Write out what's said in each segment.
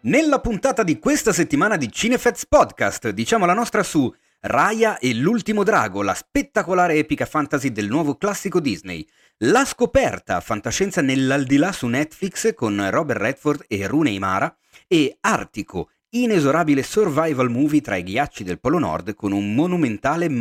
Nella puntata di questa settimana di Cinefets Podcast diciamo la nostra su Raya e l'ultimo drago, la spettacolare epica fantasy del nuovo classico Disney, La scoperta, fantascienza nell'aldilà su Netflix con Robert Redford e Rooney Mara, e Artico, inesorabile survival movie tra i ghiacci del Polo Nord con un monumentale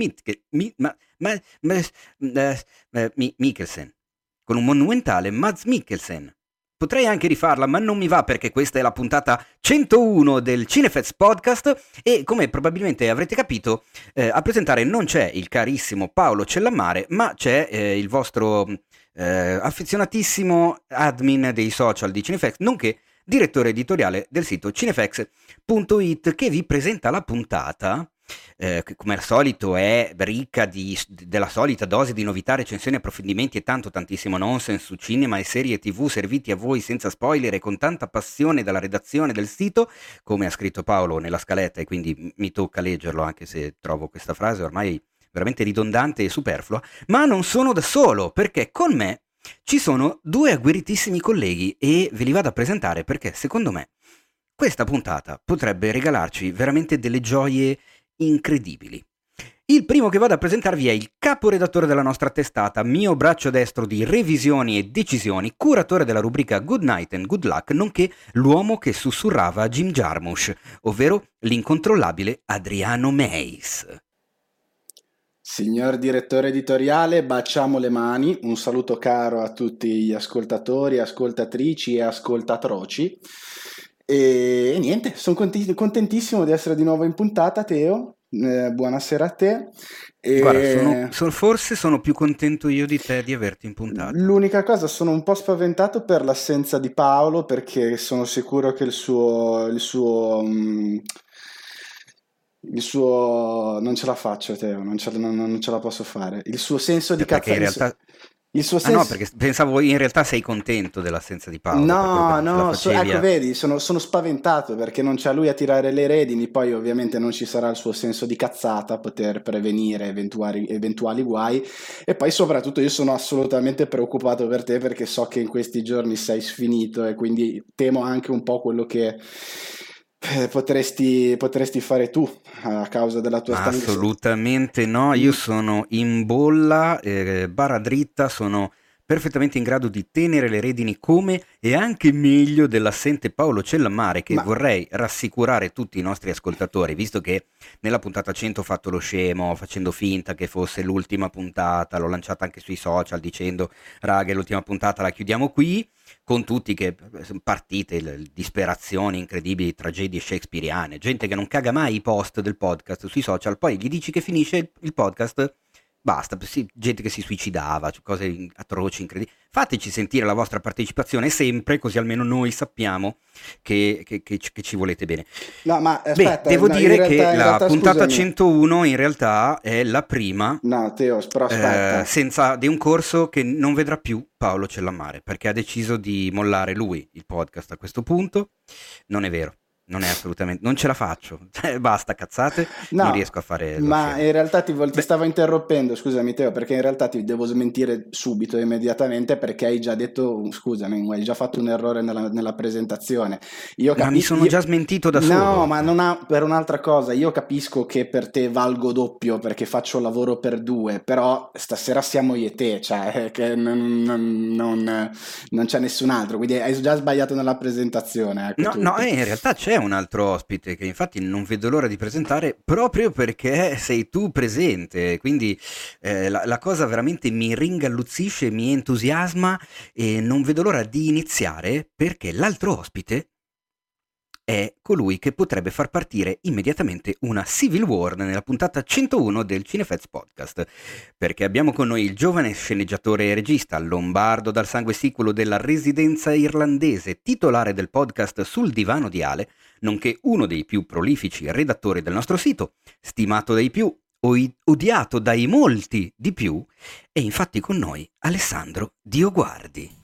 Mikkelsen. Con un monumentale Mads Mikkelsen. Potrei anche rifarla, ma non mi va perché questa è la puntata 101 del Cinefets Podcast e, come probabilmente avrete capito, a presentare non c'è il carissimo Paolo Cellammare, ma c'è il vostro affezionatissimo admin dei social di Cinefex, nonché direttore editoriale del sito cinefex.it, che vi presenta la puntata. Che come al solito è ricca della solita dose di novità, recensioni, approfondimenti e tantissimo nonsense su cinema e serie TV serviti a voi senza spoiler e con tanta passione dalla redazione del sito, come ha scritto Paolo nella scaletta, e quindi mi tocca leggerlo anche se trovo questa frase ormai veramente ridondante e superflua. Ma non sono da solo, perché con me ci sono due agguerritissimi colleghi e ve li vado a presentare perché secondo me questa puntata potrebbe regalarci veramente delle gioie incredibili. Il primo che vado a presentarvi è il caporedattore della nostra testata, mio braccio destro di revisioni e decisioni, curatore della rubrica Good Night and Good Luck, nonché l'uomo che sussurrava a Jim Jarmusch, ovvero l'incontrollabile Adriano Meis. Signor direttore editoriale, baciamo le mani, un saluto caro a tutti gli ascoltatori, ascoltatrici e ascoltatroci. E niente, sono contentissimo di essere di nuovo in puntata, Teo. Buonasera a te. Guarda, forse sono più contento io di te di averti in puntata. L'unica cosa, sono un po' spaventato per l'assenza di Paolo, perché sono sicuro che il suo non ce la faccio, Teo, non ce la posso fare. Il suo senso di perché in realtà no, perché pensavo in realtà sei contento dell'assenza di Paolo. No, ecco, vedi, sono spaventato perché non c'è lui a tirare le redini, poi ovviamente non ci sarà il suo senso di cazzata a poter prevenire eventuali guai, e poi soprattutto io sono assolutamente preoccupato per te perché so che in questi giorni sei sfinito e quindi temo anche un po' quello che potresti fare tu a causa della tua stanchezza. Assolutamente no, io sono in bolla, barra dritta, sono perfettamente in grado di tenere le redini come e anche meglio dell'assente Paolo Cellammare, che vorrei rassicurare tutti i nostri ascoltatori, visto che nella puntata 100 ho fatto lo scemo facendo finta che fosse l'ultima puntata, l'ho lanciata anche sui social dicendo raga, è l'ultima puntata, la chiudiamo qui, con tutti che partite, disperazioni incredibili, tragedie shakespeariane, gente che non caga mai i post del podcast sui social, poi gli dici che finisce il podcast, basta, sì, gente che si suicidava, cose atroci, incredibili. Fateci sentire la vostra partecipazione sempre, così almeno noi sappiamo che ci volete bene. No, ma aspetta, devo dire in che realtà, la puntata scusami. 101 in realtà è la prima, No, Teo, però aspetta. di un corso che non vedrà più Paolo Cellammare, perché ha deciso di mollare lui il podcast a questo punto. Non è vero. Non è assolutamente, non ce la faccio, basta cazzate, No, non riesco a fare lo ma scemo. in realtà ti stavo interrompendo, scusami Teo, perché in realtà ti devo smentire subito, immediatamente, perché hai già detto, scusami, hai già fatto un errore nella presentazione. Ma mi sono già smentito da solo. No, ma per un'altra cosa, io capisco che per te valgo doppio perché faccio lavoro per due, però stasera siamo io e te, cioè che non c'è nessun altro, quindi hai già sbagliato nella presentazione. Ecco, No, in realtà c'è un altro ospite che infatti non vedo l'ora di presentare proprio perché sei tu presente, quindi la cosa veramente mi ringalluzzisce, mi entusiasma e non vedo l'ora di iniziare perché l'altro ospite è colui che potrebbe far partire immediatamente una Civil War nella puntata 101 del Cinefets Podcast, perché abbiamo con noi il giovane sceneggiatore e regista, lombardo dal sangue siculo della residenza irlandese, titolare del podcast Sul divano di Ale, nonché uno dei più prolifici redattori del nostro sito, stimato dai più, odiato dai molti di più, e infatti con noi Alessandro Dioguardi.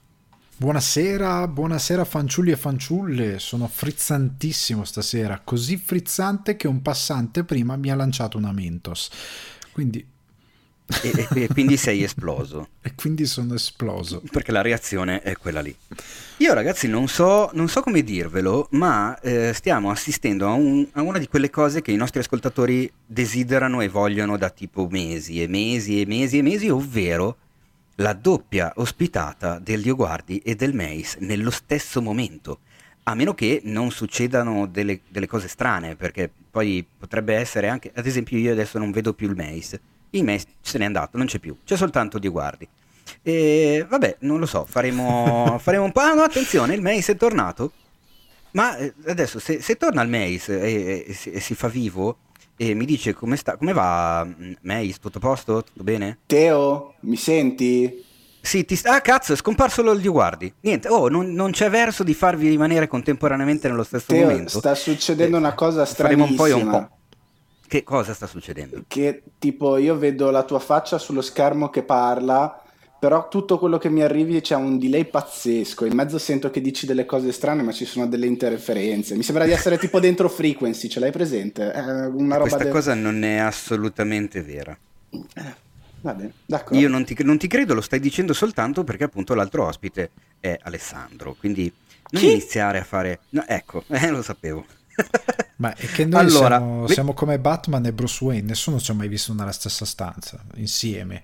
Buonasera fanciulli e fanciulle, sono frizzantissimo stasera, così frizzante che un passante prima mi ha lanciato una Mentos, quindi e quindi sei esploso. E quindi sono esploso. Perché la reazione è quella lì. Io ragazzi non so come dirvelo, ma stiamo assistendo a una di quelle cose che i nostri ascoltatori desiderano e vogliono da tipo mesi e mesi e mesi e mesi, ovvero la doppia ospitata del Dioguardi e del Mace nello stesso momento. A meno che non succedano delle cose strane, perché poi potrebbe essere anche, ad esempio io adesso non vedo più il Mace se n'è andato, non c'è più, c'è soltanto Dioguardi. E vabbè, non lo so, faremo un po'. Ah no, attenzione, il Mace è tornato. Ma adesso se torna il Mace e si fa vivo e mi dice come sta, come va Mace, tutto a posto? Tutto bene? Teo, mi senti? Sì, ah cazzo, è scomparso il Dioguardi. Niente, oh, non c'è verso di farvi rimanere contemporaneamente nello stesso Teo, momento. sta succedendo una cosa Faremo un po' e un po'. stranissima. Che cosa sta succedendo? Che tipo io vedo la tua faccia sullo schermo che parla, però tutto quello che mi arrivi c'è un delay pazzesco. In mezzo sento che dici delle cose strane, ma ci sono delle interferenze. Mi sembra di essere tipo dentro Frequency, ce l'hai presente? È una roba Questa cosa non è assolutamente vera. Va bene, Io d'accordo. non ti credo, lo stai dicendo soltanto perché appunto l'altro ospite è Alessandro, quindi non Chi? iniziare a fare. No, ecco, lo sapevo. Ma è che noi Allora, siamo come Batman e Bruce Wayne, nessuno ci ha mai visto nella stessa stanza, insieme.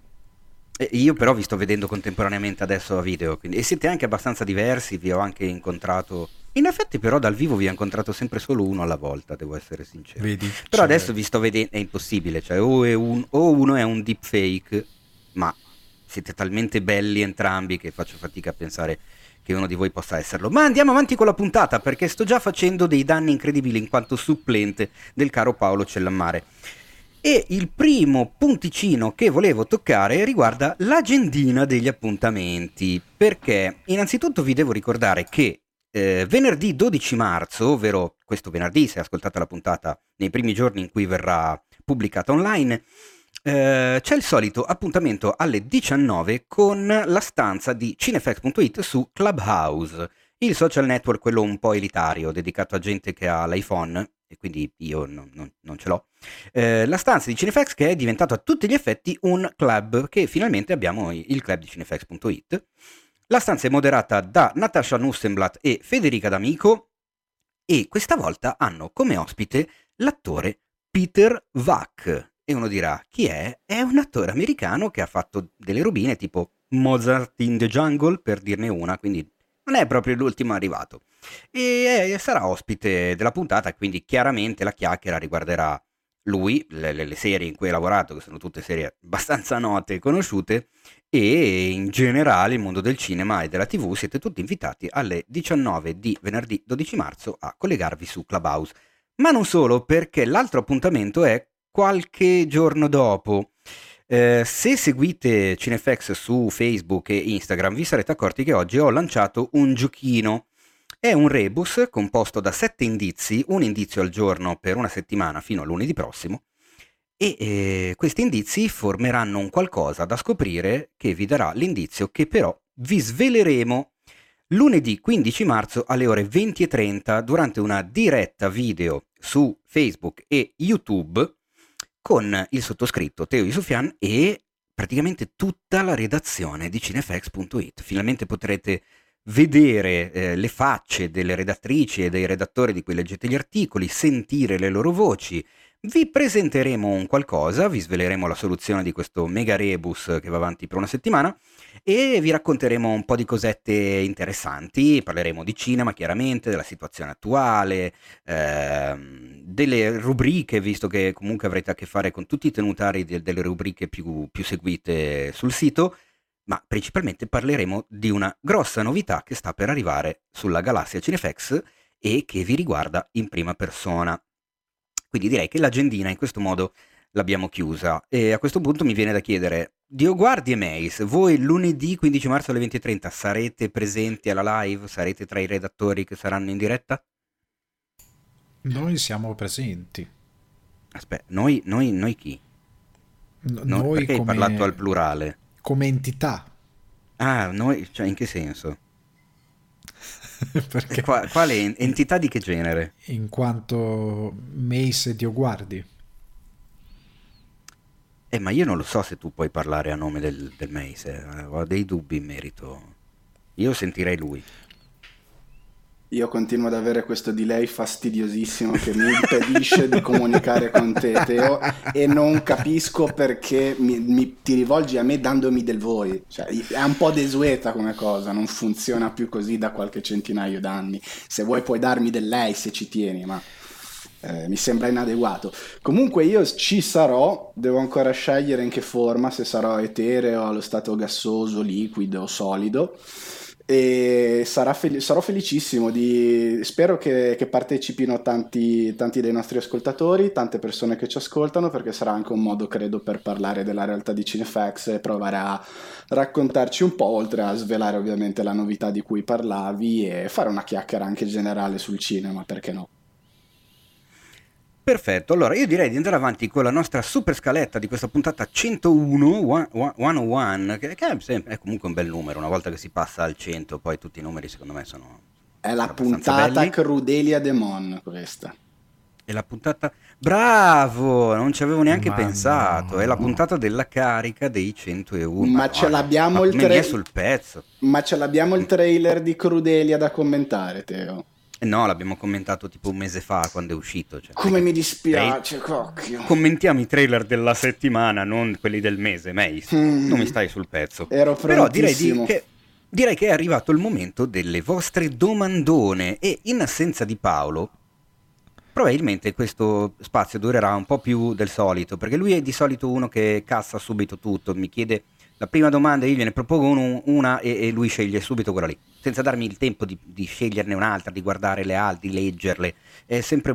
io però vi sto vedendo contemporaneamente adesso a video, e siete anche abbastanza diversi, vi ho anche incontrato. In effetti però dal vivo vi ho incontrato sempre solo uno alla volta, devo essere sincero. Vedi? Però Cioè, adesso vi sto vedendo, è impossibile, cioè o uno è un deepfake, ma siete talmente belli entrambi che faccio fatica a pensare che uno di voi possa esserlo. Ma andiamo avanti con la puntata perché sto già facendo dei danni incredibili in quanto supplente del caro Paolo Cellammare. E il primo punticino che volevo toccare riguarda l'agendina degli appuntamenti, perché innanzitutto vi devo ricordare che venerdì 12 marzo, ovvero questo venerdì, se ascoltate la puntata nei primi giorni in cui verrà pubblicata online, c'è il solito appuntamento alle 19 con la stanza di Cinefx.it su Clubhouse, il social network quello un po' elitario, dedicato a gente che ha l'iPhone, e quindi io non ce l'ho. La stanza di Cinefax che è diventato a tutti gli effetti un club, che finalmente abbiamo il club di Cinefax.it. La stanza è moderata da Natasha Nussenblatt e Federica D'Amico e questa volta hanno come ospite l'attore Peter Vack. E uno dirà, chi è? È un attore americano che ha fatto delle robine tipo Mozart in the Jungle, per dirne una, quindi non è proprio l'ultimo arrivato. E sarà ospite della puntata, quindi chiaramente la chiacchiera riguarderà lui, le serie in cui ha lavorato, che sono tutte serie abbastanza note e conosciute, e in generale il mondo del cinema e della TV. Siete tutti invitati alle 19 di venerdì 12 marzo a collegarvi su Clubhouse. Ma non solo, perché l'altro appuntamento è qualche giorno dopo. Se seguite Cinefx su Facebook e Instagram vi sarete accorti che oggi ho lanciato un giochino. È un rebus composto da 7 indizi, un indizio al giorno per una settimana fino a lunedì prossimo, e questi indizi formeranno un qualcosa da scoprire che vi darà l'indizio che però vi sveleremo lunedì 15 marzo alle ore 20:30 durante una diretta video su Facebook e YouTube con il sottoscritto Teo Yusufian e praticamente tutta la redazione di Cinefx.it. Finalmente potrete vedere le facce delle redattrici e dei redattori di cui leggete gli articoli, sentire le loro voci. Vi presenteremo un qualcosa, vi sveleremo la soluzione di questo mega rebus che va avanti per una settimana e vi racconteremo un po' di cosette interessanti. Parleremo di cinema chiaramente, della situazione attuale, delle rubriche, visto che comunque avrete a che fare con tutti i tenutari delle rubriche più seguite sul sito, ma principalmente parleremo di una grossa novità che sta per arrivare sulla galassia Cinefx e che vi riguarda in prima persona. Quindi direi che l'agendina in questo modo l'abbiamo chiusa e a questo punto mi viene da chiedere, Dioguardi e Mace, voi lunedì 15 marzo alle 20:30 sarete presenti alla live? Sarete tra i redattori che saranno in diretta? noi siamo presenti. Aspetta, noi chi? Noi Perché hai parlato al come, plurale? come entità. Ah, noi, cioè in che senso? Perché Quale entità di che genere? in quanto Mace e Dioguardi. Ma io non lo so se tu puoi parlare a nome del Mace, ho dei dubbi in merito. Io sentirei lui. Io continuo ad avere questo delay fastidiosissimo che mi impedisce di comunicare con te, Teo, e non capisco perché ti rivolgi a me dandomi del voi. Cioè, è un po' desueta come cosa, non funziona più così da qualche centinaio d'anni. Se vuoi puoi darmi del lei se ci tieni, ma mi sembra inadeguato. Comunque io ci sarò, devo ancora scegliere in che forma, se sarò etereo, allo stato gassoso, liquido o solido. E sarò felicissimo spero che partecipino tanti dei nostri ascoltatori, tante persone che ci ascoltano, perché sarà anche un modo, credo, per parlare della realtà di Cinefax e provare a raccontarci un po', oltre a svelare ovviamente la novità di cui parlavi e fare una chiacchiera anche generale sul cinema, perché no? Perfetto, allora io direi di andare avanti con la nostra super scaletta di questa puntata 101, 101, è comunque un bel numero, una volta che si passa al 100, poi tutti i numeri secondo me sono È la abbastanza puntata belli. Crudelia Demon questa. È la puntata... Bravo! Non ci avevo neanche Ma pensato, è la no. puntata della carica dei 101. Ma ce Madonna, l'abbiamo ma il come mi è sul pezzo. Ma ce l'abbiamo il trailer di Crudelia da commentare, Teo. No, l'abbiamo commentato tipo un mese fa quando è uscito. Cioè, Come mi dispiace, cocchio. Commentiamo i trailer della settimana, non quelli del mese, Mace. Non mi stai sul pezzo. Ero Però prontissimo. direi che è arrivato il momento delle vostre domandone e in assenza di Paolo, probabilmente questo spazio durerà un po' più del solito, perché lui è di solito uno che cassa subito tutto, mi chiede la prima domanda, io gliene propongo una e lui sceglie subito quella lì, senza darmi il tempo di sceglierne un'altra, di guardare le altre, di leggerle. È sempre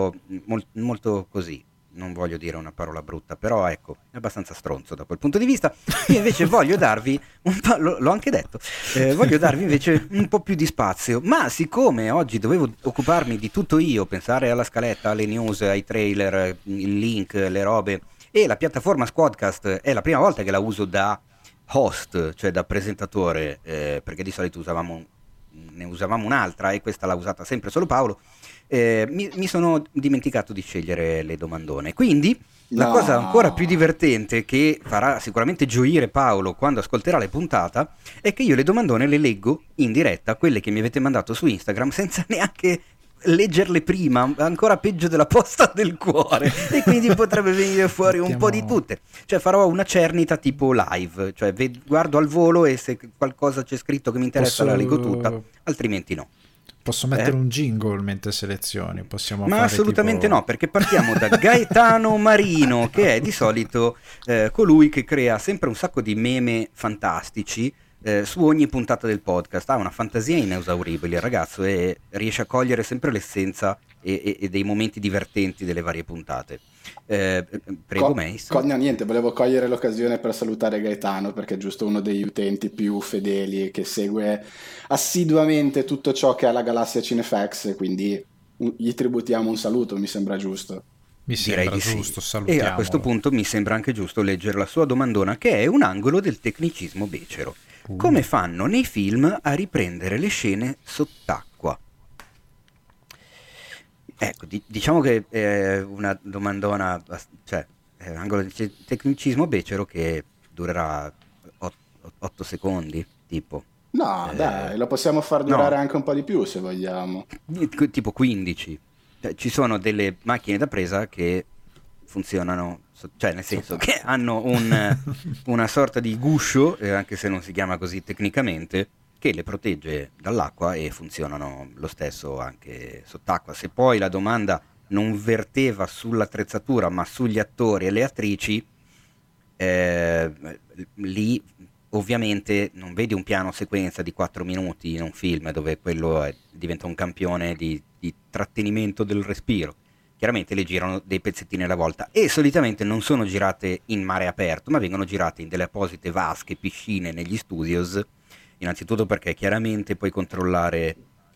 molto così. Non voglio dire una parola brutta, però ecco, è abbastanza stronzo da quel punto di vista. Io invece voglio darvi un po', l'ho anche detto, voglio darvi invece un po' più di spazio, ma siccome oggi dovevo occuparmi di tutto io, pensare alla scaletta, alle news, ai trailer, il link, le robe, e la piattaforma Squadcast è la prima volta che la uso da host, cioè da presentatore, perché di solito ne usavamo un'altra e questa l'ha usata sempre solo Paolo. Mi sono dimenticato di scegliere le domandone, quindi la cosa ancora più divertente, che farà sicuramente gioire Paolo quando ascolterà la puntata, è che io le domandone le leggo in diretta, quelle che mi avete mandato su Instagram, senza neanche leggerle prima, ancora peggio della posta del cuore, e quindi potrebbe venire fuori un po' di tutte. Cioè farò una cernita tipo live, cioè guardo al volo e se qualcosa c'è scritto che mi interessa la leggo tutta, altrimenti no. Posso mettere un jingle mentre selezioni? Possiamo Ma fare assolutamente tipo... no, perché partiamo da Gaetano Marino, che è di solito colui che crea sempre un sacco di meme fantastici su ogni puntata del podcast. Ha una fantasia inesauribile il ragazzo e riesce a cogliere sempre l'essenza e dei momenti divertenti delle varie puntate. Prego, Mace. No, niente, volevo cogliere l'occasione per salutare Gaetano, perché è giusto uno degli utenti più fedeli che segue assiduamente tutto ciò che ha la galassia Cinefax, quindi gli tributiamo un saluto, mi sembra giusto. Mi Direi sembra di giusto, sì. salutiamolo. E a questo punto mi sembra anche giusto leggere la sua domandona, che è un angolo del tecnicismo becero. Come fanno nei film a riprendere le scene sott'acqua? Ecco, diciamo che è una domandona, cioè è un angolo del tecnicismo becero che durerà 8 secondi, tipo. No, dai, lo possiamo far durare anche un po' di più se vogliamo. Tipo 15. Cioè, ci sono delle macchine da presa che funzionano, cioè nel senso che hanno una sorta di guscio, anche se non si chiama così tecnicamente, che le protegge dall'acqua e funzionano lo stesso anche sott'acqua. Se poi la domanda non verteva sull'attrezzatura ma sugli attori e le attrici, lì ovviamente non vedi un piano sequenza di 4 minuti in un film dove quello diventa un campione di trattenimento del respiro. Chiaramente le girano dei pezzettini alla volta e solitamente non sono girate in mare aperto, ma vengono girate in delle apposite vasche, piscine negli studios, innanzitutto perché chiaramente puoi controllare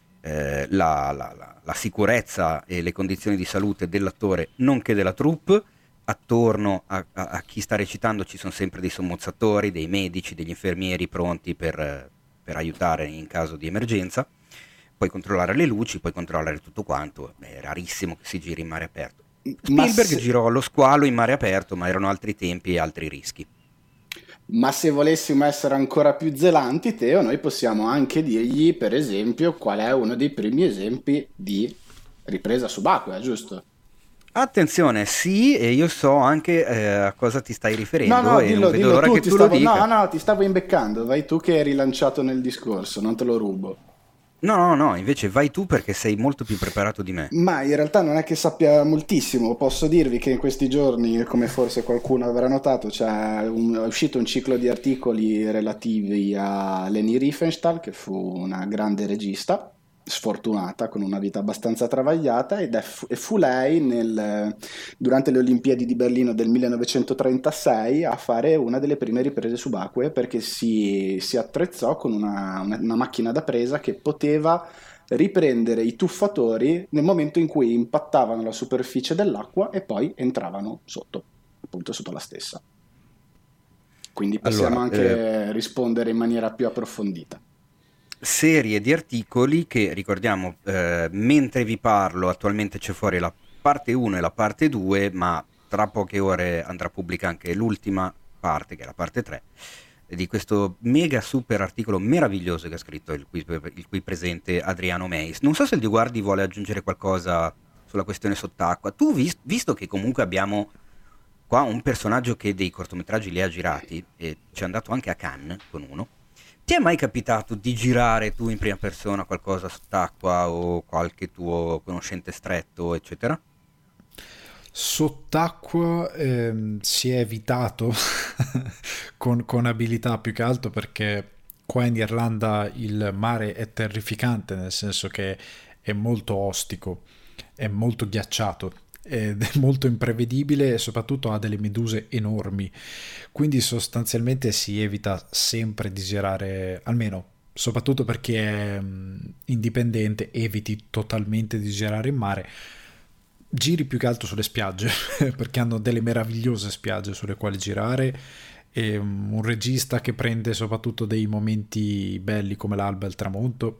la sicurezza e le condizioni di salute dell'attore nonché della troupe. Attorno a chi sta recitando ci sono sempre dei sommozzatori, dei medici, degli infermieri pronti per aiutare in caso di emergenza. Puoi controllare le luci, puoi controllare tutto quanto, è rarissimo che si giri in mare aperto. Spielberg girò Lo squalo in mare aperto, ma erano altri tempi e altri rischi. Ma se volessimo essere ancora più zelanti, Teo, noi possiamo anche dirgli, per esempio, qual è uno dei primi esempi di ripresa subacquea, giusto? Attenzione, sì, e io so anche a cosa ti stai No, riferendo no, e non vedo dillo l'ora tu, che tu lo dica. no, ti stavo imbeccando, vai tu che eri lanciato nel discorso, non te lo rubo. No, no, no, invece vai tu perché sei molto più preparato di me. Ma in realtà non è che sappia moltissimo, posso dirvi che in questi giorni, come forse qualcuno avrà notato, è uscito un ciclo di articoli relativi a Leni Riefenstahl, che fu una grande regista, sfortunata, con una vita abbastanza travagliata, e fu lei durante le Olimpiadi di Berlino del 1936 a fare una delle prime riprese subacquee perché si attrezzò con una macchina da presa che poteva riprendere i tuffatori nel momento in cui impattavano la superficie dell'acqua e poi entravano sotto, appunto sotto la stessa. Quindi possiamo Allora, anche rispondere in maniera più approfondita. serie di articoli che ricordiamo, mentre vi parlo attualmente c'è fuori la parte 1 e la parte 2, ma tra poche ore andrà pubblica anche l'ultima parte, che è la parte 3, di questo mega super articolo meraviglioso che ha scritto il qui presente Adriano Meis. Non so se il Dio Guardi vuole aggiungere qualcosa sulla questione sott'acqua. Tu, visto che comunque abbiamo qua un personaggio che dei cortometraggi li ha girati, e ci è andato anche a Cannes con uno, ti è mai capitato di girare tu in prima persona qualcosa sott'acqua o qualche tuo conoscente stretto, eccetera? Sott'acqua si è evitato con abilità, più che altro perché qua in Irlanda il mare è terrificante, nel senso che è molto ostico, è molto ghiacciato ed è molto imprevedibile e soprattutto ha delle meduse enormi, quindi sostanzialmente si evita sempre di girare, almeno soprattutto perché è indipendente, eviti totalmente di girare in mare. Giri più che altro sulle spiagge perché hanno delle meravigliose spiagge sulle quali girare, e un regista che prende soprattutto dei momenti belli come l'alba e il tramonto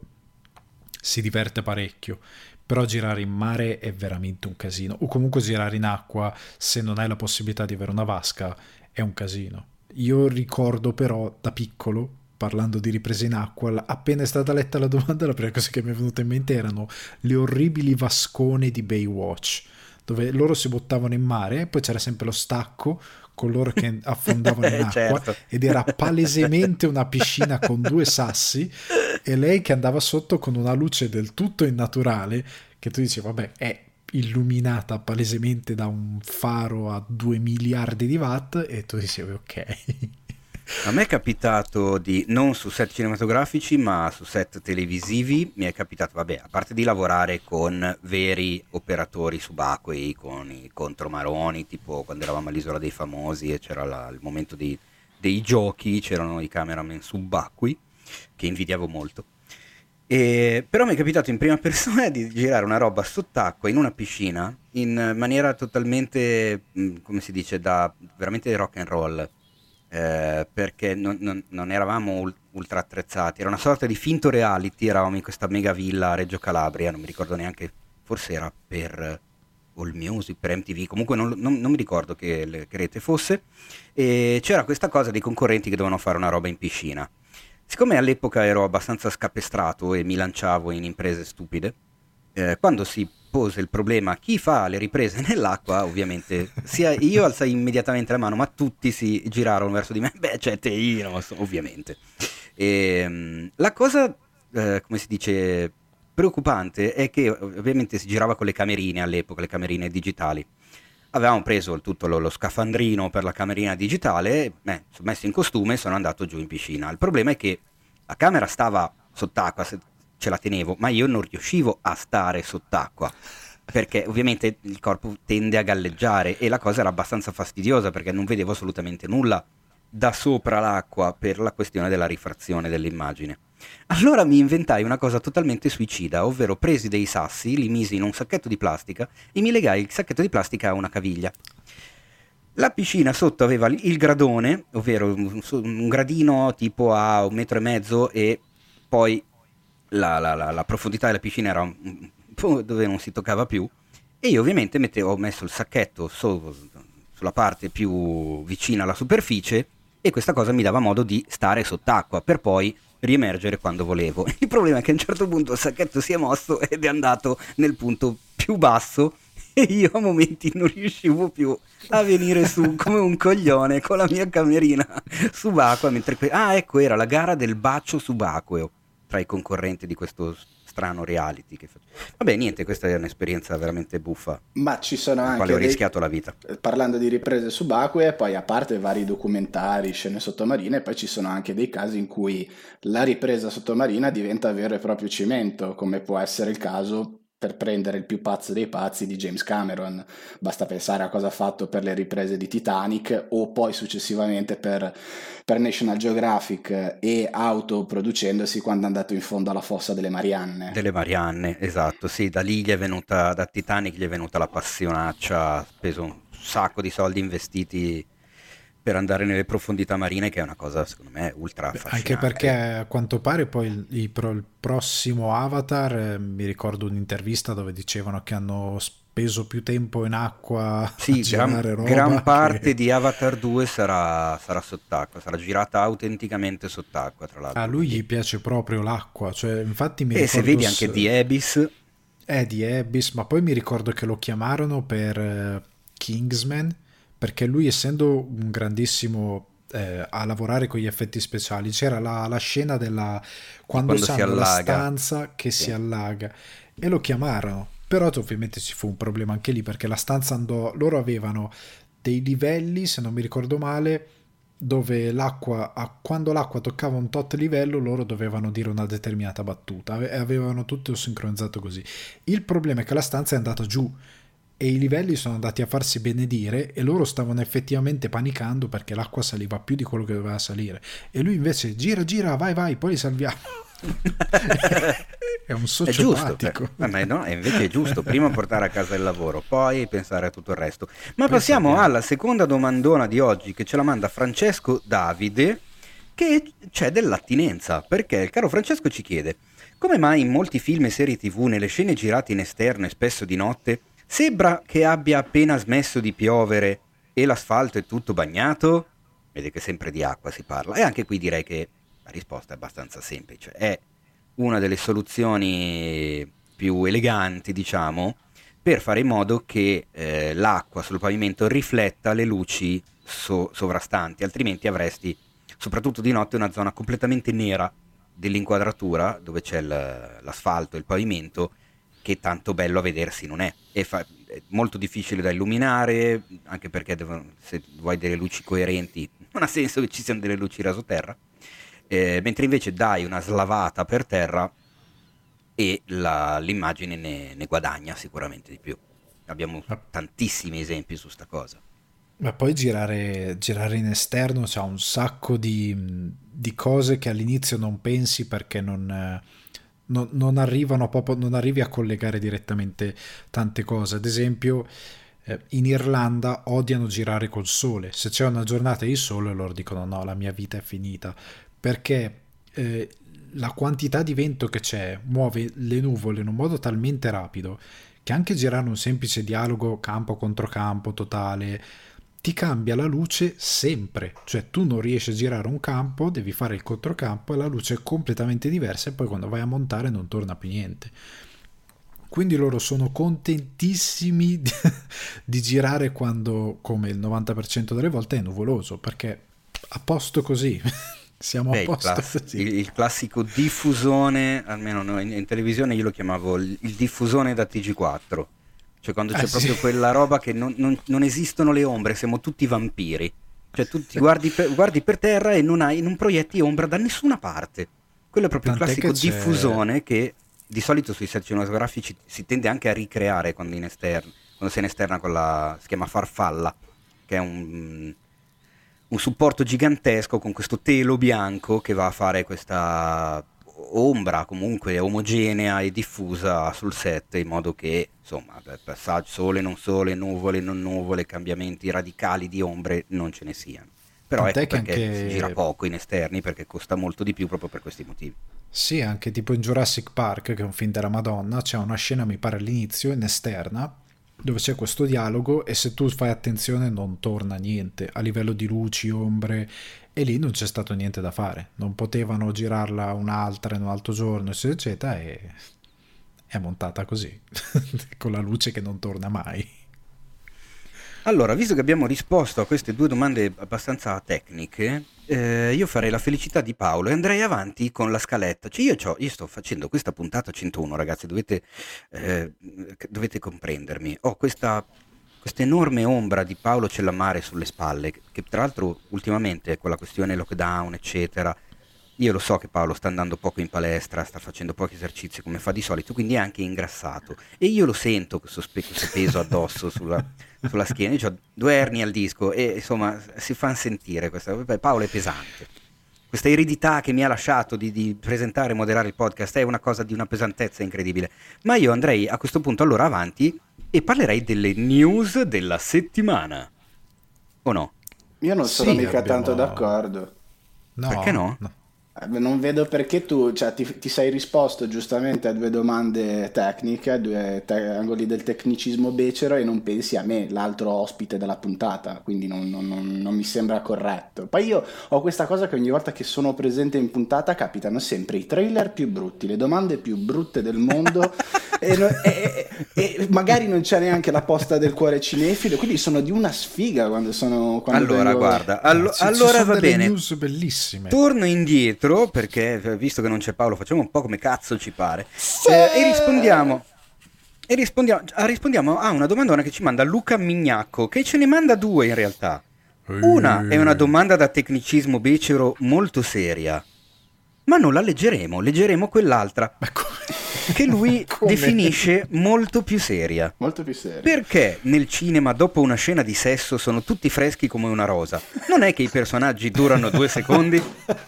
si diverte parecchio. Però girare in mare è veramente un casino, o comunque girare in acqua, se non hai la possibilità di avere una vasca, è un casino. Io ricordo però da piccolo, parlando di riprese in acqua, appena è stata letta la domanda, la prima cosa che mi è venuta in mente erano le orribili vascone di Baywatch, dove loro si buttavano in mare e poi c'era sempre lo stacco con loro che affondavano in acqua, Certo. ed era palesemente una piscina con due sassi e lei che andava sotto con una luce del tutto innaturale, che tu dici vabbè è illuminata palesemente da un faro a 2 miliardi di watt, e tu dicevi ok. A me è capitato di, non su set cinematografici, ma su set televisivi, mi è capitato, vabbè, a parte di lavorare con veri operatori subacquei, con i contromaroni, tipo quando eravamo all'Isola dei Famosi e c'era il momento dei giochi, c'erano i cameraman subacquei, che invidiavo molto. Però mi è capitato in prima persona di girare una roba sott'acqua in una piscina in maniera totalmente, come si dice, da veramente rock and roll, perché non eravamo ultra attrezzati, era una sorta di finto reality, eravamo in questa mega villa a Reggio Calabria, non mi ricordo neanche, forse era per All Music, per MTV, comunque non mi ricordo che rete fosse, e c'era questa cosa dei concorrenti che dovevano fare una roba in piscina. Siccome all'epoca ero abbastanza scapestrato e mi lanciavo in imprese stupide, quando si pose il problema chi fa le riprese nell'acqua, ovviamente sia io alzai immediatamente la mano, ma tutti si girarono verso di me. Beh, cioè te io, ovviamente. La cosa, come si dice, preoccupante è che ovviamente si girava con le camerine all'epoca, le camerine digitali. Avevamo preso tutto lo scafandrino per la camerina digitale, sono messo in costume e sono andato giù in piscina. Il problema è che la camera stava sott'acqua, ce la tenevo, ma io non riuscivo a stare sott'acqua, perché ovviamente il corpo tende a galleggiare e la cosa era abbastanza fastidiosa perché non vedevo assolutamente nulla da sopra l'acqua per la questione della rifrazione dell'immagine. Allora mi inventai una cosa totalmente suicida, ovvero presi dei sassi, li misi in un sacchetto di plastica e mi legai il sacchetto di plastica a una caviglia. La piscina sotto aveva il gradone, ovvero un gradino tipo a 1,5 metri e poi la profondità della piscina era un po' dove non si toccava più, e io ovviamente ho messo il sacchetto sulla parte più vicina alla superficie, e questa cosa mi dava modo di stare sott'acqua per poi riemergere quando volevo. Il problema è che a un certo punto il sacchetto si è mosso ed è andato nel punto più basso, e io a momenti non riuscivo più a venire su come un coglione con la mia camerina subacquea, mentre ecco, era la gara del bacio subacqueo tra i concorrenti di questo strano reality che vabbè, niente, questa è un'esperienza veramente buffa, Ma ci sono con la anche quale ho rischiato la vita. parlando di riprese subacquee, poi a parte vari documentari, scene sottomarine, poi ci sono anche dei casi in cui la ripresa sottomarina diventa vero e proprio cimento, come può essere il caso, per prendere il più pazzo dei pazzi, di James Cameron. Basta pensare a cosa ha fatto per le riprese di Titanic, o poi successivamente per National Geographic, e autoproducendosi quando è andato in fondo alla fossa delle Marianne. Delle Marianne, esatto, sì, da lì gli è venuta, da Titanic gli è venuta la passionaccia, ha speso un sacco di soldi investiti per andare nelle profondità marine, che è una cosa secondo me ultra affascinante. Anche perché a quanto pare poi il prossimo Avatar, mi ricordo un'intervista dove dicevano che hanno speso più tempo in acqua sì, a girare roba gran parte che... di Avatar 2 sarà sott'acqua, sarà girata autenticamente sott'acqua, tra l'altro. A lui gli piace proprio l'acqua, cioè infatti mi E ricordo... se vedi anche The Abyss... di Abyss, ma poi mi ricordo che lo chiamarono per Kingsman, perché lui, essendo un grandissimo a lavorare con gli effetti speciali, c'era la scena della quando si sanno la allaga. stanza che Sì. si allaga, e lo chiamarono, però ovviamente ci fu un problema anche lì, perché la stanza andò, loro avevano dei livelli, se non mi ricordo male, dove quando l'acqua toccava un tot livello loro dovevano dire una determinata battuta, e avevano tutto sincronizzato così. Il problema è che la stanza è andata giù e i livelli sono andati a farsi benedire, e loro stavano effettivamente panicando perché l'acqua saliva più di quello che doveva salire, e lui invece gira, vai, poi li salviamo. È un sociopatico. Ma no, invece è giusto, prima portare a casa il lavoro, poi pensare a tutto il resto. Ma Poi passiamo sappiamo. alla seconda domandona di oggi, che ce la manda Francesco Davide, che c'è dell'attinenza, perché il caro Francesco ci chiede: come mai in molti film e serie TV, nelle scene girate in esterno e spesso di notte, sembra che abbia appena smesso di piovere e l'asfalto è tutto bagnato? Vede che sempre di acqua si parla. E anche qui direi che la risposta è abbastanza semplice. È una delle soluzioni più eleganti, diciamo, per fare in modo che l'acqua sul pavimento rifletta le luci sovrastanti, altrimenti avresti, soprattutto di notte, una zona completamente nera dell'inquadratura, dove c'è l'asfalto e il pavimento, che tanto bello a vedersi non è. È molto difficile da illuminare, anche perché se vuoi delle luci coerenti non ha senso che ci siano delle luci rasoterra, mentre invece dai una slavata per terra e l'immagine ne guadagna sicuramente di più. Abbiamo tantissimi esempi su sta cosa. Ma poi girare in esterno c'ha un sacco di cose che all'inizio non pensi, perché non arrivano proprio, non arrivi a collegare direttamente tante cose. Ad esempio, in Irlanda odiano girare col sole. Se c'è una giornata di sole loro dicono no, la mia vita è finita, perché la quantità di vento che c'è muove le nuvole in un modo talmente rapido che anche girare un semplice dialogo campo contro campo totale ti cambia la luce sempre. Cioè tu non riesci a girare un campo, devi fare il controcampo e la luce è completamente diversa, e poi quando vai a montare non torna più niente. Quindi loro sono contentissimi di girare quando, come il 90% delle volte, è nuvoloso, perché a posto così. Siamo a posto così. Il classico diffusone, almeno in televisione io lo chiamavo il diffusone da TG4, cioè quando c'è proprio quella roba che non esistono le ombre, siamo tutti vampiri, cioè tu ti guardi per terra e non proietti ombra da nessuna parte. Quello è proprio il classico diffusone che di solito sui set cinematografici si tende anche a ricreare quando sei in esterna, si chiama farfalla, che è un supporto gigantesco con questo telo bianco che va a fare questa ombra comunque omogenea e diffusa sul set, in modo che insomma passaggio sole, non nuvole, non nuvole, cambiamenti radicali di ombre non ce ne siano. Però ecco perché si gira poco in esterni, perché costa molto di più proprio per questi motivi. Sì, anche tipo in Jurassic Park, che è un film della Madonna, c'è una scena, mi pare all'inizio, in esterna, dove c'è questo dialogo e se tu fai attenzione non torna niente a livello di luci, ombre, e lì non c'è stato niente da fare, non potevano girarla un'altra in un altro giorno eccetera, e è montata così con la luce che non torna mai. Allora, visto che abbiamo risposto a queste due domande abbastanza tecniche, io farei la felicità di Paolo e andrei avanti con la scaletta. Cioè io sto facendo questa puntata 101, ragazzi, dovete comprendermi. Ho questa enorme ombra di Paolo Cellamare sulle spalle, che tra l'altro ultimamente con la questione lockdown, eccetera, io lo so che Paolo sta andando poco in palestra, sta facendo pochi esercizi come fa di solito, quindi è anche ingrassato. E io lo sento questo peso addosso sulla schiena. Io ho 2 ernie al disco e insomma si fanno sentire questa. Paolo è pesante. Questa eredità che mi ha lasciato di presentare e moderare il podcast è una cosa di una pesantezza incredibile. Ma io andrei a questo punto allora avanti e parlerei delle news della settimana. O no? Io non sono mica tanto d'accordo. No, perché no? Non vedo perché tu, cioè, ti sei risposto giustamente a 2 domande tecniche, a 2 angoli del tecnicismo becero, e non pensi a me, l'altro ospite della puntata, quindi non mi sembra corretto. Poi io ho questa cosa che ogni volta che sono presente in puntata capitano sempre i trailer più brutti, le domande più brutte del mondo e magari non c'è neanche la posta del cuore cinefilo, quindi sono di una sfiga quando allora vengo... guarda, allora va bene, news bellissime. Torno indietro perché visto che non c'è Paolo facciamo un po' come cazzo ci pare. Sì! E rispondiamo a una domandona che ci manda Luca Mignacco, che ce ne manda 2 in realtà. Una è una domanda da tecnicismo becero molto seria, ma non la leggeremo quell'altra che lui definisce molto più seria. Molto più seria. Perché nel cinema dopo una scena di sesso sono tutti freschi come una rosa? Non è che i personaggi durano 2 secondi?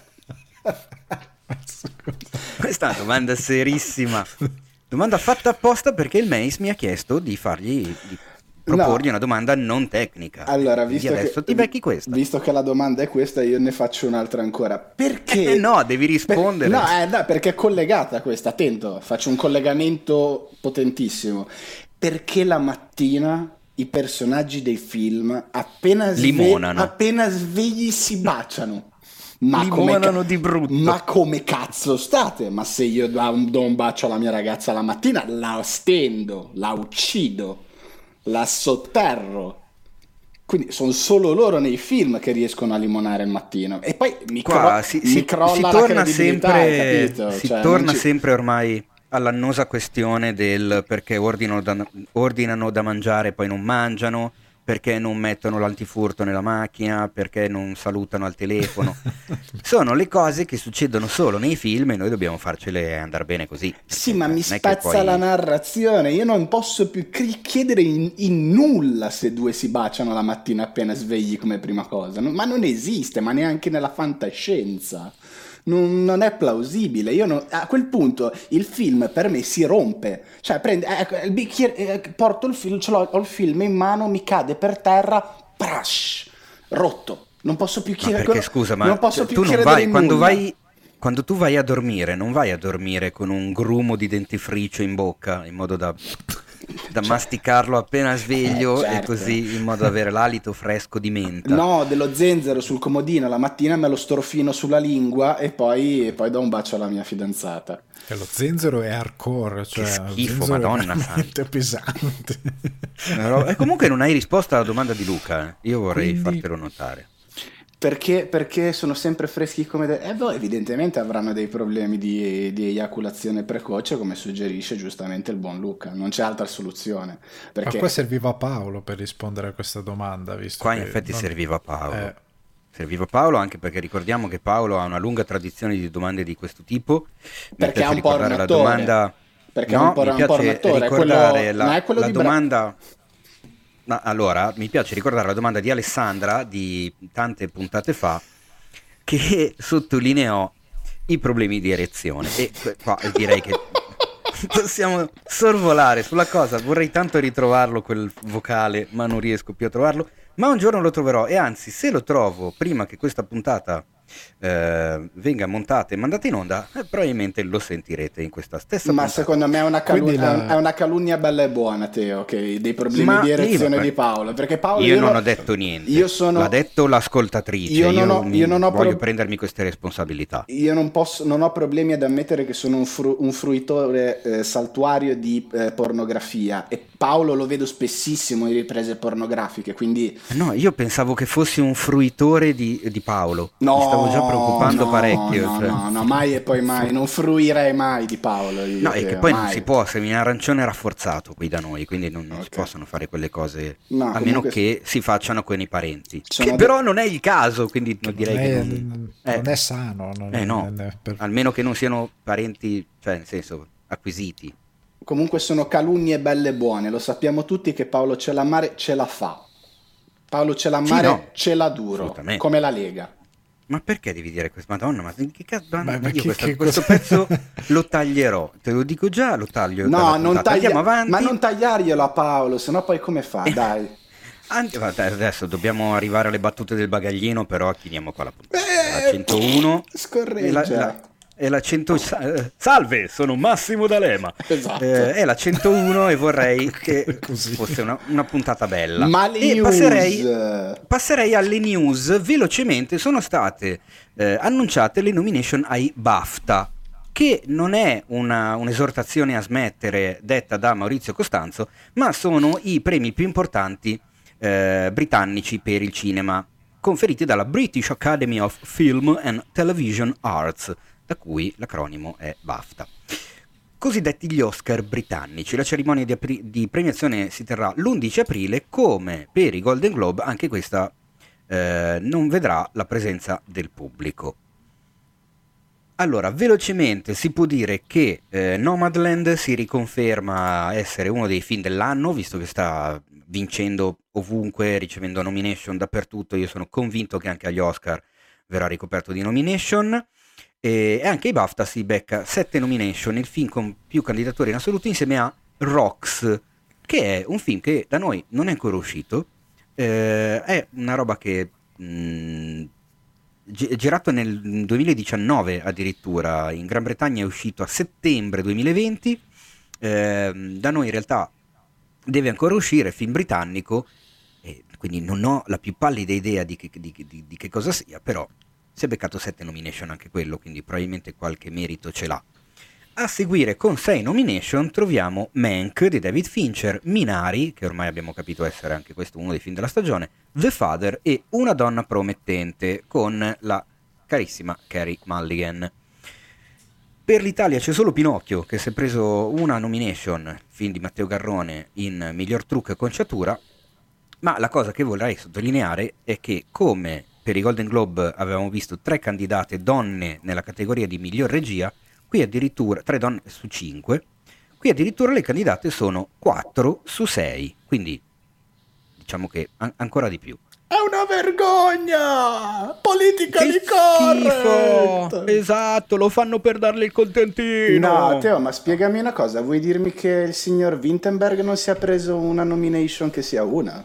Questa è una domanda serissima, domanda fatta apposta perché il Mace mi ha chiesto di proporgli una domanda non tecnica. Allora, adesso ti becchi questa. Visto che la domanda è questa, io ne faccio un'altra ancora. Perché? No, devi rispondere. No, perché è collegata questa, attento, faccio un collegamento potentissimo. Perché la mattina i personaggi dei film appena svegli si baciano? Limonano di brutto. Ma come cazzo state? Ma se io do un bacio alla mia ragazza la mattina, la stendo, la uccido, la sotterro. Quindi sono solo loro nei film che riescono a limonare il mattino. E poi mi crolla la credibilità, capito? Si torna sempre ormai all'annosa questione del perché ordinano da mangiare e poi non mangiano, perché non mettono l'antifurto nella macchina, perché non salutano al telefono. Sono le cose che succedono solo nei film e noi dobbiamo farcele andare bene così. Sì, ma mi spezza la narrazione. Io non posso più chiedere in nulla se 2 si baciano la mattina appena svegli come prima cosa. Ma non esiste, ma neanche nella fantascienza. Non è plausibile. A quel punto il film per me si rompe. Cioè il bicchiere, porto il film, ho il film in mano, mi cade per terra, prash, rotto. Non posso più chiedere. Perché scusa, ma non posso più chiedere quando tu vai a dormire, non vai a dormire con un grumo di dentifricio in bocca in modo da masticarlo appena sveglio, certo. E così in modo da avere l'alito fresco di menta. No, dello zenzero sul comodino la mattina, me lo strofino sulla lingua e poi do un bacio alla mia fidanzata. E lo zenzero è hardcore, cioè che schifo, madonna, è pesante. E comunque non hai risposto alla domanda di Luca, io vorrei fartelo notare. Perché sono sempre freschi come... evidentemente avranno dei problemi di eiaculazione precoce, come suggerisce giustamente il buon Luca. Non c'è altra soluzione. Ma qua serviva Paolo per rispondere a questa domanda, visto qua in effetti serviva Paolo. Serviva Paolo anche perché ricordiamo che Paolo ha una lunga tradizione di domande di questo tipo. Perché ha un po' un attore. Perché no, mi piace ricordare la domanda... No, allora, mi piace ricordare la domanda di Alessandra di tante puntate fa che sottolineò i problemi di erezione e qua direi che possiamo sorvolare sulla cosa. Vorrei tanto ritrovarlo quel vocale, ma non riesco più a trovarlo, ma un giorno lo troverò e anzi se lo trovo prima che questa puntata venga montata e mandata in onda, probabilmente lo sentirete in questa stessa Ma puntata. secondo me è una calunnia bella e buona, Teo, che dei problemi di erezione di Paolo, perché Paolo io non ho detto niente, l'ha detto l'ascoltatrice, io non voglio prendermi queste responsabilità. Io non ho problemi ad ammettere che sono un fruitore saltuario di pornografia, e Paolo lo vedo spessissimo in riprese pornografiche, quindi... No, io pensavo che fossi un fruitore di Paolo. Mi stavo già preoccupando parecchio. No, mai e poi mai, non fruirei mai di Paolo. No, è che poi non si può, sei in arancione rafforzato qui da noi, quindi non si possono fare quelle cose, a meno che si facciano con i parenti. Che però non è il caso, quindi non direi che non è sano. Almeno che non siano parenti, cioè nel senso, acquisiti. Comunque sono calunnie belle e buone, lo sappiamo tutti che Paolo Celamare ce la fa. Paolo Celamare ce l'ha duro, come la Lega. Ma perché devi dire questo? Madonna, ma che cazzo? Questo pezzo lo taglierò, te lo dico già, lo taglio. No, andiamo avanti. Ma non tagliarglielo a Paolo, sennò poi come fa? Dai. Adesso dobbiamo arrivare alle battute del bagaglino, però chiudiamo qua la puntata. La 101. Scorreggia. È la 100. Salve, sono Massimo D'Alema. Esatto. È la 101 e vorrei che fosse una puntata bella. Ma le news. Passerei alle news. Velocemente sono state annunciate le nomination ai BAFTA, che non è un'esortazione a smettere detta da Maurizio Costanzo, ma sono i premi più importanti britannici per il cinema, conferiti dalla British Academy of Film and Television Arts, da cui l'acronimo è BAFTA. Cosiddetti gli Oscar britannici. La cerimonia di premiazione si terrà l'11 aprile, come per i Golden Globe, anche questa non vedrà la presenza del pubblico. Allora, velocemente si può dire che Nomadland si riconferma essere uno dei film dell'anno, visto che sta vincendo ovunque, ricevendo nomination dappertutto. Io sono convinto che anche agli Oscar verrà ricoperto di nomination. E anche i BAFTA si becca 7 nomination, il film con più candidature in assoluto, insieme a Rocks, che è un film che da noi non è ancora uscito, è una roba che girato nel 2019 addirittura, in Gran Bretagna è uscito a settembre 2020, da noi in realtà deve ancora uscire, film britannico, e quindi non ho la più pallida idea di che cosa sia, però si è beccato 7 nomination anche quello, quindi probabilmente qualche merito ce l'ha. A seguire, con 6 nomination, troviamo Mank di David Fincher, Minari, che ormai abbiamo capito essere anche questo uno dei film della stagione, The Father e Una donna promettente, con la carissima Carey Mulligan. Per l'Italia c'è solo Pinocchio, che si è preso una nomination, film di Matteo Garrone, in miglior trucco e conciatura, ma la cosa che vorrei sottolineare è che, come per i Golden Globe avevamo visto 3 candidate donne nella categoria di miglior regia, qui addirittura 3 donne su 5, qui addirittura le candidate sono 4 su 6, quindi diciamo che ancora di più. È una vergogna! Politically correct! Esatto, lo fanno per darle il contentino. No, Teo, ma spiegami una cosa, vuoi dirmi che il signor Wittenberg non si è preso una nomination che sia una?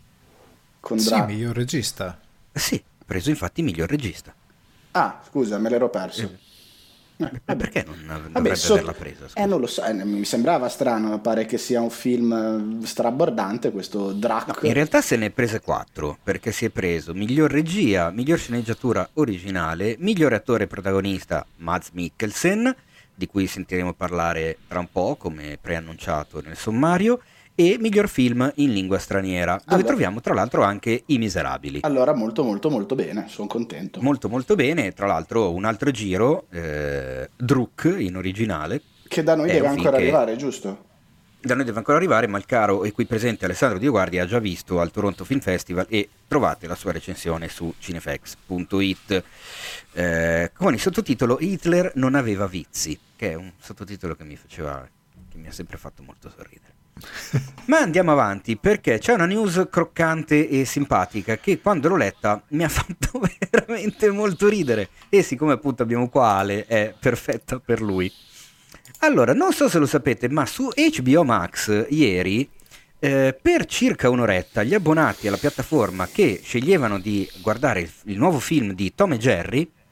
Con miglior regista. Sì, ha preso infatti miglior regista. Ah, scusa, me l'ero perso. Perché non dovrebbe averla presa? Non lo so, mi sembrava strano, pare che sia un film strabordante questo Drac. No, in realtà se ne è prese 4, perché si è preso miglior regia, miglior sceneggiatura originale, miglior attore protagonista Mads Mikkelsen, di cui sentiremo parlare tra un po', come preannunciato nel sommario, e miglior film in lingua straniera, dove troviamo tra l'altro anche I Miserabili. Allora molto molto molto bene, sono contento. Molto molto bene, tra l'altro un altro giro, Druk in originale. Che da noi deve ancora arrivare, giusto? Da noi deve ancora arrivare, ma il caro e qui presente Alessandro Dioguardi ha già visto al Toronto Film Festival e trovate la sua recensione su cinefx.it con il sottotitolo Hitler non aveva vizi, che è un sottotitolo che mi ha sempre fatto molto sorridere. Ma andiamo avanti, perché c'è una news croccante e simpatica che quando l'ho letta mi ha fatto veramente molto ridere, e siccome appunto abbiamo qua Ale, è perfetta per lui. Allora, non so se lo sapete, ma su HBO Max ieri per circa un'oretta gli abbonati alla piattaforma che sceglievano di guardare il nuovo film di Tom e Jerry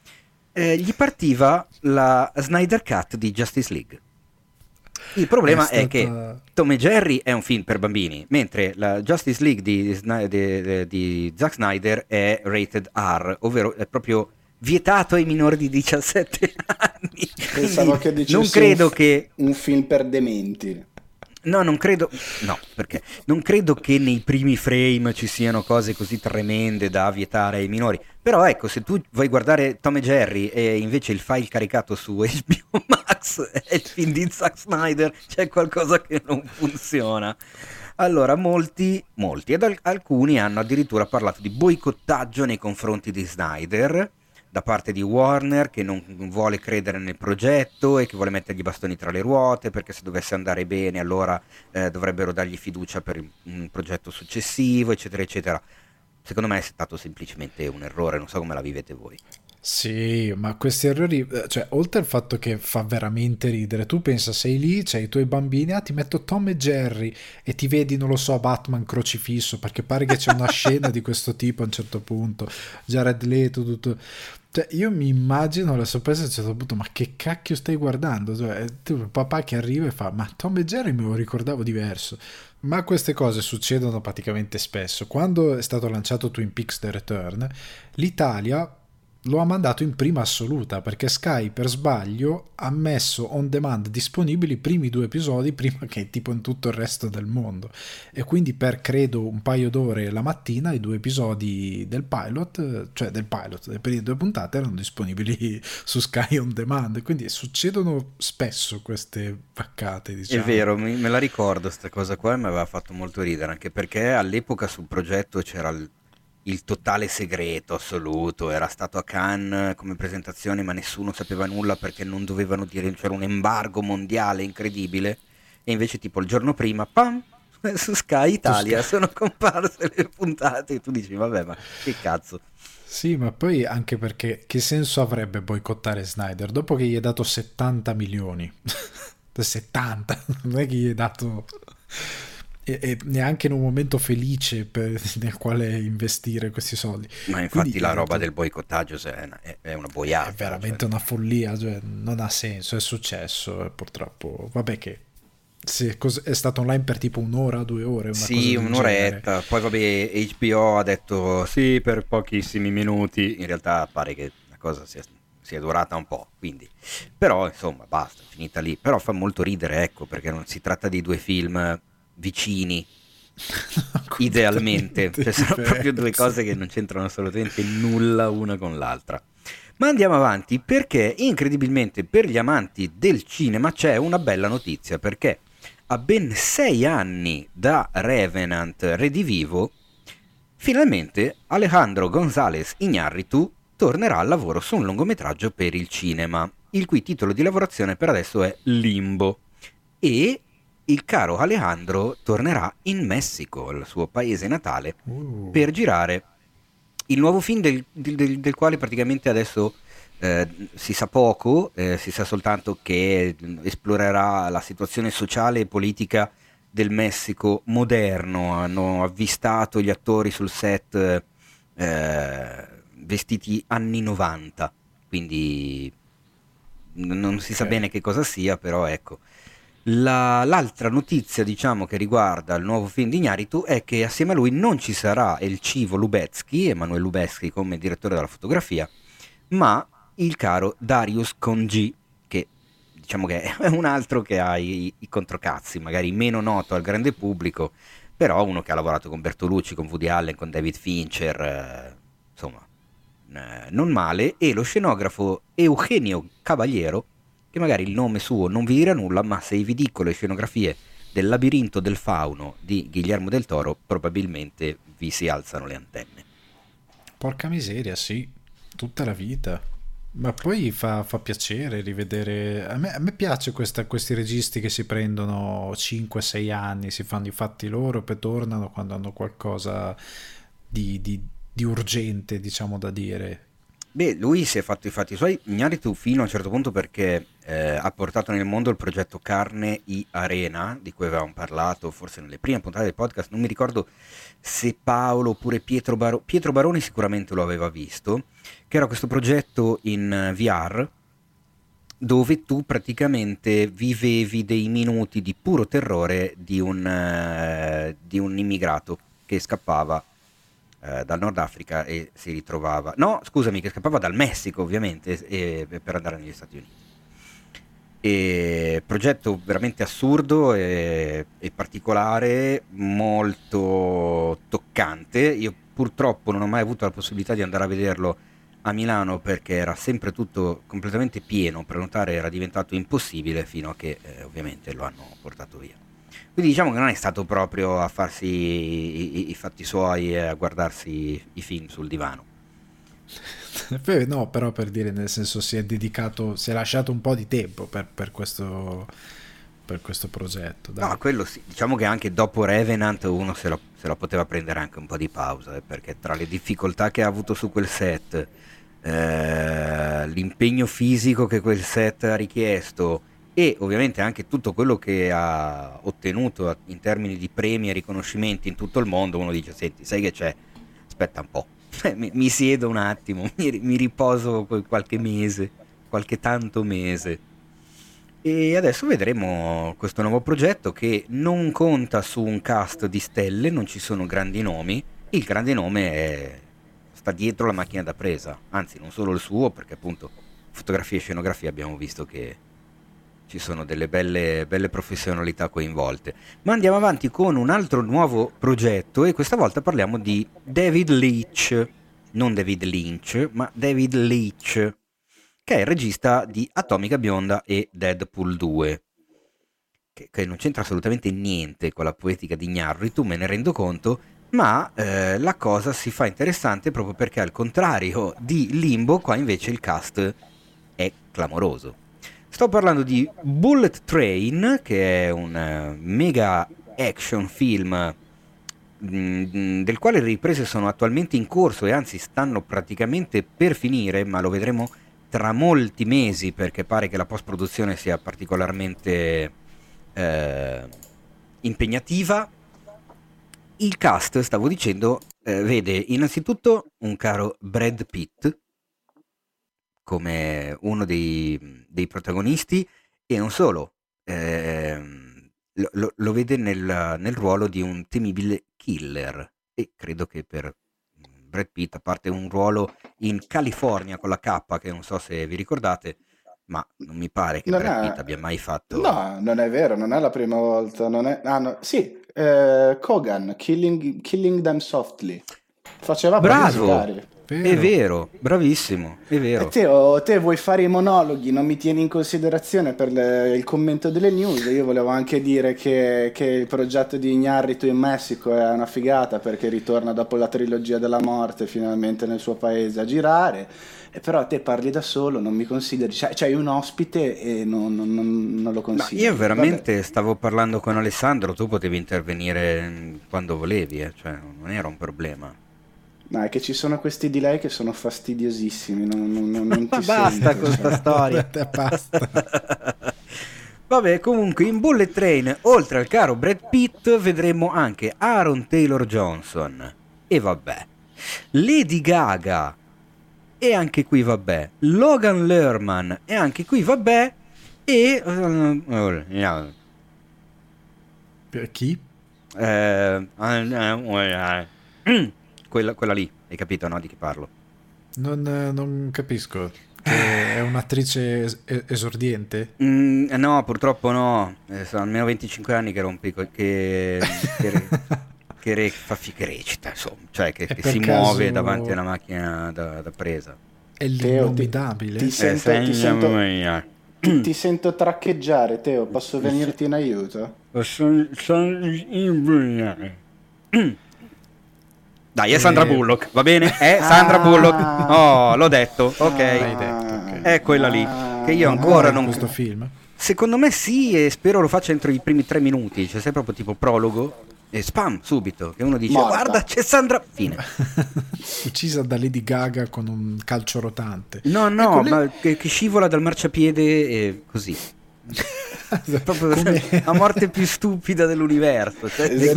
gli partiva la Snyder Cut di Justice League. Il problema è che Tom e Jerry è un film per bambini, mentre la Justice League di Zack Snyder è rated R, ovvero è proprio vietato ai minori di 17 anni. Pensavo che dicessi non credo che un film per dementi. No, non credo. No, perché non credo che nei primi frame ci siano cose così tremende da vietare ai minori. Però ecco, se tu vuoi guardare Tom e Jerry e invece il file caricato su HBO Max è il film di Zack Snyder, c'è qualcosa che non funziona. Allora, molti ed alcuni hanno addirittura parlato di boicottaggio nei confronti di Snyder da parte di Warner, che non vuole credere nel progetto e che vuole mettergli i bastoni tra le ruote, perché se dovesse andare bene allora dovrebbero dargli fiducia per un progetto successivo, eccetera eccetera. Secondo me è stato semplicemente un errore, non so come la vivete voi. Sì, ma questi errori, cioè, oltre al fatto che fa veramente ridere, tu pensa, sei lì, c'hai i tuoi bambini, ti metto Tom e Jerry e ti vedi, non lo so, Batman crocifisso, perché pare che c'è una scena di questo tipo a un certo punto, Jared Leto, tutto. Cioè, io mi immagino la sorpresa a un certo punto, ma che cacchio stai guardando? Cioè, il papà che arriva e fa, ma Tom e Jerry me lo ricordavo diverso. Ma queste cose succedono praticamente spesso. Quando è stato lanciato Twin Peaks The Return, l'Italia lo ha mandato in prima assoluta perché Sky per sbaglio ha messo on demand disponibili i primi 2 episodi prima che tipo in tutto il resto del mondo, e quindi per credo un paio d'ore la mattina i 2 episodi del pilot, delle prime 2 puntate erano disponibili su Sky on demand, quindi succedono spesso queste vaccate, diciamo. È vero, me la ricordo sta cosa qua e mi aveva fatto molto ridere, anche perché all'epoca sul progetto c'era il totale segreto assoluto, era stato a Cannes come presentazione ma nessuno sapeva nulla perché non dovevano dire, c'era un embargo mondiale incredibile, e invece tipo il giorno prima, pam, su Sky Italia sono comparse le puntate e tu dici vabbè, ma che cazzo. Sì, ma poi anche perché che senso avrebbe boicottare Snyder dopo che gli hai dato 70 milioni? 70, non è che gli hai dato... E neanche in un momento felice nel quale investire questi soldi. Ma infatti quindi, la roba del boicottaggio è una boiata. È veramente una follia, cioè, non ha senso, è successo purtroppo. Vabbè che è stato online per tipo 1 ora, 2 ore. Sì, un'oretta. Poi vabbè, HBO ha detto sì per pochissimi minuti. In realtà pare che la cosa sia durata un po', quindi. Però insomma basta, finita lì. Però fa molto ridere, ecco, perché non si tratta di 2 film vicini idealmente, cioè sono proprio 2 cose che non c'entrano assolutamente nulla una con l'altra. Ma andiamo avanti, perché incredibilmente per gli amanti del cinema c'è una bella notizia, perché a ben 6 anni da Revenant Redivivo finalmente Alejandro González Iñárritu tornerà al lavoro su un lungometraggio per il cinema, il cui titolo di lavorazione per adesso è Limbo, e il caro Alejandro tornerà in Messico, il suo paese natale, per girare il nuovo film del quale praticamente adesso si sa poco, si sa soltanto che esplorerà la situazione sociale e politica del Messico moderno. Hanno avvistato gli attori sul set vestiti anni 90, quindi non si sa bene che cosa sia, però ecco. L'altra notizia, diciamo, che riguarda il nuovo film di Iñárritu è che assieme a lui non ci sarà Elchivo Lubezki, Emanuele Lubezki come direttore della fotografia, ma il caro Darius Khondji, che diciamo che è un altro che ha i controcazzi, magari meno noto al grande pubblico, però uno che ha lavorato con Bertolucci, con Woody Allen, con David Fincher, insomma, non male, e lo scenografo Eugenio Caballero, che magari il nome suo non vi dirà nulla, ma se vi dico le scenografie del Labirinto del Fauno di Guillermo del Toro, probabilmente vi si alzano le antenne. Porca miseria, sì, tutta la vita. Ma poi fa piacere rivedere. A me piace questi registi che si prendono 5-6 anni, si fanno i fatti loro, poi tornano quando hanno qualcosa di urgente, diciamo, da dire. Beh, lui si è fatto i fatti suoi, Iñárritu fino a un certo punto perché ha portato nel mondo il progetto Carne y Arena, di cui avevamo parlato forse nelle prime puntate del podcast, non mi ricordo se Paolo oppure Pietro Baroni sicuramente lo aveva visto, che era questo progetto in VR dove tu praticamente vivevi dei minuti di puro terrore di un immigrato che scappava dal Nord Africa e si ritrovava... No, scusami, che scappava dal Messico ovviamente per andare negli Stati Uniti. E progetto veramente assurdo e particolare, molto toccante. Io purtroppo non ho mai avuto la possibilità di andare a vederlo a Milano perché era sempre tutto completamente pieno, prenotare era diventato impossibile fino a che ovviamente lo hanno portato via. Quindi diciamo che non è stato proprio a farsi i fatti suoi e a guardarsi i film sul divano. No, però per dire, nel senso, si è lasciato un po' di tempo per questo progetto. Dai. No, quello sì. Diciamo che anche dopo Revenant uno se la poteva prendere anche un po' di pausa, perché tra le difficoltà che ha avuto su quel set, l'impegno fisico che quel set ha richiesto e ovviamente anche tutto quello che ha ottenuto in termini di premi e riconoscimenti in tutto il mondo, uno dice, senti, sai che c'è? Aspetta un po', mi siedo un attimo, mi riposo qualche mese, qualche tanto mese. E adesso vedremo questo nuovo progetto che non conta su un cast di stelle, non ci sono grandi nomi, il grande nome sta dietro la macchina da presa, anzi non solo il suo, perché appunto fotografia e scenografia abbiamo visto che ci sono delle belle professionalità coinvolte. Ma andiamo avanti con un altro nuovo progetto e questa volta parliamo di David Leitch, non David Lynch, ma David Leitch, che è il regista di Atomica Bionda e Deadpool 2, che non c'entra assolutamente niente con la poetica di Iñárritu, me ne rendo conto, ma la cosa si fa interessante proprio perché al contrario di Limbo, qua invece il cast è clamoroso. Sto parlando di Bullet Train, che è un mega action film del quale le riprese sono attualmente in corso e anzi stanno praticamente per finire, ma lo vedremo tra molti mesi perché pare che la post-produzione sia particolarmente impegnativa. Il cast, stavo dicendo, vede innanzitutto un caro Brad Pitt come uno dei protagonisti e non solo, lo vede nel ruolo di un temibile killer e credo che per Brad Pitt, a parte un ruolo in California con la K che non so se vi ricordate, ma non mi pare che Brad Pitt abbia mai fatto... No, non è vero, non è la prima volta, non è... Ah, no, sì, Kogan, Killing Them Softly, faceva bravo! È vero, bravissimo, è vero. E te vuoi fare i monologhi, non mi tieni in considerazione per il commento delle news. Io volevo anche dire che il progetto di Iñárritu in Messico è una figata perché ritorna dopo la trilogia della morte finalmente nel suo paese a girare. E però te parli da solo, non mi consideri, c'hai un ospite e non lo consideri. Io veramente stavo parlando con Alessandro, tu potevi intervenire quando volevi, cioè non era un problema. No, è che ci sono questi delay che sono fastidiosissimi. Non ti basta sento, con questa storia. Basta. Vabbè, comunque in Bullet Train, oltre al caro Brad Pitt, vedremo anche Aaron Taylor Johnson. E vabbè. Lady Gaga. E anche qui vabbè. Logan Lerman. E anche qui vabbè. E... Per chi? Quella lì, hai capito, no? Di chi parlo? Non capisco. Che è un'attrice esordiente? No, purtroppo no. Sono almeno 25 anni che rompi che recita, insomma, cioè che si muove davanti a una macchina da presa. È l'innominabile. Ti sento traccheggiare, Teo. Posso venirti in aiuto? Dai, è Sandra Bullock, va bene? È Sandra Bullock. Oh, l'ho detto, ok. Okay. È quella lì, che io ancora non... questo film? Secondo me sì, e spero lo faccia entro i primi 3 minuti, cioè sei proprio tipo prologo, E spam subito, che uno dice Morta. guarda c'è Sandra, fine. Uccisa da Lady Gaga con un calcio rotante. No, Ecco, ma che scivola dal marciapiede e così. Proprio la morte più stupida dell'universo. Cioè, mi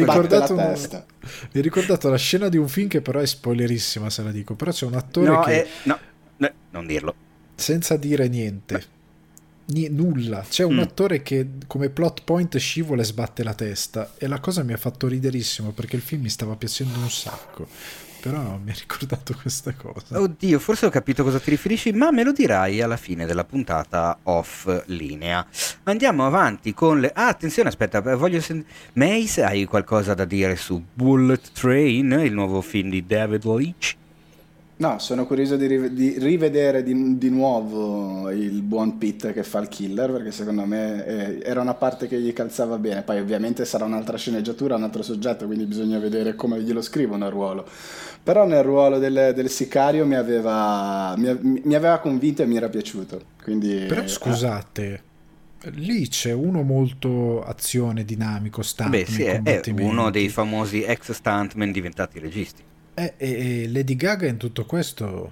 ha ricordato la scena di un film che però è spoilerissima se la dico, però c'è un attore che no, non dirlo senza dire niente, nulla, c'è un attore che come plot point scivola e sbatte la testa, e la cosa mi ha fatto riderissimo perché il film mi stava piacendo un sacco, però mi ha ricordato questa cosa. Oddio, forse ho capito cosa ti riferisci, ma me lo dirai alla fine della puntata off linea. Andiamo avanti con le... attenzione, aspetta, voglio Mace, hai qualcosa da dire su Bullet Train, il nuovo film di David Leitch? No, sono curioso di rivedere di nuovo il buon Pitt che fa il killer, perché secondo me era una parte che gli calzava bene. Poi ovviamente sarà un'altra sceneggiatura, un altro soggetto, quindi bisogna vedere come glielo scrivono il ruolo. Però nel ruolo del sicario mi aveva convinto e mi era piaciuto. Quindi, però scusate, lì c'è uno molto azione, dinamico, stunt. Beh sì, è uno dei famosi ex stuntman diventati registi. E Lady Gaga in tutto questo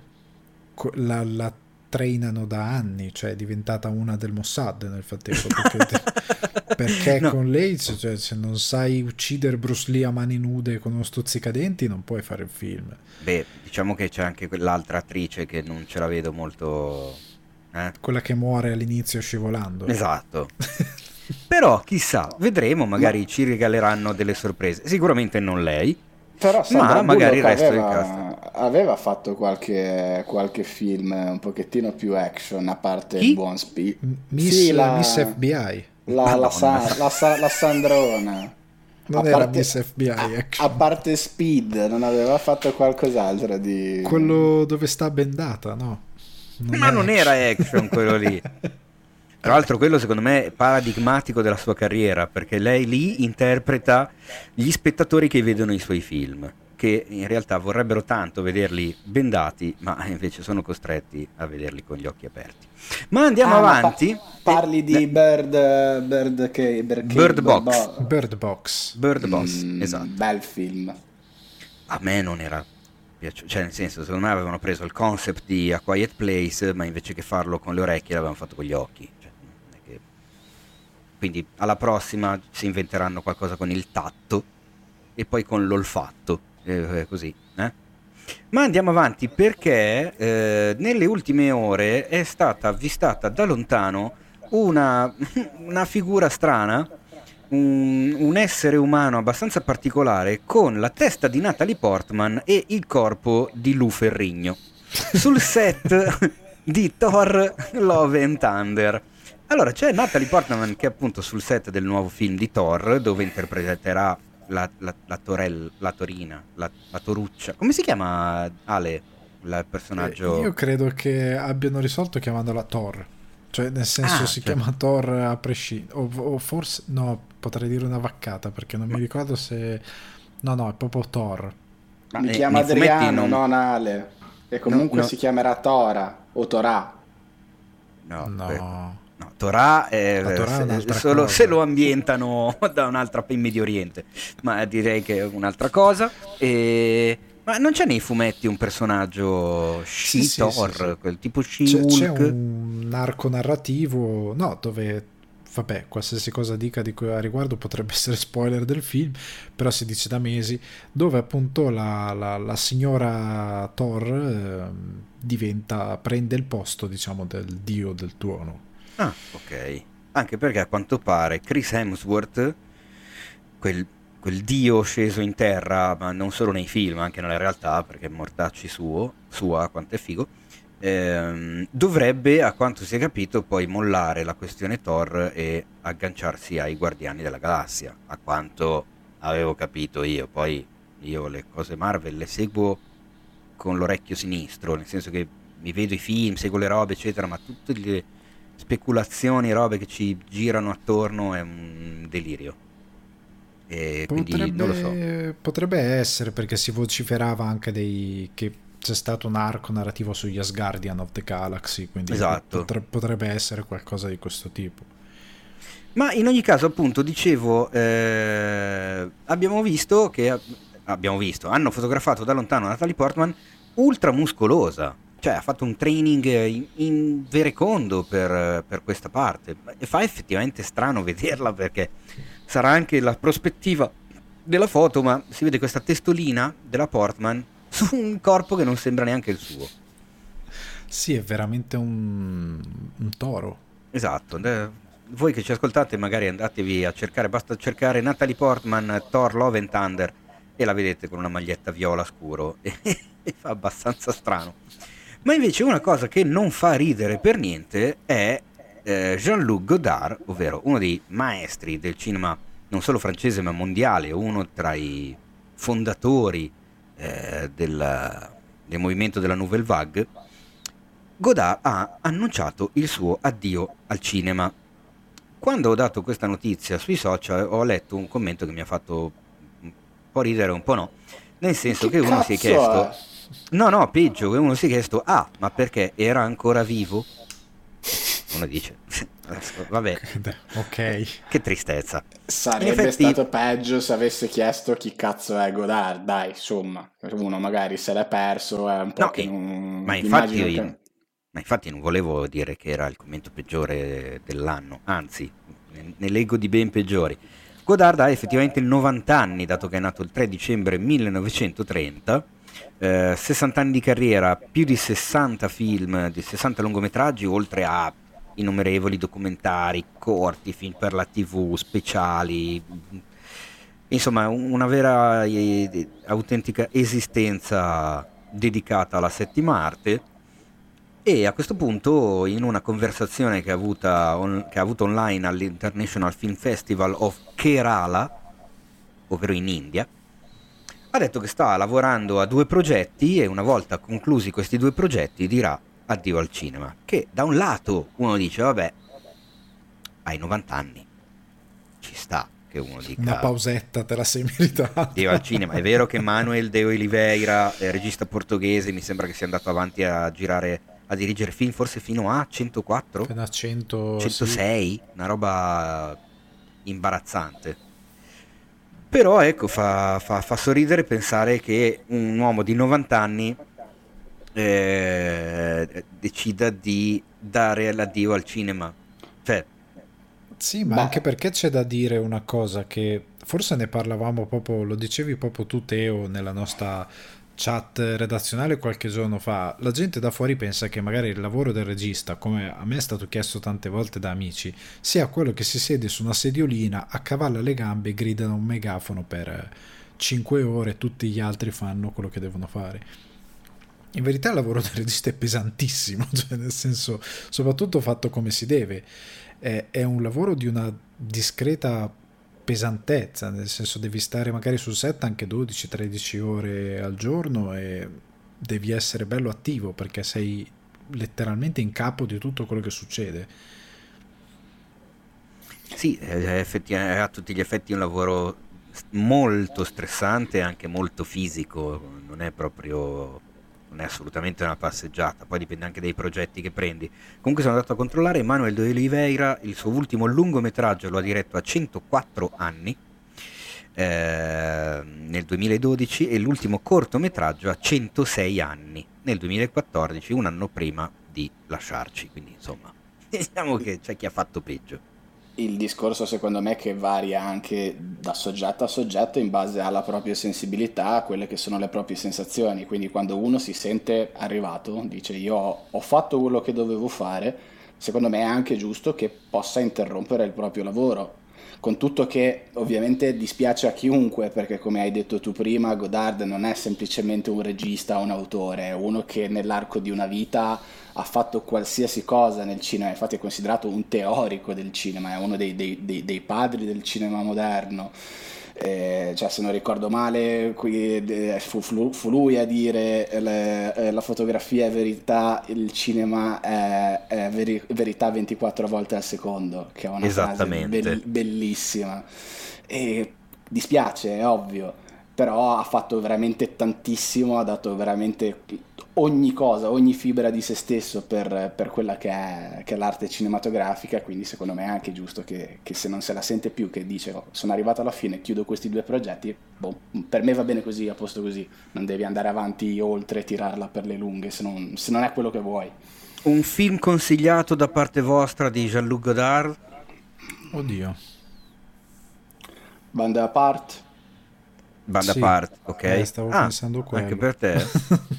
la trainano da anni, cioè è diventata una del Mossad nel frattempo, perché no. Con lei, cioè, se non sai uccidere Bruce Lee a mani nude con uno stuzzicadenti non puoi fare un film. Beh, diciamo che c'è anche quell'altra attrice che non ce la vedo molto... Quella che muore all'inizio scivolando. Esatto. Però chissà, vedremo, magari ci regaleranno delle sorprese. Sicuramente non lei, però ma magari il resto del cast. Aveva fatto qualche film un pochettino più action, a parte il buon Speed. Miss FBI. La Sandrona. Non era Miss FBI action. A parte Speed, non aveva fatto qualcos'altro di... Quello dove sta bendata, no? Non era action quello lì. Tra l'altro quello secondo me è paradigmatico della sua carriera, perché lei lì interpreta gli spettatori che vedono i suoi film, che in realtà vorrebbero tanto vederli bendati, ma invece sono costretti a vederli con gli occhi aperti. Ma andiamo avanti. Parli di Bird Box, esatto. Bel film. A me non era piaciuto, cioè nel senso, secondo me avevano preso il concept di A Quiet Place, ma invece che farlo con le orecchie l'avevano fatto con gli occhi. Quindi alla prossima si inventeranno qualcosa con il tatto e poi con l'olfatto, così. Ma andiamo avanti perché nelle ultime ore è stata avvistata da lontano una figura strana, un essere umano abbastanza particolare con la testa di Natalie Portman e il corpo di Lou Ferrigno sul set di Thor Love and Thunder. Allora, c'è Natalie Portman che è appunto sul set del nuovo film di Thor, dove interpreterà la Toruccia. Come si chiama, Ale, il personaggio? Io credo che abbiano risolto chiamandola Thor. Cioè, nel senso, si chiama Thor a prescindere. O forse, no, potrei dire una vaccata, perché non mi ricordo se... No, è proprio Thor. Mi chiama Adriano, non Ale. E comunque si chiamerà Tora o Torà. No, Torah è solo cosa. Se lo ambientano da un'altra in Medio Oriente, ma direi che è un'altra cosa. Ma non c'è nei fumetti un personaggio She-Thor, quel tipo She-Hulk? C'è un arco narrativo, no, dove vabbè, qualsiasi cosa dica a riguardo potrebbe essere spoiler del film, però si dice da mesi, dove appunto la signora Thor prende il posto, diciamo, del dio del tuono. Ah, ok. Anche perché a quanto pare Chris Hemsworth, quel dio sceso in terra, ma non solo nei film, anche nella realtà, perché mortacci sua, quanto è figo, dovrebbe, a quanto si è capito, poi mollare la questione Thor e agganciarsi ai Guardiani della Galassia, a quanto avevo capito io. Poi io le cose Marvel le seguo con l'orecchio sinistro, nel senso che mi vedo i film, seguo le robe eccetera, ma tutte le speculazioni, robe che ci girano attorno è un delirio. E quindi non lo so. Potrebbe essere, perché si vociferava anche che c'è stato un arco narrativo sugli Asgardian of the Galaxy, quindi esatto. potrebbe essere qualcosa di questo tipo. Ma in ogni caso, appunto, dicevo, hanno fotografato da lontano Natalie Portman ultra muscolosa, cioè ha fatto un training in verecondo per questa parte, e fa effettivamente strano vederla, perché sarà anche la prospettiva della foto, ma si vede questa testolina della Portman su un corpo che non sembra neanche il suo. Sì, è veramente un toro. Esatto. Voi che ci ascoltate magari andatevi a cercare, basta cercare Natalie Portman Thor Love and Thunder e la vedete con una maglietta viola scuro e fa abbastanza strano. Ma invece una cosa che non fa ridere per niente è Jean-Luc Godard, ovvero uno dei maestri del cinema non solo francese ma mondiale, uno tra i fondatori del movimento della Nouvelle Vague. Godard ha annunciato il suo addio al cinema. Quando ho dato questa notizia sui social ho letto un commento che mi ha fatto un po' ridere, un po' no, nel senso che uno si è chiesto, no, peggio, che uno si è chiesto, ma perché era ancora vivo? Uno dice, vabbè, ok, che tristezza. Sarebbe stato peggio se avesse chiesto chi cazzo è Godard, dai, insomma, uno magari se l'è perso, è un po' che non... Ma infatti non volevo dire che era il commento peggiore dell'anno, anzi, ne leggo di ben peggiori. Godard ha effettivamente 90 anni, dato che è nato il 3 dicembre 1930, 60 anni di carriera, più di 60 film, di 60 lungometraggi, oltre a innumerevoli documentari, corti, film per la TV, speciali, insomma una vera e autentica esistenza dedicata alla settima arte. E a questo punto, in una conversazione che ha avuto online all'International Film Festival of Kerala, ovvero in India, ha detto che sta lavorando a 2 progetti e una volta conclusi questi 2 progetti dirà addio al cinema. Che da un lato uno dice, vabbè, hai 90 anni, ci sta che uno dica una pausetta te la sei meritata. Addio al cinema. È vero che Manuel de Oliveira, regista portoghese, mi sembra che sia andato avanti a dirigere film forse fino a 104? Fino a 106? Sì. Una roba imbarazzante. Però ecco, fa sorridere pensare che un uomo di 90 anni decida di dare l'addio al cinema. Cioè, sì, ma anche perché c'è da dire una cosa che forse ne parlavamo proprio, lo dicevi proprio tu Teo nella nostra chat redazionale qualche giorno fa. La gente da fuori pensa che magari il lavoro del regista, come a me è stato chiesto tante volte da amici, sia quello che si siede su una sediolina, accavalla le gambe e grida da un megafono per 5 ore e tutti gli altri fanno quello che devono fare. In verità il lavoro del regista è pesantissimo, cioè nel senso, soprattutto fatto come si deve, è un lavoro di una discreta pesantezza, nel senso devi stare magari sul set anche 12-13 ore al giorno e devi essere bello attivo perché sei letteralmente in capo di tutto quello che succede. Sì, effettivamente è a tutti gli effetti un lavoro molto stressante e anche molto fisico, non è assolutamente una passeggiata, poi dipende anche dai progetti che prendi. Comunque sono andato a controllare, Manuel de Oliveira il suo ultimo lungometraggio lo ha diretto a 104 anni nel 2012 e l'ultimo cortometraggio a 106 anni nel 2014, un anno prima di lasciarci, quindi insomma diciamo che c'è chi ha fatto peggio. Il discorso secondo me che varia anche da soggetto a soggetto in base alla propria sensibilità, a quelle che sono le proprie sensazioni, quindi quando uno si sente arrivato, dice io ho fatto quello che dovevo fare, secondo me è anche giusto che possa interrompere il proprio lavoro, con tutto che ovviamente dispiace a chiunque, perché come hai detto tu prima, Godard non è semplicemente un regista o un autore, è uno che nell'arco di una vita ha fatto qualsiasi cosa nel cinema, infatti è considerato un teorico del cinema, è uno dei padri del cinema moderno. Cioè, se non ricordo male, fu lui a dire la fotografia è verità, il cinema è verità 24 volte al secondo, che è una frase bellissima. E dispiace, è ovvio. però ha fatto veramente tantissimo, ha dato veramente ogni cosa, ogni fibra di se stesso per quella che è l'arte cinematografica, quindi secondo me è anche giusto che se non se la sente più, che dice "Oh, sono arrivato alla fine, chiudo questi due progetti, boh, per me va bene così, a posto così, non devi andare avanti oltre, tirarla per le lunghe se non è quello che vuoi". Un film consigliato da parte vostra di Jean-Luc Godard? Oddio. Banda apart. Banda Sì, apart, ok. stavo pensando Anche quello. per te?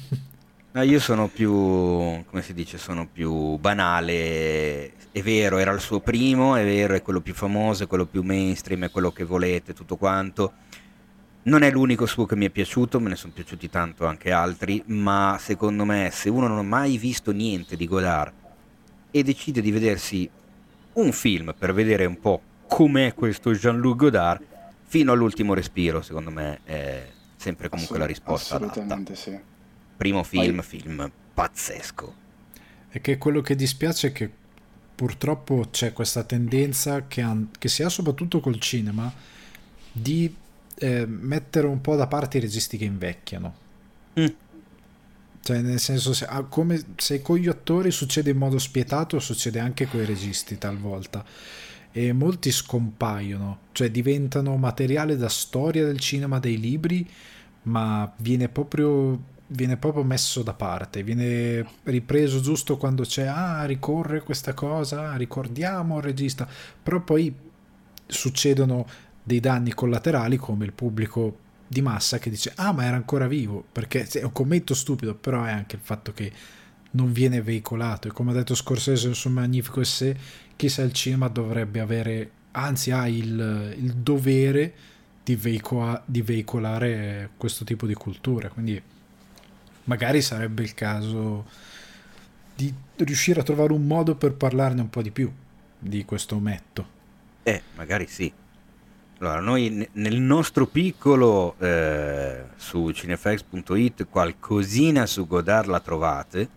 No, io sono più, come si dice, sono più banale. È vero, era il suo primo, è vero, è quello più famoso, è quello più mainstream, è quello che volete, tutto quanto. Non è l'unico suo che mi è piaciuto, me ne sono piaciuti tanto anche altri, ma secondo me se uno non ha mai visto niente di Godard e decide di vedersi un film per vedere un po' com'è questo Jean-Luc Godard, fino all'ultimo respiro, secondo me è sempre comunque la risposta adatta. Assolutamente sì. Primo Poi film pazzesco. E che quello che dispiace è che purtroppo c'è questa tendenza che si ha soprattutto col cinema di mettere un po' da parte i registi che invecchiano. Mm. Cioè, nel senso, come se con gli attori succede in modo spietato, succede anche con i registi talvolta. E molti scompaiono, cioè diventano materiale da storia del cinema, dei libri, ma viene proprio messo da parte, viene ripreso giusto quando c'è, ricorre questa cosa, ricordiamo il regista, però poi succedono dei danni collaterali come il pubblico di massa che dice ma era ancora vivo, perché è un commento stupido, però è anche il fatto che non viene veicolato, e come ha detto Scorsese nel suo magnifico essè, chissà, il cinema dovrebbe avere, anzi ha il dovere di veicolare questo tipo di cultura, quindi magari sarebbe il caso di riuscire a trovare un modo per parlarne un po' di più di questo ometto. Magari sì. Allora, noi nel nostro piccolo su cinefx.it qualcosina su Godard la trovate,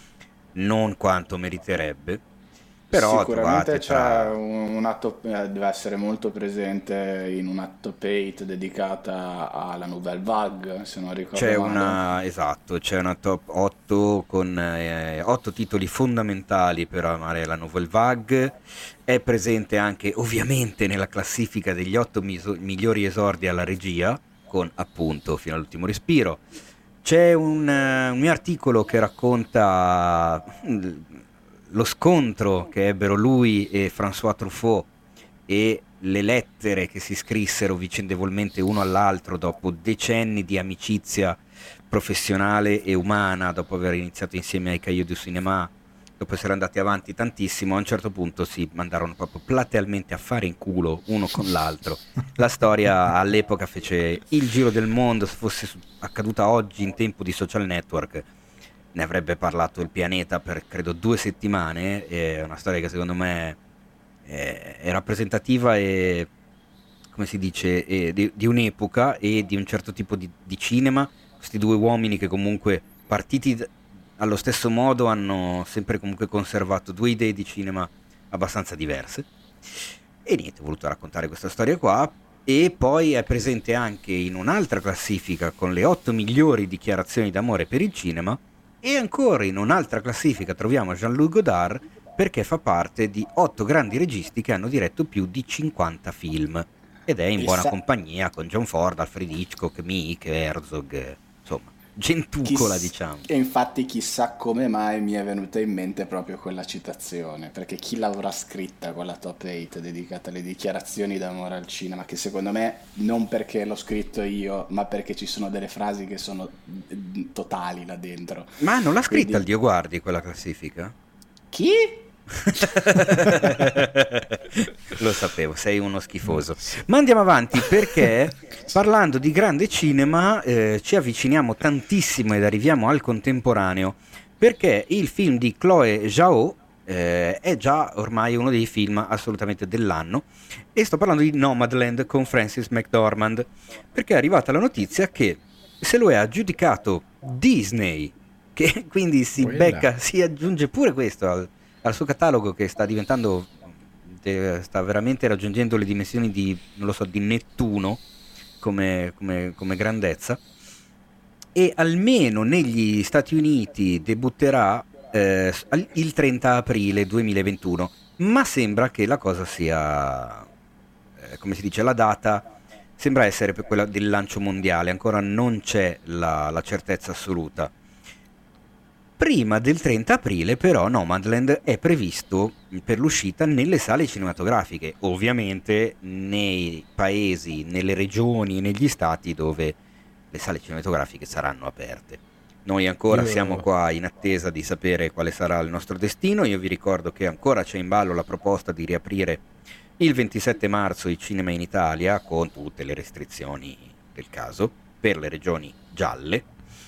non quanto meriterebbe, però sicuramente trovate c'è tra... un atto, deve essere molto presente in un atto page dedicata alla Nouvelle Vague, se non C'è ricordo male. una, esatto, c'è una top 8 con 8 titoli fondamentali per amare la Nouvelle Vague. È presente anche ovviamente nella classifica degli 8 migliori esordi alla regia, con appunto Fino all'ultimo respiro. C'è un mio articolo che racconta lo scontro che ebbero lui e François Truffaut e le lettere che si scrissero vicendevolmente uno all'altro dopo decenni di amicizia professionale e umana, dopo aver iniziato insieme ai Cahiers du Cinéma, dopo essere andati avanti tantissimo. A un certo punto si mandarono proprio platealmente a fare in culo uno con l'altro. La storia all'epoca fece il giro del mondo. Se fosse accaduta oggi in tempo di social network ne avrebbe parlato il pianeta per credo 2 settimane. È una storia che secondo me è rappresentativa e, come si dice, di un'epoca e di un certo tipo di cinema. Questi due uomini che comunque partiti allo stesso modo hanno sempre comunque conservato due idee di cinema abbastanza diverse. E niente, ho voluto raccontare questa storia qua. E poi è presente anche in un'altra classifica con le 8 migliori dichiarazioni d'amore per il cinema. E ancora in un'altra classifica troviamo Jean-Luc Godard, perché fa parte di 8 grandi registi che hanno diretto più di 50 film ed è in buona Chissà, compagnia con John Ford, Alfred Hitchcock, Mick, Herzog, insomma, gentucola diciamo. e infatti chissà come mai mi è venuta in mente proprio quella citazione, perché chi l'avrà scritta quella top 8 dedicata alle dichiarazioni d'amore al cinema, che secondo me non perché l'ho scritto io, ma perché ci sono delle frasi che sono totali là dentro. Ma non l'ha scritta il Quindi Dio guardi quella classifica? chi? Lo sapevo, sei uno schifoso. Ma andiamo avanti perché parlando di grande cinema ci avviciniamo tantissimo ed arriviamo al contemporaneo, perché il film di Chloé Zhao è già ormai uno dei film assolutamente dell'anno, e sto parlando di Nomadland con Frances McDormand, perché è arrivata la notizia che se lo è aggiudicato Disney, che quindi si aggiunge pure questo al suo catalogo, che sta diventando sta veramente raggiungendo le dimensioni di, non lo so, di Nettuno come grandezza, e almeno negli Stati Uniti debutterà il 30 aprile 2021, ma sembra che la cosa sia, come si dice, la data sembra essere per quella del lancio mondiale, ancora non c'è la certezza assoluta. Prima del 30 aprile però Nomadland è previsto per l'uscita nelle sale cinematografiche, ovviamente nei paesi, nelle regioni, negli stati dove le sale cinematografiche saranno aperte. Noi ancora siamo qua in attesa di sapere quale sarà il nostro destino. Io vi ricordo che ancora c'è in ballo la proposta di riaprire il 27 marzo i cinema in Italia, con tutte le restrizioni del caso, per le regioni gialle,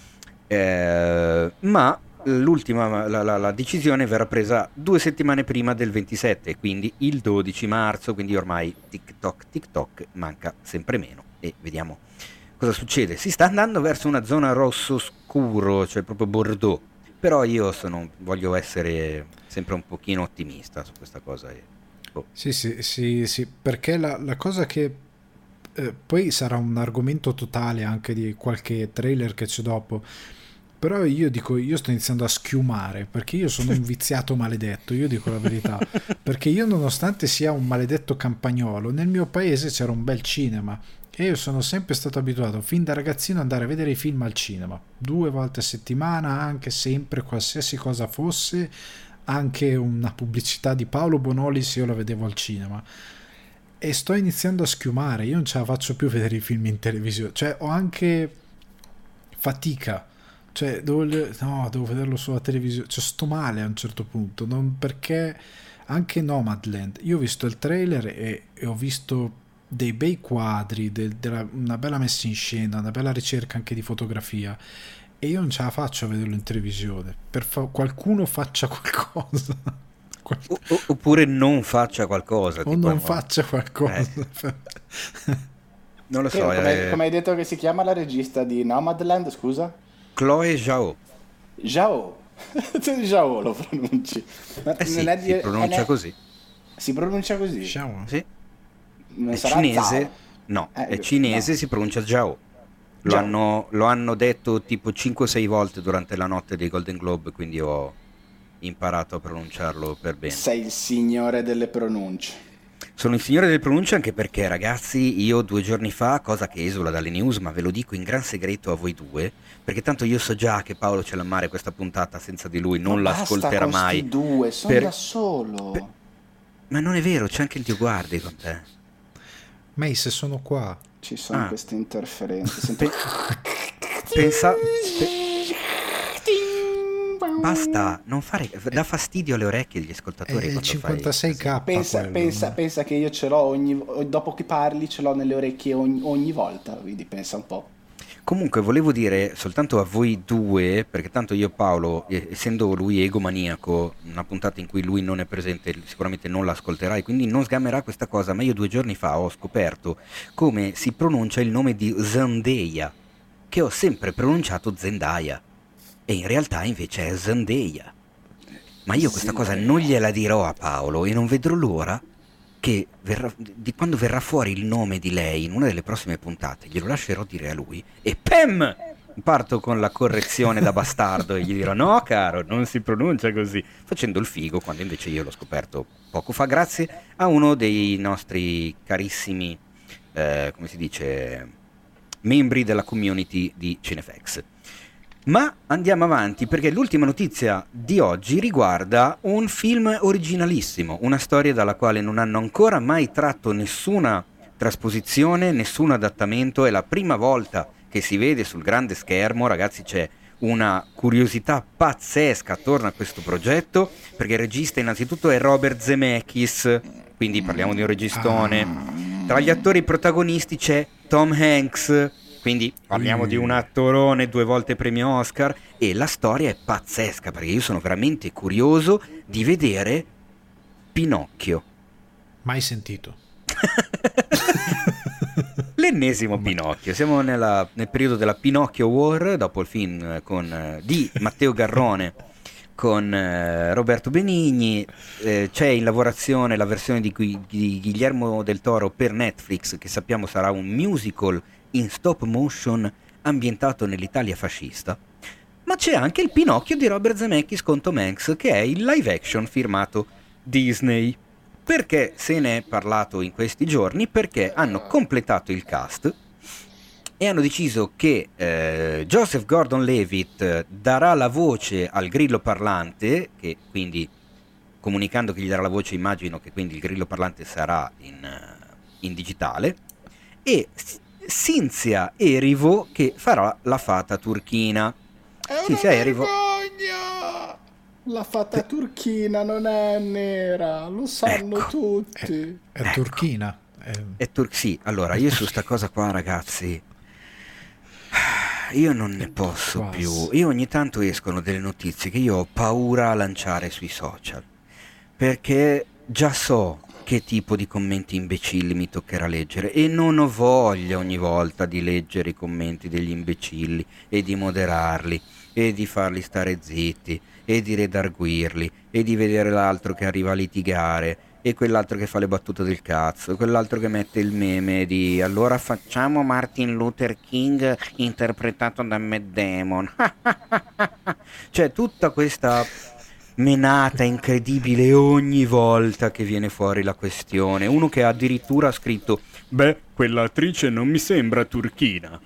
ma la decisione verrà presa 2 settimane prima del 27, quindi il 12 marzo, quindi ormai TikTok manca sempre meno, e vediamo cosa succede. Si sta andando verso una zona rosso scuro, cioè proprio Bordeaux, però io voglio essere sempre un pochino ottimista su questa cosa. Sì, perché la cosa che poi sarà un argomento totale anche di qualche trailer che c'è dopo, però io sto iniziando a schiumare, perché io sono un viziato maledetto, io dico la verità, perché io, nonostante sia un maledetto campagnolo, nel mio paese c'era un bel cinema e io sono sempre stato abituato fin da ragazzino ad andare a vedere i film al cinema 2 volte a settimana, anche sempre, qualsiasi cosa fosse, anche una pubblicità di Paolo Bonolis io la vedevo al cinema, e sto iniziando a schiumare, io non ce la faccio più vedere i film in televisione, cioè ho anche fatica, cioè devo vederlo sulla televisione, cioè sto male a un certo punto, perché anche Nomadland, io ho visto il trailer e ho visto dei bei quadri, una bella messa in scena, una bella ricerca anche di fotografia, e io non ce la faccio a vederlo in televisione. Qualcuno faccia qualcosa. Oppure non faccia qualcosa. O non faccia qualcosa. Non lo so. Come hai detto che si chiama la regista di Nomadland, scusa? Chloe Zhao. Zhao lo pronunci. Si pronuncia così. Si pronuncia così? Zhao. Sì. Non è cinese? Zhao. No, è cinese, no. Si pronuncia Zhao. Lo hanno detto tipo 5-6 volte durante la notte dei Golden Globe, quindi ho imparato a pronunciarlo per bene. Sei il signore delle pronunce. Sono il signore delle pronunce, anche perché, ragazzi, io 2 giorni fa, cosa che esula dalle news, ma ve lo dico in gran segreto a voi due, perché tanto io so già che Paolo ce l'ha male questa puntata, senza di lui non l'ascolterà mai. Basta con sti due, sono da solo. Ma non è vero, c'è anche il Dio Guardi con te. Mace, sono qua. Ci sono queste interferenze. Basta, non fare, dà fastidio alle orecchie degli ascoltatori. È 56k. Pensa che io ce l'ho dopo che parli, ce l'ho nelle orecchie ogni volta, quindi pensa un po'. Comunque volevo dire soltanto a voi due, perché tanto io Paolo, essendo lui egomaniaco, una puntata in cui lui non è presente sicuramente non l'ascolterà e quindi non sgamerà questa cosa, ma io 2 giorni fa ho scoperto come si pronuncia il nome di Zendaya, che ho sempre pronunciato Zendaya, e in realtà invece è Zendaya. Ma io questa cosa non gliela dirò a Paolo e non vedrò l'ora che di quando verrà fuori il nome di lei in una delle prossime puntate, glielo lascerò dire a lui e PEM! Parto con la correzione da bastardo e gli dirò no caro, non si pronuncia così, facendo il figo, quando invece io l'ho scoperto poco fa grazie a uno dei nostri carissimi, come si dice, membri della community di Cinefx. Ma andiamo avanti, perché l'ultima notizia di oggi riguarda un film originalissimo, una storia dalla quale non hanno ancora mai tratto nessuna trasposizione, nessun adattamento. È la prima volta che si vede sul grande schermo, ragazzi. C'è una curiosità pazzesca attorno a questo progetto, perché il regista innanzitutto è Robert Zemeckis, quindi parliamo di un registone. Tra gli attori protagonisti c'è Tom Hanks, quindi parliamo di un attorone 2 volte premio Oscar, e la storia è pazzesca, perché io sono veramente curioso di vedere Pinocchio. Mai sentito. L'ennesimo Pinocchio. Siamo nel periodo della Pinocchio War, dopo il film di Matteo Garrone con Roberto Benigni. C'è in lavorazione la versione di Guillermo del Toro per Netflix, che sappiamo sarà un musical in stop motion ambientato nell'Italia fascista, ma c'è anche il Pinocchio di Robert Zemeckis con Tom Hanks, che è il live action firmato Disney. Perché se ne è parlato in questi giorni? Perché hanno completato il cast e hanno deciso che Joseph Gordon-Levitt darà la voce al grillo parlante, che quindi, comunicando che gli darà la voce, immagino che quindi il grillo parlante sarà in digitale, e Cynthia Erivo che farà la fata turchina. È una vergogna! La fata turchina non è nera, lo sanno tutti. È turchina. Sì, allora io su sta cosa qua, ragazzi, io non ne posso più. Io ogni tanto escono delle notizie che io ho paura a lanciare sui social, perché già so che tipo di commenti imbecilli mi toccherà leggere e non ho voglia ogni volta di leggere i commenti degli imbecilli e di moderarli e di farli stare zitti e di redarguirli e di vedere l'altro che arriva a litigare e quell'altro che fa le battute del cazzo e quell'altro che mette il meme di allora facciamo Martin Luther King interpretato da Matt Damon. Cioè tutta questa menata incredibile ogni volta che viene fuori la questione. Uno che addirittura ha scritto beh, quell'attrice non mi sembra turchina.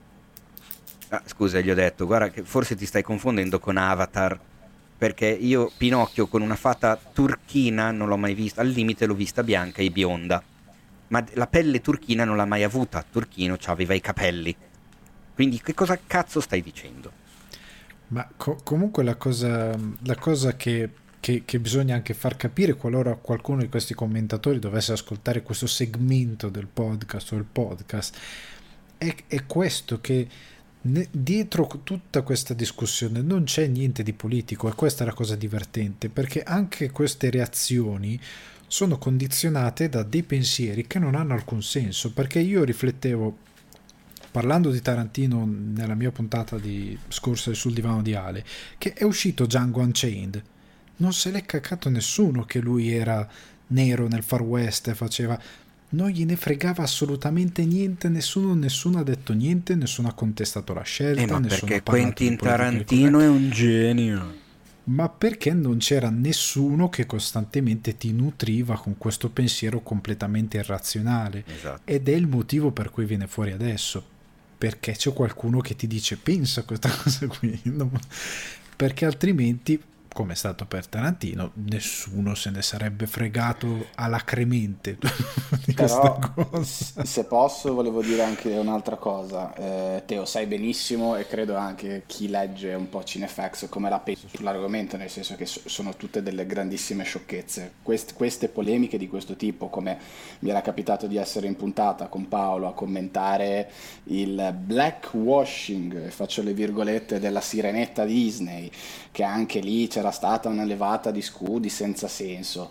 Scusa, gli ho detto, guarda che forse ti stai confondendo con Avatar, perché io Pinocchio con una fata turchina non l'ho mai vista, al limite l'ho vista bianca e bionda, ma la pelle turchina non l'ha mai avuta. Turchino aveva i capelli, quindi che cosa cazzo stai dicendo? Ma comunque la cosa che bisogna anche far capire, qualora qualcuno di questi commentatori dovesse ascoltare questo segmento del podcast o il podcast, è questo, che dietro tutta questa discussione non c'è niente di politico, e questa è la cosa divertente, perché anche queste reazioni sono condizionate da dei pensieri che non hanno alcun senso. Perché io riflettevo, parlando di Tarantino nella mia puntata di scorsa sul divano di Ale, che è uscito Django Unchained, non se l'è cacato nessuno che lui era nero nel Far West e faceva, non gliene fregava assolutamente niente, nessuno ha detto niente, nessuno ha contestato la scelta, ma perché Quentin Tarantino è un genio, ma perché non c'era nessuno che costantemente ti nutriva con questo pensiero completamente irrazionale. Esatto. Ed è il motivo per cui viene fuori adesso, perché c'è qualcuno che ti dice pensa questa cosa qui, no? Perché altrimenti, come è stato per Tarantino, nessuno se ne sarebbe fregato alacremente di questa cosa. Se posso, volevo dire anche un'altra cosa. Teo, sai benissimo, e credo anche chi legge un po' Cinefax come la penso sull'argomento, nel senso che sono tutte delle grandissime sciocchezze. Queste polemiche di questo tipo, come mi era capitato di essere in puntata con Paolo a commentare il blackwashing, faccio le virgolette, della sirenetta Disney, che anche lì c'era stata una levata di scudi senza senso.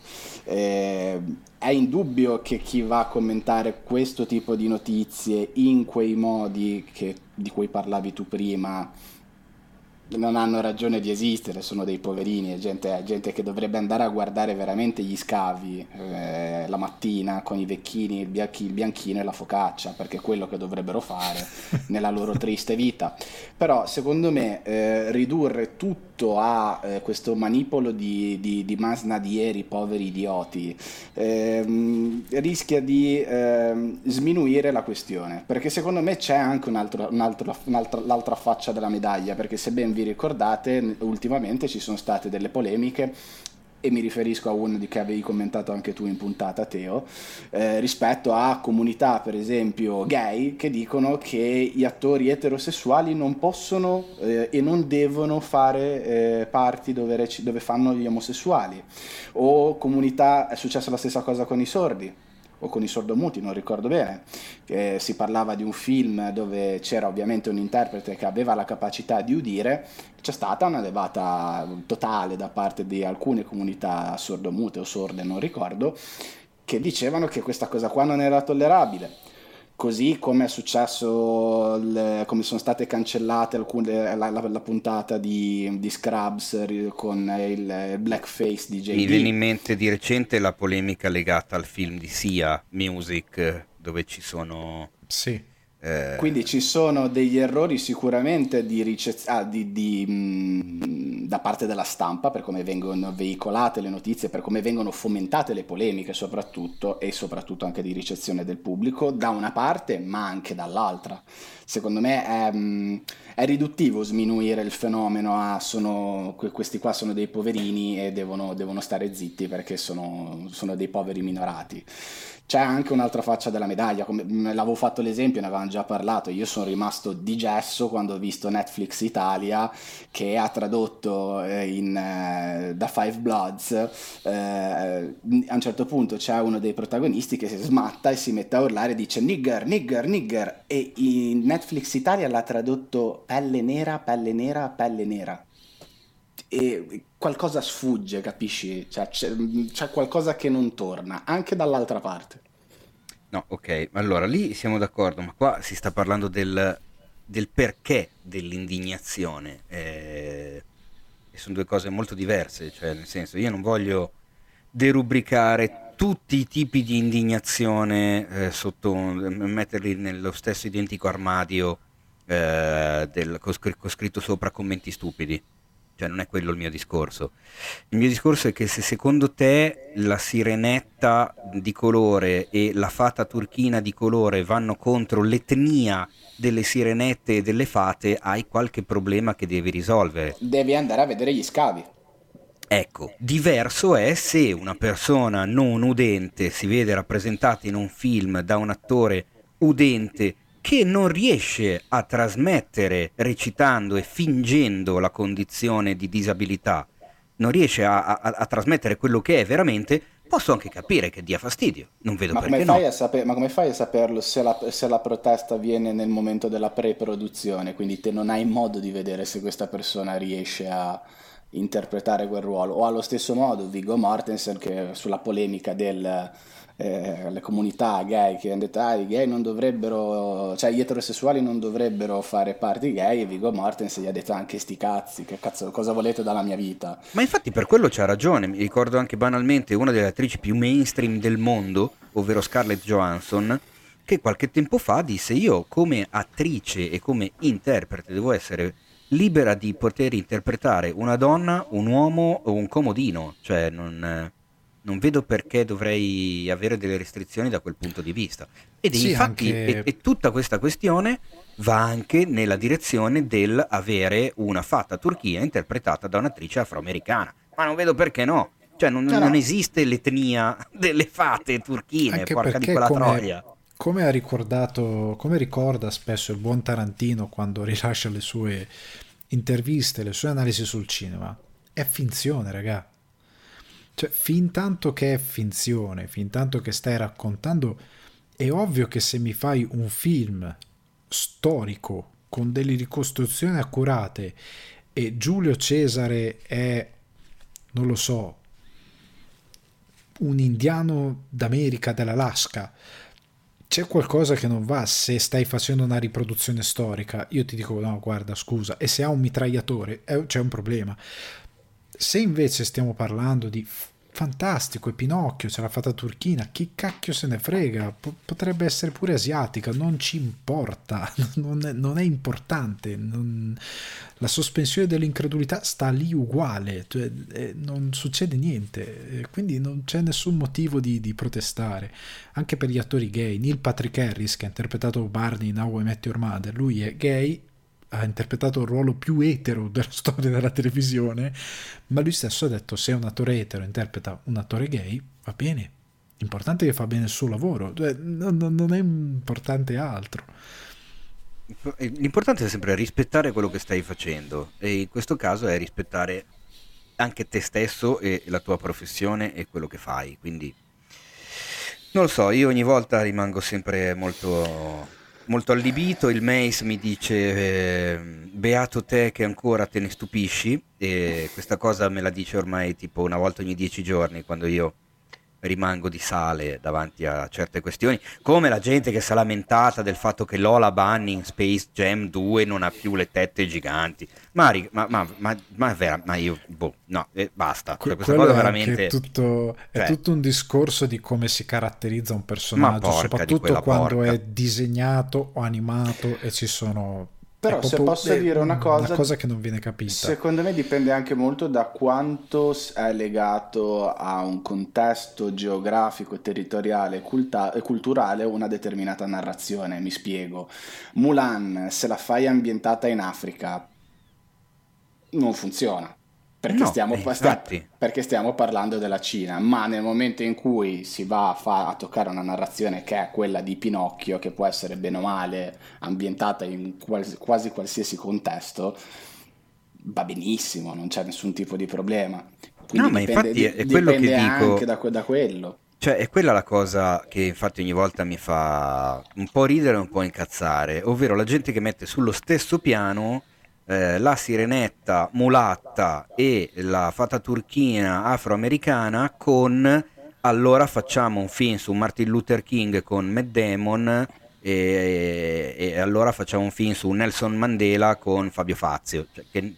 È indubbio che chi va a commentare questo tipo di notizie in quei modi di cui parlavi tu prima non hanno ragione di esistere, sono dei poverini, è gente che dovrebbe andare a guardare veramente gli scavi la mattina con i vecchini, il bianchino e la focaccia, perché è quello che dovrebbero fare nella loro triste vita. Però secondo me ridurre tutto a questo manipolo di masnadieri, poveri idioti, rischia di sminuire la questione, perché secondo me c'è anche l'altra faccia della medaglia, perché se ben vi ricordate ultimamente ci sono state delle polemiche, e mi riferisco a uno che avevi commentato anche tu in puntata, Teo, rispetto a comunità per esempio gay che dicono che gli attori eterosessuali non possono e non devono fare parti dove fanno gli omosessuali, o comunità, è successa la stessa cosa con i sordi o con i sordomuti, non ricordo bene, che si parlava di un film dove c'era ovviamente un interprete che aveva la capacità di udire. C'è stata una levata totale da parte di alcune comunità sordomute o sorde, non ricordo, che dicevano che questa cosa qua non era tollerabile. Così come è successo, come sono state cancellate la puntata di Scrubs con il blackface di JD. Mi viene in mente di recente la polemica legata al film di Sia, Music, dove ci sono... Sì. Quindi ci sono degli errori sicuramente da parte della stampa per come vengono veicolate le notizie, per come vengono fomentate le polemiche soprattutto, e soprattutto anche di ricezione del pubblico, da una parte ma anche dall'altra. Secondo me è riduttivo sminuire il fenomeno a questi qua sono dei poverini e devono stare zitti perché sono dei poveri minorati. C'è anche un'altra faccia della medaglia, come l'avevo fatto l'esempio, ne avevamo già parlato. Io sono rimasto digesso quando ho visto Netflix Italia che ha tradotto da Five Bloods. A un certo punto c'è uno dei protagonisti che si smatta e si mette a urlare e dice nigger, nigger, nigger, e in Netflix Italia l'ha tradotto pelle nera, pelle nera, pelle nera. E qualcosa sfugge, capisci? Cioè, c'è qualcosa che non torna, anche dall'altra parte. No, ok, allora lì siamo d'accordo, ma qua si sta parlando del perché dell'indignazione, e sono due cose molto diverse, cioè nel senso io non voglio derubricare tutti i tipi di indignazione metterli nello stesso identico armadio con scritto sopra commenti stupidi. Cioè non è quello il mio discorso. Il mio discorso è che se secondo te la sirenetta di colore e la fata turchina di colore vanno contro l'etnia delle sirenette e delle fate, hai qualche problema che devi risolvere. Devi andare a vedere gli scavi. Ecco, diverso è se una persona non udente si vede rappresentata in un film da un attore udente che non riesce a trasmettere recitando e fingendo la condizione di disabilità, non riesce a trasmettere quello che è veramente, posso anche capire che dia fastidio, non vedo perché no. Ma come fai a saperlo se la protesta avviene nel momento della pre-produzione? Quindi te non hai modo di vedere se questa persona riesce a interpretare quel ruolo. O allo stesso modo Viggo Mortensen che sulla polemica le comunità gay che hanno detto i gay non dovrebbero, cioè gli eterosessuali non dovrebbero fare parte gay, e Viggo Mortensen gli ha detto anche sti cazzi, che cazzo, cosa volete dalla mia vita? Ma infatti per quello c'ha ragione, mi ricordo anche banalmente una delle attrici più mainstream del mondo, ovvero Scarlett Johansson, che qualche tempo fa disse io come attrice e come interprete devo essere libera di poter interpretare una donna, un uomo o un comodino, cioè non vedo perché dovrei avere delle restrizioni da quel punto di vista. Ed Sì, infatti anche e tutta questa questione va anche nella direzione del avere una fatta turchia interpretata da un'attrice afroamericana. Ma non vedo perché no. Cioè No, non no. esiste l'etnia delle fate turchine, anche porca di perché quella troia. come ha ricordato, come ricorda spesso il buon Tarantino quando rilascia le sue interviste, le sue analisi sul cinema, è finzione, raga. Cioè, fin tanto che è finzione, fin tanto che stai raccontando, è ovvio che se mi fai un film storico con delle ricostruzioni accurate e Giulio Cesare è, non lo so, un indiano d'America, dell'Alaska, c'è qualcosa che non va se stai facendo una riproduzione storica. Io ti dico no, guarda, scusa, e se ha un mitragliatore c'è un problema. Se invece stiamo parlando di fantastico, e Pinocchio, c'è la fata turchina, chi cacchio se ne frega, potrebbe essere pure asiatica, non ci importa, non è importante, la sospensione dell'incredulità sta lì uguale, cioè, non succede niente, quindi non c'è nessun motivo di protestare. Anche per gli attori gay, Neil Patrick Harris che ha interpretato Barney in How I Met Your Mother, lui è gay, ha interpretato il ruolo più etero della storia della televisione, ma lui stesso ha detto se un attore etero interpreta un attore gay va bene, l'importante è che fa bene il suo lavoro, cioè, non è importante altro. L'importante è sempre rispettare quello che stai facendo e in questo caso è rispettare anche te stesso e la tua professione e quello che fai, quindi non lo so, io ogni volta rimango sempre molto allibito. Il Mace mi dice beato te che ancora te ne stupisci, e questa cosa me la dice ormai tipo una volta ogni 10 giorni quando io rimango di sale davanti a certe questioni, come la gente che si è lamentata del fatto che Lola Bunny in Space Jam 2 non ha più le tette giganti. Ma io, no, basta. Cioè, questa cosa veramente... È tutto un discorso di come si caratterizza un personaggio, soprattutto quando è disegnato o animato e ci sono... Però se posso dire una cosa che non viene capita. Secondo me dipende anche molto da quanto è legato a un contesto geografico, territoriale e culturale una determinata narrazione. Mi spiego. Mulan, se la fai ambientata in Africa, non funziona. Perché, perché stiamo parlando della Cina, ma nel momento in cui si va a toccare una narrazione che è quella di Pinocchio, che può essere bene o male ambientata in quasi qualsiasi contesto, va benissimo, non c'è nessun tipo di problema. Quindi ma infatti è quello che dico, anche da quello. Cioè è quella la cosa che infatti ogni volta mi fa un po' ridere e un po' incazzare, ovvero la gente che mette sullo stesso piano la sirenetta mulatta e la fata turchina afroamericana con allora facciamo un film su Martin Luther King con Matt Damon e allora facciamo un film su Nelson Mandela con Fabio Fazio, cioè, che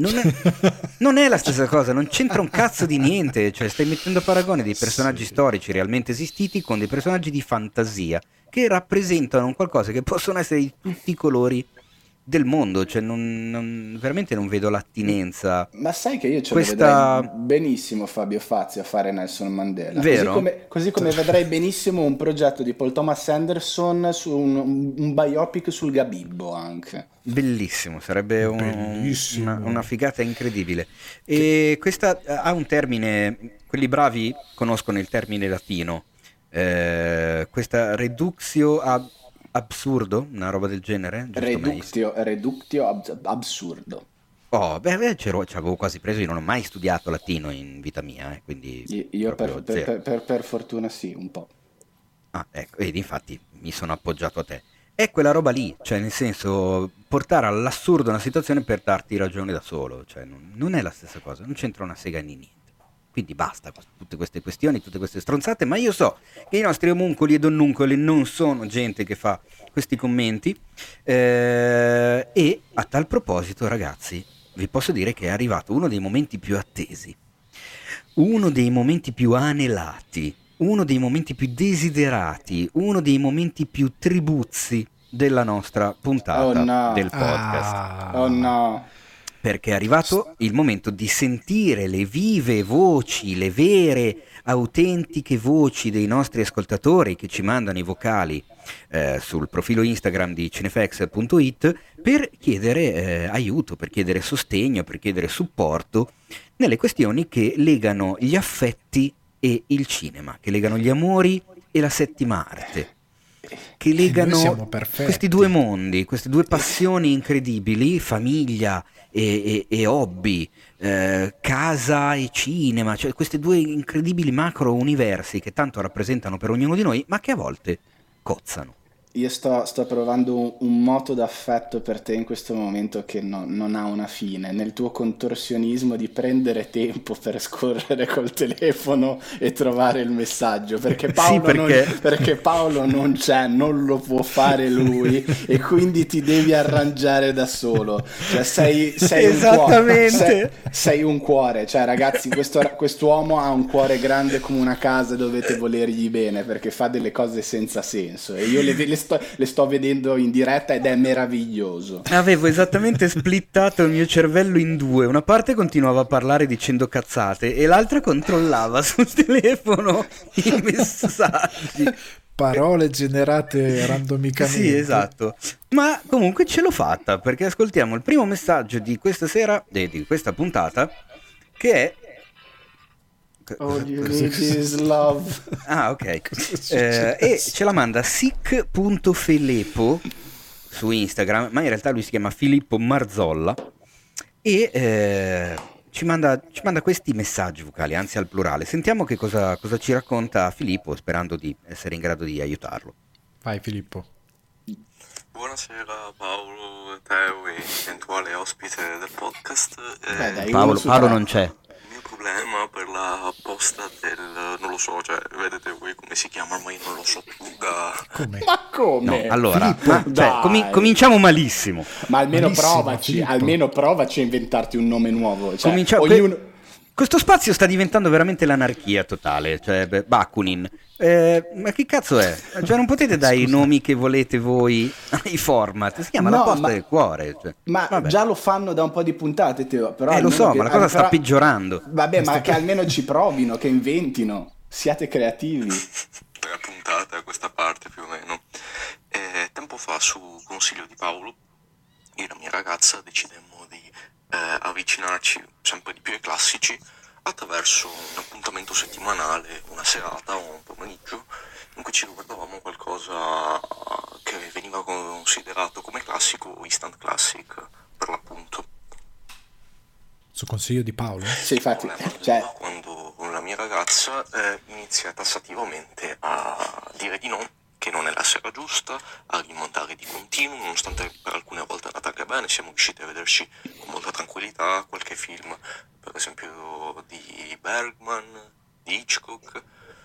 non è la stessa cosa, non c'entra un cazzo di niente, cioè stai mettendo a paragone dei personaggi storici realmente esistiti con dei personaggi di fantasia che rappresentano un qualcosa che possono essere di tutti i colori del mondo, cioè veramente non vedo l'attinenza. Ma sai che io ce lo vedrei benissimo Fabio Fazio a fare Nelson Mandela, vero? Così come vedrei benissimo un progetto di Paul Thomas Anderson su un biopic sul Gabibbo anche. Bellissimo, sarebbe una figata incredibile. E questa ha un termine, quelli bravi conoscono il termine latino, questa reductio absurdo, una roba del genere? Reductio absurdo. Oh, beh, ci avevo quasi preso, io non ho mai studiato latino in vita mia, quindi io per fortuna sì, un po'. Ah, ecco, ed infatti mi sono appoggiato a te. È quella roba lì, cioè nel senso portare all'assurdo una situazione per darti ragione da solo, cioè non è la stessa cosa, non c'entra una sega né niente. Quindi basta, tutte queste questioni, tutte queste stronzate, ma io so che i nostri omuncoli e donnuncoli non sono gente che fa questi commenti e a tal proposito ragazzi vi posso dire che è arrivato uno dei momenti più attesi, uno dei momenti più anelati, uno dei momenti più desiderati, uno dei momenti più tribuzzi della nostra puntata del podcast. Oh no! Perché è arrivato il momento di sentire le vive voci, le vere, autentiche voci dei nostri ascoltatori che ci mandano i vocali sul profilo Instagram di cinefx.it per chiedere aiuto, per chiedere sostegno, per chiedere supporto nelle questioni che legano gli affetti e il cinema, che legano gli amori e la settima arte, che legano questi due mondi, queste due passioni incredibili, famiglia e hobby, casa e cinema, cioè questi due incredibili macro universi che tanto rappresentano per ognuno di noi, ma che a volte cozzano. Io sto provando un moto d'affetto per te in questo momento che non ha una fine, nel tuo contorsionismo di prendere tempo per scorrere col telefono e trovare il messaggio, perché Paolo, perché Paolo non c'è, non lo può fare lui e quindi ti devi arrangiare da solo, cioè sei un cuore, cioè ragazzi quest'uomo ha un cuore grande come una casa, dovete volergli bene perché fa delle cose senza senso e io le sto vedendo in diretta ed è meraviglioso. Avevo esattamente splittato il mio cervello in due, una parte continuava a parlare dicendo cazzate e l'altra controllava sul telefono i messaggi, parole generate randomicamente. Sì, esatto, ma comunque ce l'ho fatta perché ascoltiamo il primo messaggio di questa sera, di questa puntata, che è All you need is love. Ah, ok. E ce la manda sic.felepo su Instagram, ma in realtà lui si chiama Filippo Marzolla e ci manda questi messaggi vocali, anzi al plurale. Sentiamo che cosa ci racconta Filippo, sperando di essere in grado di aiutarlo. Vai Filippo. Buonasera Paolo, Teo e eventuale ospite del podcast. Paolo non c'è. Il mio problema per la posta del... non lo so, cioè, vedete voi come si chiama, ma io non lo so più da... Come? Ma come? No, allora, Dai. cominciamo malissimo. Ma almeno Malissimo, provaci, Filippo. almeno provaci a inventarti un nome nuovo. Cioè, Questo spazio sta diventando veramente l'anarchia totale, cioè Bakunin. Ma che cazzo è? Cioè non potete dare i nomi che volete voi ai format, si chiama La Posta del Cuore. Cioè. Ma Vabbè. già lo fanno da un po' di puntate, Teo. Però Lo so, ma la cosa sta peggiorando. Vabbè, ma che almeno ci provino, che inventino, siate creativi. 3 puntate a questa parte più o meno. Tempo fa, su consiglio di Paolo, io e la mia ragazza decidemmo di avvicinarci sempre di più ai classici attraverso un appuntamento settimanale, una serata o un pomeriggio in cui ci guardavamo qualcosa che veniva considerato come classico o instant classic per l'appunto. Su consiglio di Paolo? Sì, infatti, quando la mia ragazza inizia tassativamente a dire di no, che non è la sera giusta, a rimandare di continuo, nonostante per alcune volte è andata anche bene, siamo riusciti a vederci con molta tranquillità qualche film, per esempio di Bergman, di Hitchcock,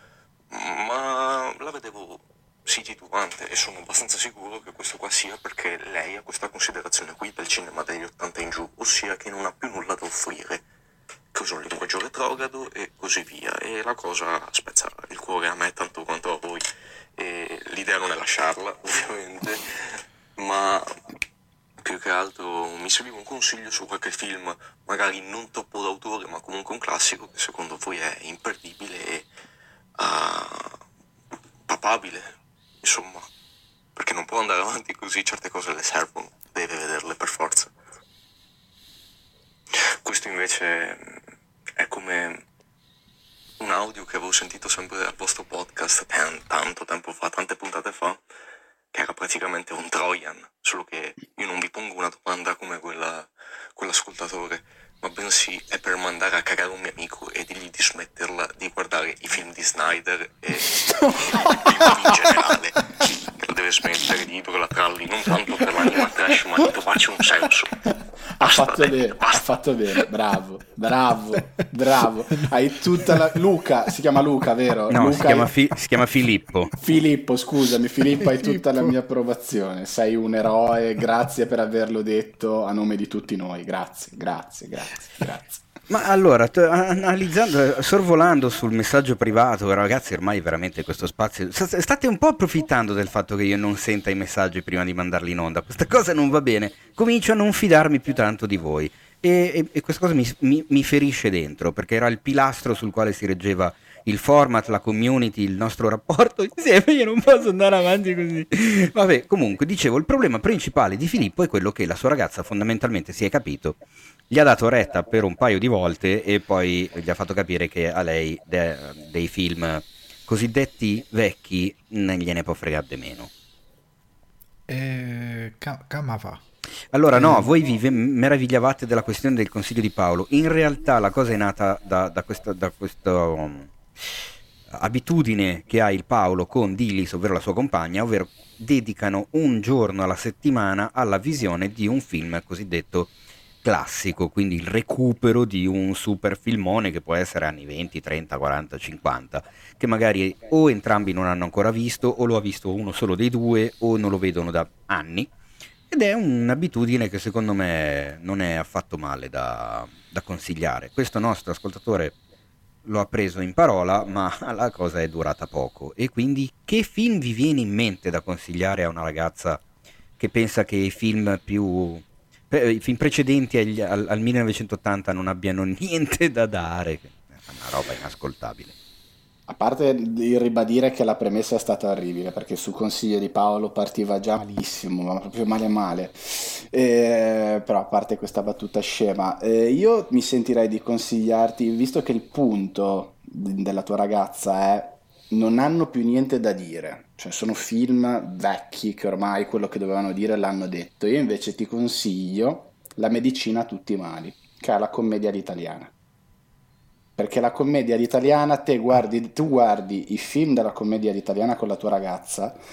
ma la vedevo titubante e sono abbastanza sicuro che questo qua sia perché lei ha questa considerazione qui del cinema degli 80 in giù, ossia che non ha più nulla da offrire, che usa un linguaggio retrogrado e così via, e la cosa spezza il cuore a me tanto quanto a voi. E l'idea non è lasciarla, ovviamente, ma più che altro mi serviva un consiglio su qualche film, magari non troppo d'autore, ma comunque un classico che secondo voi è imperdibile e papabile, insomma, perché non può andare avanti così, certe cose le servono, deve vederle per forza. Questo invece è come un audio che avevo sentito sempre al vostro podcast tanto tempo fa, tante puntate fa, che era praticamente un Trojan, solo che io non vi pongo una domanda come quell'ascoltatore, ma bensì è per mandare a cagare un mio amico e dirgli di smetterla di guardare i film di Snyder e i film in generale, che lo deve smettere di idolatrarli, non tanto per l'anima trash, ma di trovarci un senso. Ha fatto bene, bravo. Hai tutta la... Luca, si chiama Luca, vero? No, Luca si chiama Filippo. Filippo, scusami, Filippo, hai tutta la mia approvazione. Sei un eroe, grazie per averlo detto a nome di tutti noi. Grazie. Ma allora, analizzando, sorvolando sul messaggio privato, ragazzi, ormai veramente questo spazio, state un po' approfittando del fatto che io non senta i messaggi prima di mandarli in onda. Questa cosa non va bene, comincio a non fidarmi più tanto di voi e questa cosa mi ferisce dentro, perché era il pilastro sul quale si reggeva il format, la community, il nostro rapporto insieme. Io non posso andare avanti così. Vabbè, comunque, dicevo, il problema principale di Filippo è quello che la sua ragazza fondamentalmente si è capito, gli ha dato retta per un paio di volte e poi gli ha fatto capire che a lei dei film cosiddetti vecchi non gliene può fregare di meno. Come fa? Allora no, voi vi meravigliavate della questione del consiglio di Paolo. In realtà la cosa è nata da questa abitudine che ha il Paolo con Dillis, ovvero la sua compagna, ovvero dedicano un giorno alla settimana alla visione di un film cosiddetto classico, quindi il recupero di un super filmone che può essere anni 20, 30, 40, 50, che magari o entrambi non hanno ancora visto, o lo ha visto uno solo dei due, o non lo vedono da anni, ed è un'abitudine che secondo me non è affatto male da consigliare. Questo nostro ascoltatore lo ha preso in parola, ma la cosa è durata poco. E quindi che film vi viene in mente da consigliare a una ragazza che pensa che i film precedenti al 1980 non abbiano niente da dare? È una roba inascoltabile. A parte il ribadire che la premessa è stata orribile, perché su consiglio di Paolo partiva già malissimo, ma proprio male. Però a parte questa battuta scema, io mi sentirei di consigliarti, visto che il punto della tua ragazza è non hanno più niente da dire, cioè sono film vecchi che ormai quello che dovevano dire l'hanno detto, io invece ti consiglio La medicina a tutti i mali, che è la commedia all'italiana. Perché la commedia all'italiana, tu guardi i film della commedia all'italiana con la tua ragazza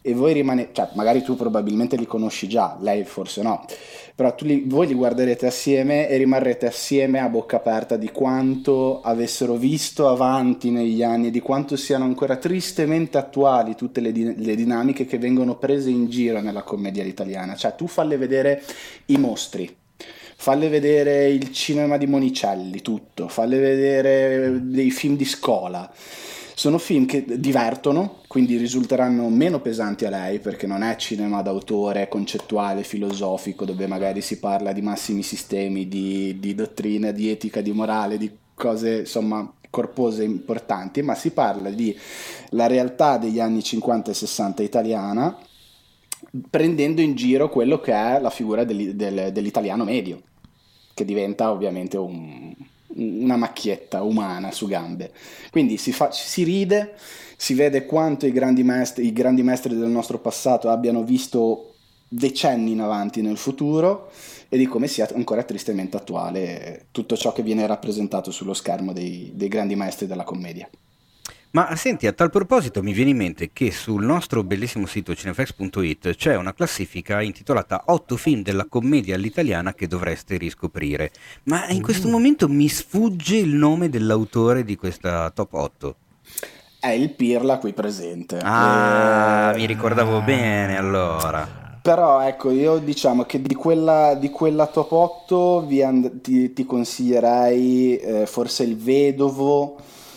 e voi rimanete, cioè magari tu probabilmente li conosci già, lei forse no, però voi li guarderete assieme e rimarrete assieme a bocca aperta di quanto avessero visto avanti negli anni e di quanto siano ancora tristemente attuali tutte le dinamiche che vengono prese in giro nella commedia italiana. Cioè tu falle vedere i mostri, falle vedere il cinema di Monicelli, tutto, falle vedere dei film di scuola. Sono film che divertono, quindi risulteranno meno pesanti a lei, perché non è cinema d'autore concettuale, filosofico, dove magari si parla di massimi sistemi, di dottrina, di etica, di morale, di cose insomma corpose importanti, ma si parla di la realtà degli anni 50 e 60 italiana, prendendo in giro quello che è la figura dell'italiano medio, che diventa ovviamente una macchietta umana su gambe. Quindi si ride, si vede quanto i grandi maestri del nostro passato abbiano visto decenni in avanti nel futuro e di come sia ancora tristemente attuale tutto ciò che viene rappresentato sullo schermo dei grandi maestri della commedia. Ma senti, a tal proposito mi viene in mente che sul nostro bellissimo sito cinefx.it c'è una classifica intitolata 8 film della commedia all'italiana che dovreste riscoprire. Ma in questo momento mi sfugge il nome dell'autore di questa top 8. È il Pirla qui presente. Mi ricordavo bene allora. Però ecco, io diciamo che di quella top 8 ti consiglierei forse Il Vedovo,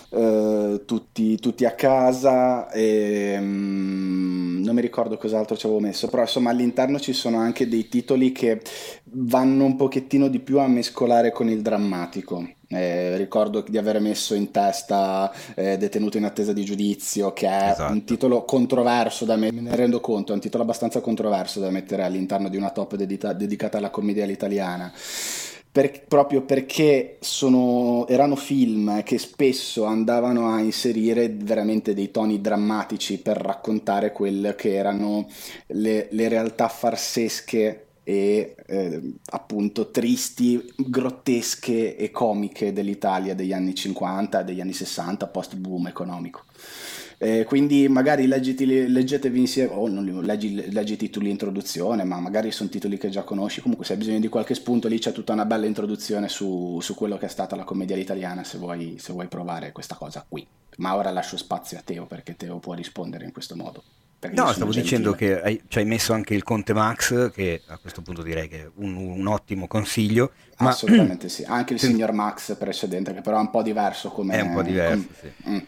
tutti a casa e non mi ricordo cos'altro ci avevo messo, però insomma all'interno ci sono anche dei titoli che vanno un pochettino di più a mescolare con il drammatico. Ricordo di aver messo in testa Detenuto in attesa di giudizio, che è un titolo controverso me ne rendo conto, è un titolo abbastanza controverso da mettere all'interno di una top dedicata alla commedia all'italiana. Proprio perché erano film che spesso andavano a inserire veramente dei toni drammatici per raccontare quelle che erano le realtà farsesche e appunto tristi, grottesche e comiche dell'Italia degli anni 50 e degli anni 60, post boom economico. Quindi magari leggetevi insieme, o non leggi i titoli di introduzione, ma magari sono titoli che già conosci. Comunque se hai bisogno di qualche spunto, lì c'è tutta una bella introduzione su quello che è stata la commedia italiana, se vuoi provare questa cosa qui. Ma ora lascio spazio a Teo, perché Teo può rispondere in questo modo. No, stavo dicendo che ci hai messo anche il Conte Max, che a questo punto direi che è un ottimo consiglio. Assolutamente sì, anche il Signor Max precedente, che però è un po' diverso come... È un po' diverso, sì.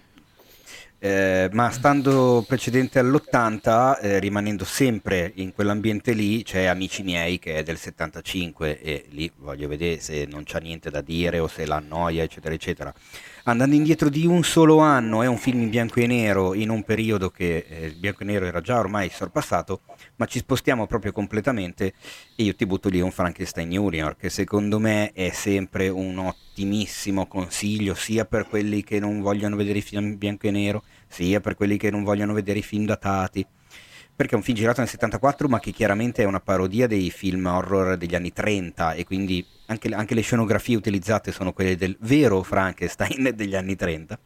Ma stando precedente all'80, rimanendo sempre in quell'ambiente lì, c'è Amici miei che è del 75 e lì voglio vedere se non c'ha niente da dire o se la annoia eccetera eccetera. Andando indietro di un solo anno, è un film in bianco e nero in un periodo che il bianco e nero era già ormai sorpassato, ma ci spostiamo proprio completamente e io ti butto lì un Frankenstein Junior, che secondo me è sempre un ottimissimo consiglio sia per quelli che non vogliono vedere i film in bianco e nero, sia per quelli che non vogliono vedere i film datati, perché è un film girato nel 74 ma che chiaramente è una parodia dei film horror degli anni 30 e quindi anche le scenografie utilizzate sono quelle del vero Frankenstein degli anni 30,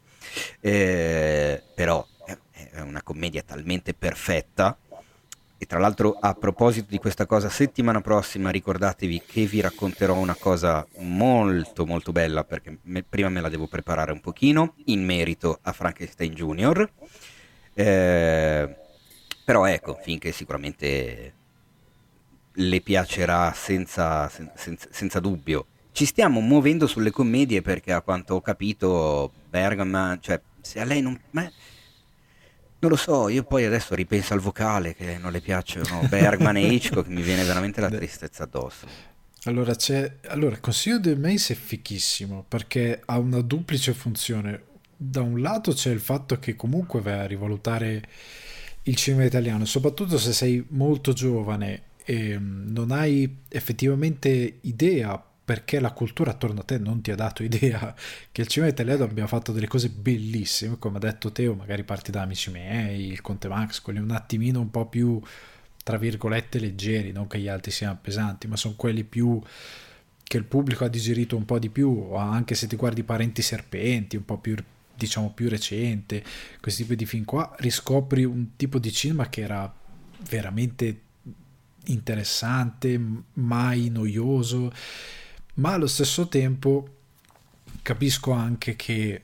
però è una commedia talmente perfetta. E tra l'altro, a proposito di questa cosa, settimana prossima ricordatevi che vi racconterò una cosa molto molto bella, perché prima me la devo preparare un pochino in merito a Frankenstein Junior, però ecco, finché sicuramente le piacerà senza dubbio. Ci stiamo muovendo sulle commedie perché a quanto ho capito Bergman, cioè se a lei non lo so, io poi adesso ripenso al vocale che non le piacciono Bergman e Hitchcock, mi viene veramente la tristezza addosso. Allora, Consiglio del Mace è fichissimo perché ha una duplice funzione. Da un lato c'è il fatto che comunque vai a rivalutare il cinema italiano, soprattutto se sei molto giovane e non hai effettivamente idea, perché la cultura attorno a te non ti ha dato idea che il cinema italiano abbia fatto delle cose bellissime, come ha detto Teo, magari parti da Amici miei, il Conte Max, quelli un attimino un po' più tra virgolette leggeri, non che gli altri siano pesanti, ma sono quelli più che il pubblico ha digerito un po' di più, anche se ti guardi Parenti Serpenti, un po' più, diciamo, più recente, questi tipi di film qua, riscopri un tipo di cinema che era veramente interessante, mai noioso, ma allo stesso tempo capisco anche che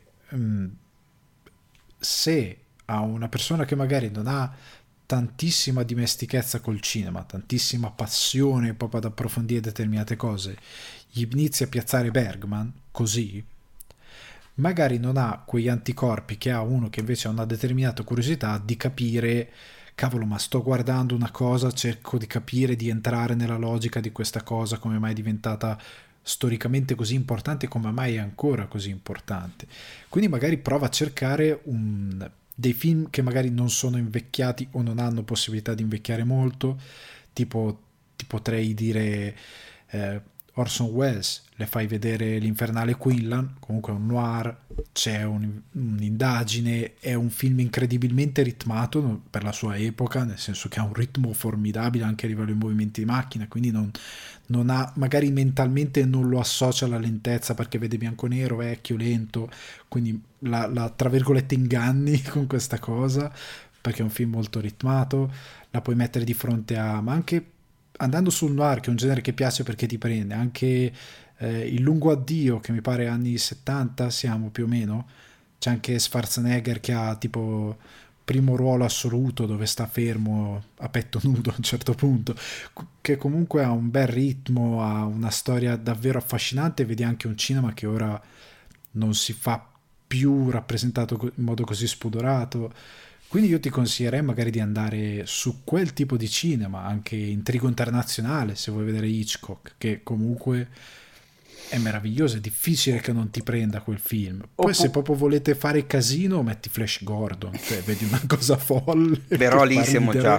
se a una persona che magari non ha tantissima dimestichezza col cinema, tantissima passione proprio ad approfondire determinate cose, gli inizia a piazzare Bergman così, magari non ha quegli anticorpi che ha uno che invece ha una determinata curiosità di capire, cavolo, ma sto guardando una cosa, cerco di capire, di entrare nella logica di questa cosa, come mai è diventata storicamente così importante, come mai è ancora così importante. Quindi magari prova a cercare dei film che magari non sono invecchiati o non hanno possibilità di invecchiare molto, tipo ti potrei dire Orson Welles, le fai vedere l'Infernale Quinlan, comunque è un noir, c'è un'indagine, è un film incredibilmente ritmato per la sua epoca, nel senso che ha un ritmo formidabile anche a livello di movimenti di macchina, quindi non ha, magari mentalmente non lo associa alla lentezza perché vede bianco nero, vecchio, lento, quindi la tra virgolette inganni con questa cosa, perché è un film molto ritmato, la puoi mettere di fronte a, ma anche andando sul noir, che è un genere che piace perché ti prende, anche Il lungo addio, che mi pare anni 70 siamo più o meno, c'è anche Schwarzenegger che ha tipo primo ruolo assoluto dove sta fermo a petto nudo a un certo punto, che comunque ha un bel ritmo, ha una storia davvero affascinante, vedi anche un cinema che ora non si fa più rappresentato in modo così spudorato. Quindi io ti consiglierei magari di andare su quel tipo di cinema, anche Intrigo internazionale, se vuoi vedere Hitchcock, che comunque è meraviglioso, è difficile che non ti prenda quel film. Poi se proprio volete fare casino, metti Flash Gordon, cioè vedi una cosa folle. Però lì siamo già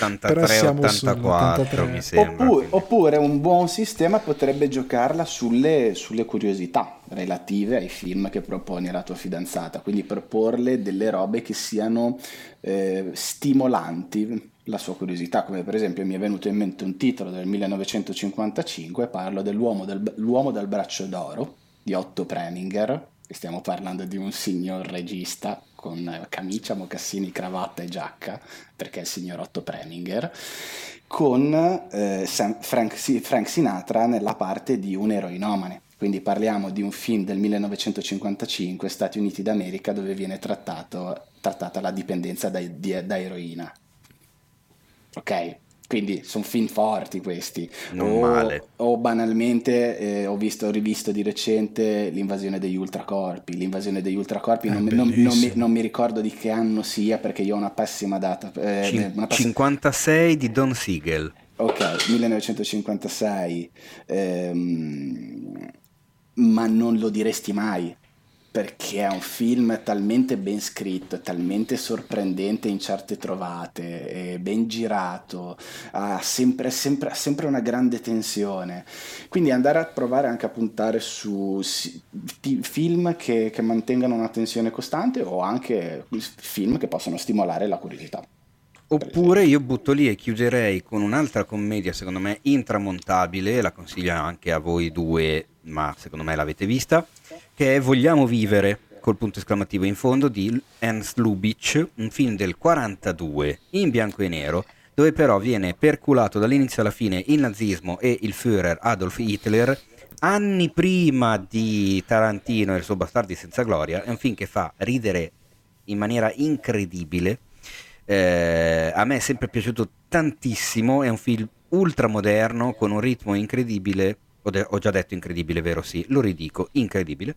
sull'83-84, mi sembra. Oppure un buon sistema potrebbe giocarla sulle curiosità relative ai film che proponi alla tua fidanzata, quindi proporle delle robe che siano stimolanti la sua curiosità, come per esempio mi è venuto in mente un titolo del 1955, parlo dell'uomo dal braccio d'oro di Otto Preminger, e stiamo parlando di un signor regista con camicia, mocassini, cravatta e giacca, perché è il signor Otto Preminger, con Frank Sinatra nella parte di un eroinomane. Quindi parliamo di un film del 1955, Stati Uniti d'America, dove viene trattata la dipendenza da eroina. Ok? Quindi sono film forti questi. Non male. O banalmente ho rivisto di recente L'invasione degli ultracorpi. L'invasione degli ultracorpi non mi ricordo di che anno sia, perché io ho una pessima data. 56 di Don Siegel. Ok, 1956. Ma non lo diresti mai, perché è un film talmente ben scritto, talmente sorprendente in certe trovate, è ben girato, ha sempre una grande tensione. Quindi andare a provare anche a puntare su film che mantengano una tensione costante, o anche film che possono stimolare la curiosità. Oppure io butto lì e chiuderei con un'altra commedia secondo me intramontabile, la consiglio anche a voi due, ma secondo me l'avete vista, che è Vogliamo vivere, col punto esclamativo in fondo, di Ernst Lubitsch, un film del 42 in bianco e nero, dove però viene perculato dall'inizio alla fine il nazismo e il Führer Adolf Hitler anni prima di Tarantino e il suo Bastardi senza gloria. È un film che fa ridere in maniera incredibile. A me è sempre piaciuto tantissimo, è un film ultramoderno con un ritmo incredibile. Ho già detto incredibile, vero? Sì, lo ridico, incredibile,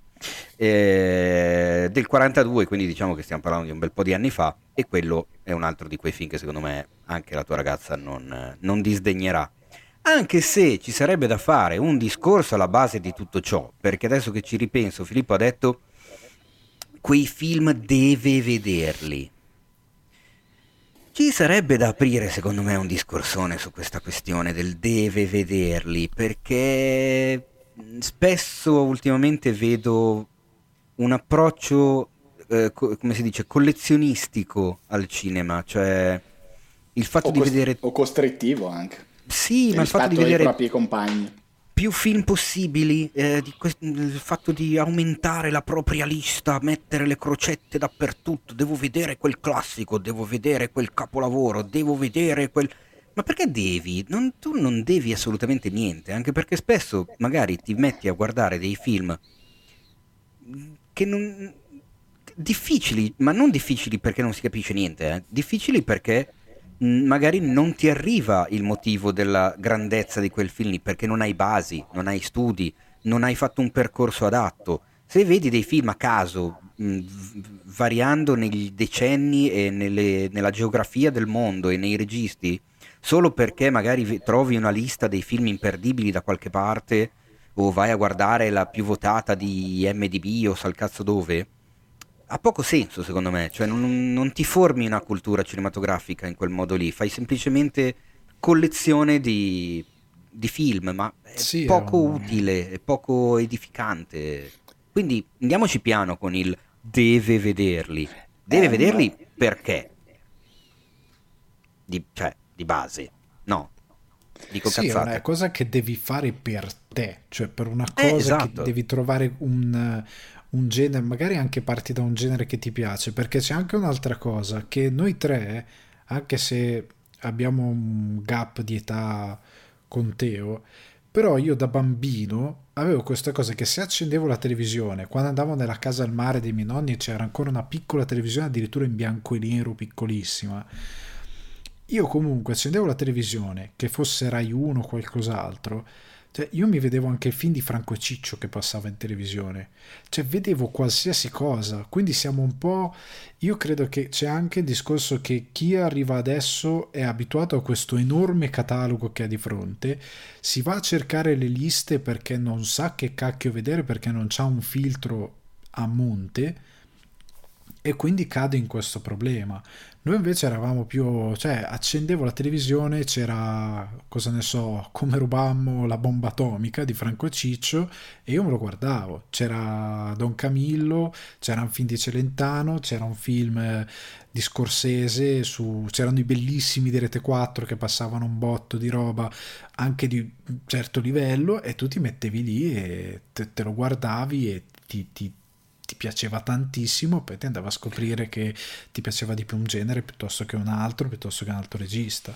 del 42, quindi diciamo che stiamo parlando di un bel po' di anni fa, e quello è un altro di quei film che secondo me anche la tua ragazza non disdegnerà, anche se ci sarebbe da fare un discorso alla base di tutto ciò, perché adesso che ci ripenso, Filippo ha detto quei film deve vederli. Ci sarebbe da aprire secondo me un discorsone su questa questione del deve vederli, perché spesso ultimamente vedo un approccio, come si dice, collezionistico al cinema, cioè il fatto di vedere... O costrittivo anche. Sì, ma il fatto di vedere... ai propri compagni. più film possibili, il fatto di aumentare la propria lista, mettere le crocette dappertutto, devo vedere quel classico, devo vedere quel capolavoro, devo vedere quel... Ma perché devi? Tu non devi assolutamente niente, anche perché spesso magari ti metti a guardare dei film che non... difficili, ma non difficili perché non si capisce niente, difficili perché magari non ti arriva il motivo della grandezza di quel film lì, perché non hai basi, non hai studi, non hai fatto un percorso adatto. Se vedi dei film a caso, variando negli decenni e nella geografia del mondo e nei registi, solo perché magari trovi una lista dei film imperdibili da qualche parte, o vai a guardare la più votata di IMDb o sal cazzo dove, ha poco senso secondo me, cioè non ti formi una cultura cinematografica in quel modo lì, fai semplicemente collezione di film, ma è Sì, poco utile, è poco edificante. Quindi andiamoci piano con il deve vederli. Deve vederli perché? Cioè, di base. No, dico sì, è cazzate. una cosa che devi fare per te, cioè per una cosa esatto. che devi trovare un genere, magari anche parti da un genere che ti piace, perché c'è anche un'altra cosa, che noi tre, anche se abbiamo un gap di età con Teo, però io da bambino avevo questa cosa che se accendevo la televisione, quando andavo nella casa al mare dei miei nonni c'era ancora una piccola televisione addirittura in bianco e nero, piccolissima, io comunque accendevo la televisione, che fosse Rai 1 o qualcos'altro, cioè io mi vedevo anche il film di Franco e Ciccio che passava in televisione, cioè vedevo qualsiasi cosa, quindi siamo un po'... Io credo che c'è anche il discorso che chi arriva adesso è abituato a questo enorme catalogo che ha di fronte, si va a cercare le liste perché non sa che cacchio vedere, perché non c'ha un filtro a monte, e quindi cade in questo problema. Noi invece eravamo più, cioè accendevo la televisione, c'era, cosa ne so, Come rubammo la bomba atomica di Franco Ciccio e io me lo guardavo. C'era Don Camillo, c'era un film di Celentano, c'era un film di Scorsese, c'erano i bellissimi di Rete 4 che passavano un botto di roba anche di un certo livello e tu ti mettevi lì e te lo guardavi e ti piaceva tantissimo, poi ti andava a scoprire che ti piaceva di più un genere piuttosto che un altro, piuttosto che un altro regista.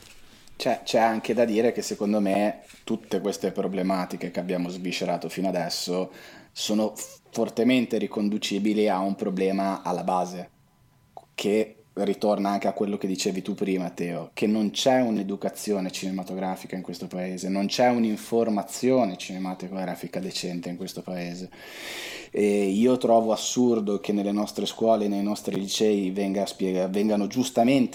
C'è anche da dire che secondo me tutte queste problematiche che abbiamo sviscerato fino adesso sono fortemente riconducibili a un problema alla base, che ritorna anche a quello che dicevi tu prima, Teo, che non c'è un'educazione cinematografica in questo paese, non c'è un'informazione cinematografica decente in questo paese. E io trovo assurdo che nelle nostre scuole, nei nostri licei vengano giustamente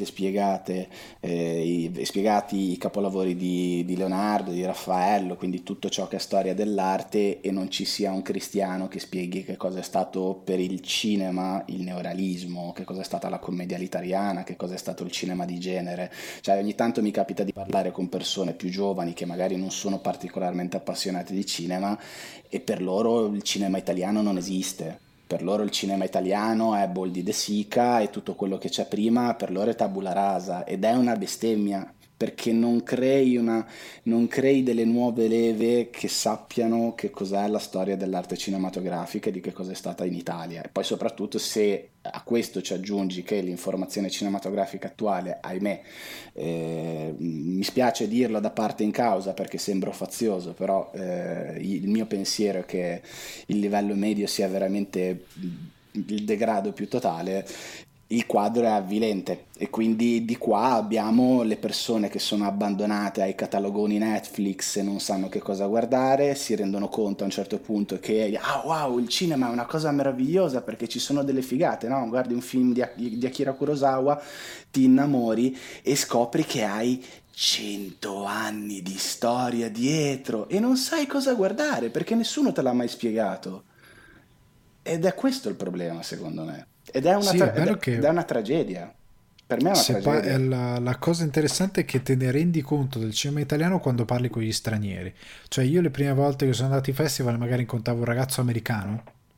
spiegati i capolavori di Leonardo, di Raffaello, quindi tutto ciò che è storia dell'arte e non ci sia un cristiano che spieghi che cosa è stato per il cinema il neorealismo, che cosa è stata la commedia italiana, che cosa è stato il cinema di genere. Cioè ogni tanto mi capita di parlare con persone più giovani che magari non sono particolarmente appassionate di cinema e per loro il cinema italiano non esiste. Per loro il cinema italiano è Boldi De Sica e tutto quello che c'è prima per loro è tabula rasa ed è una bestemmia perché non crei delle nuove leve che sappiano che cos'è la storia dell'arte cinematografica e di che cosa è stata in Italia. E poi soprattutto se a questo ci aggiungi che l'informazione cinematografica attuale, ahimè, mi spiace dirlo da parte in causa perché sembro fazioso, però il mio pensiero è che il livello medio sia veramente il degrado più totale, il quadro è avvilente e quindi di qua abbiamo le persone che sono abbandonate ai catalogoni Netflix e non sanno che cosa guardare, si rendono conto a un certo punto che wow, il cinema è una cosa meravigliosa perché ci sono delle figate, no? Guardi un film di Akira Kurosawa, ti innamori e scopri che hai 100 anni di storia dietro e non sai cosa guardare perché nessuno te l'ha mai spiegato. Ed è questo il problema, secondo me. Ed è Sì, è vero ed è che una tragedia. Per me è una tragedia. la cosa interessante è che te ne rendi conto del cinema italiano quando parli con gli stranieri. Cioè io le prime volte che sono andato ai festival magari incontravo un ragazzo americano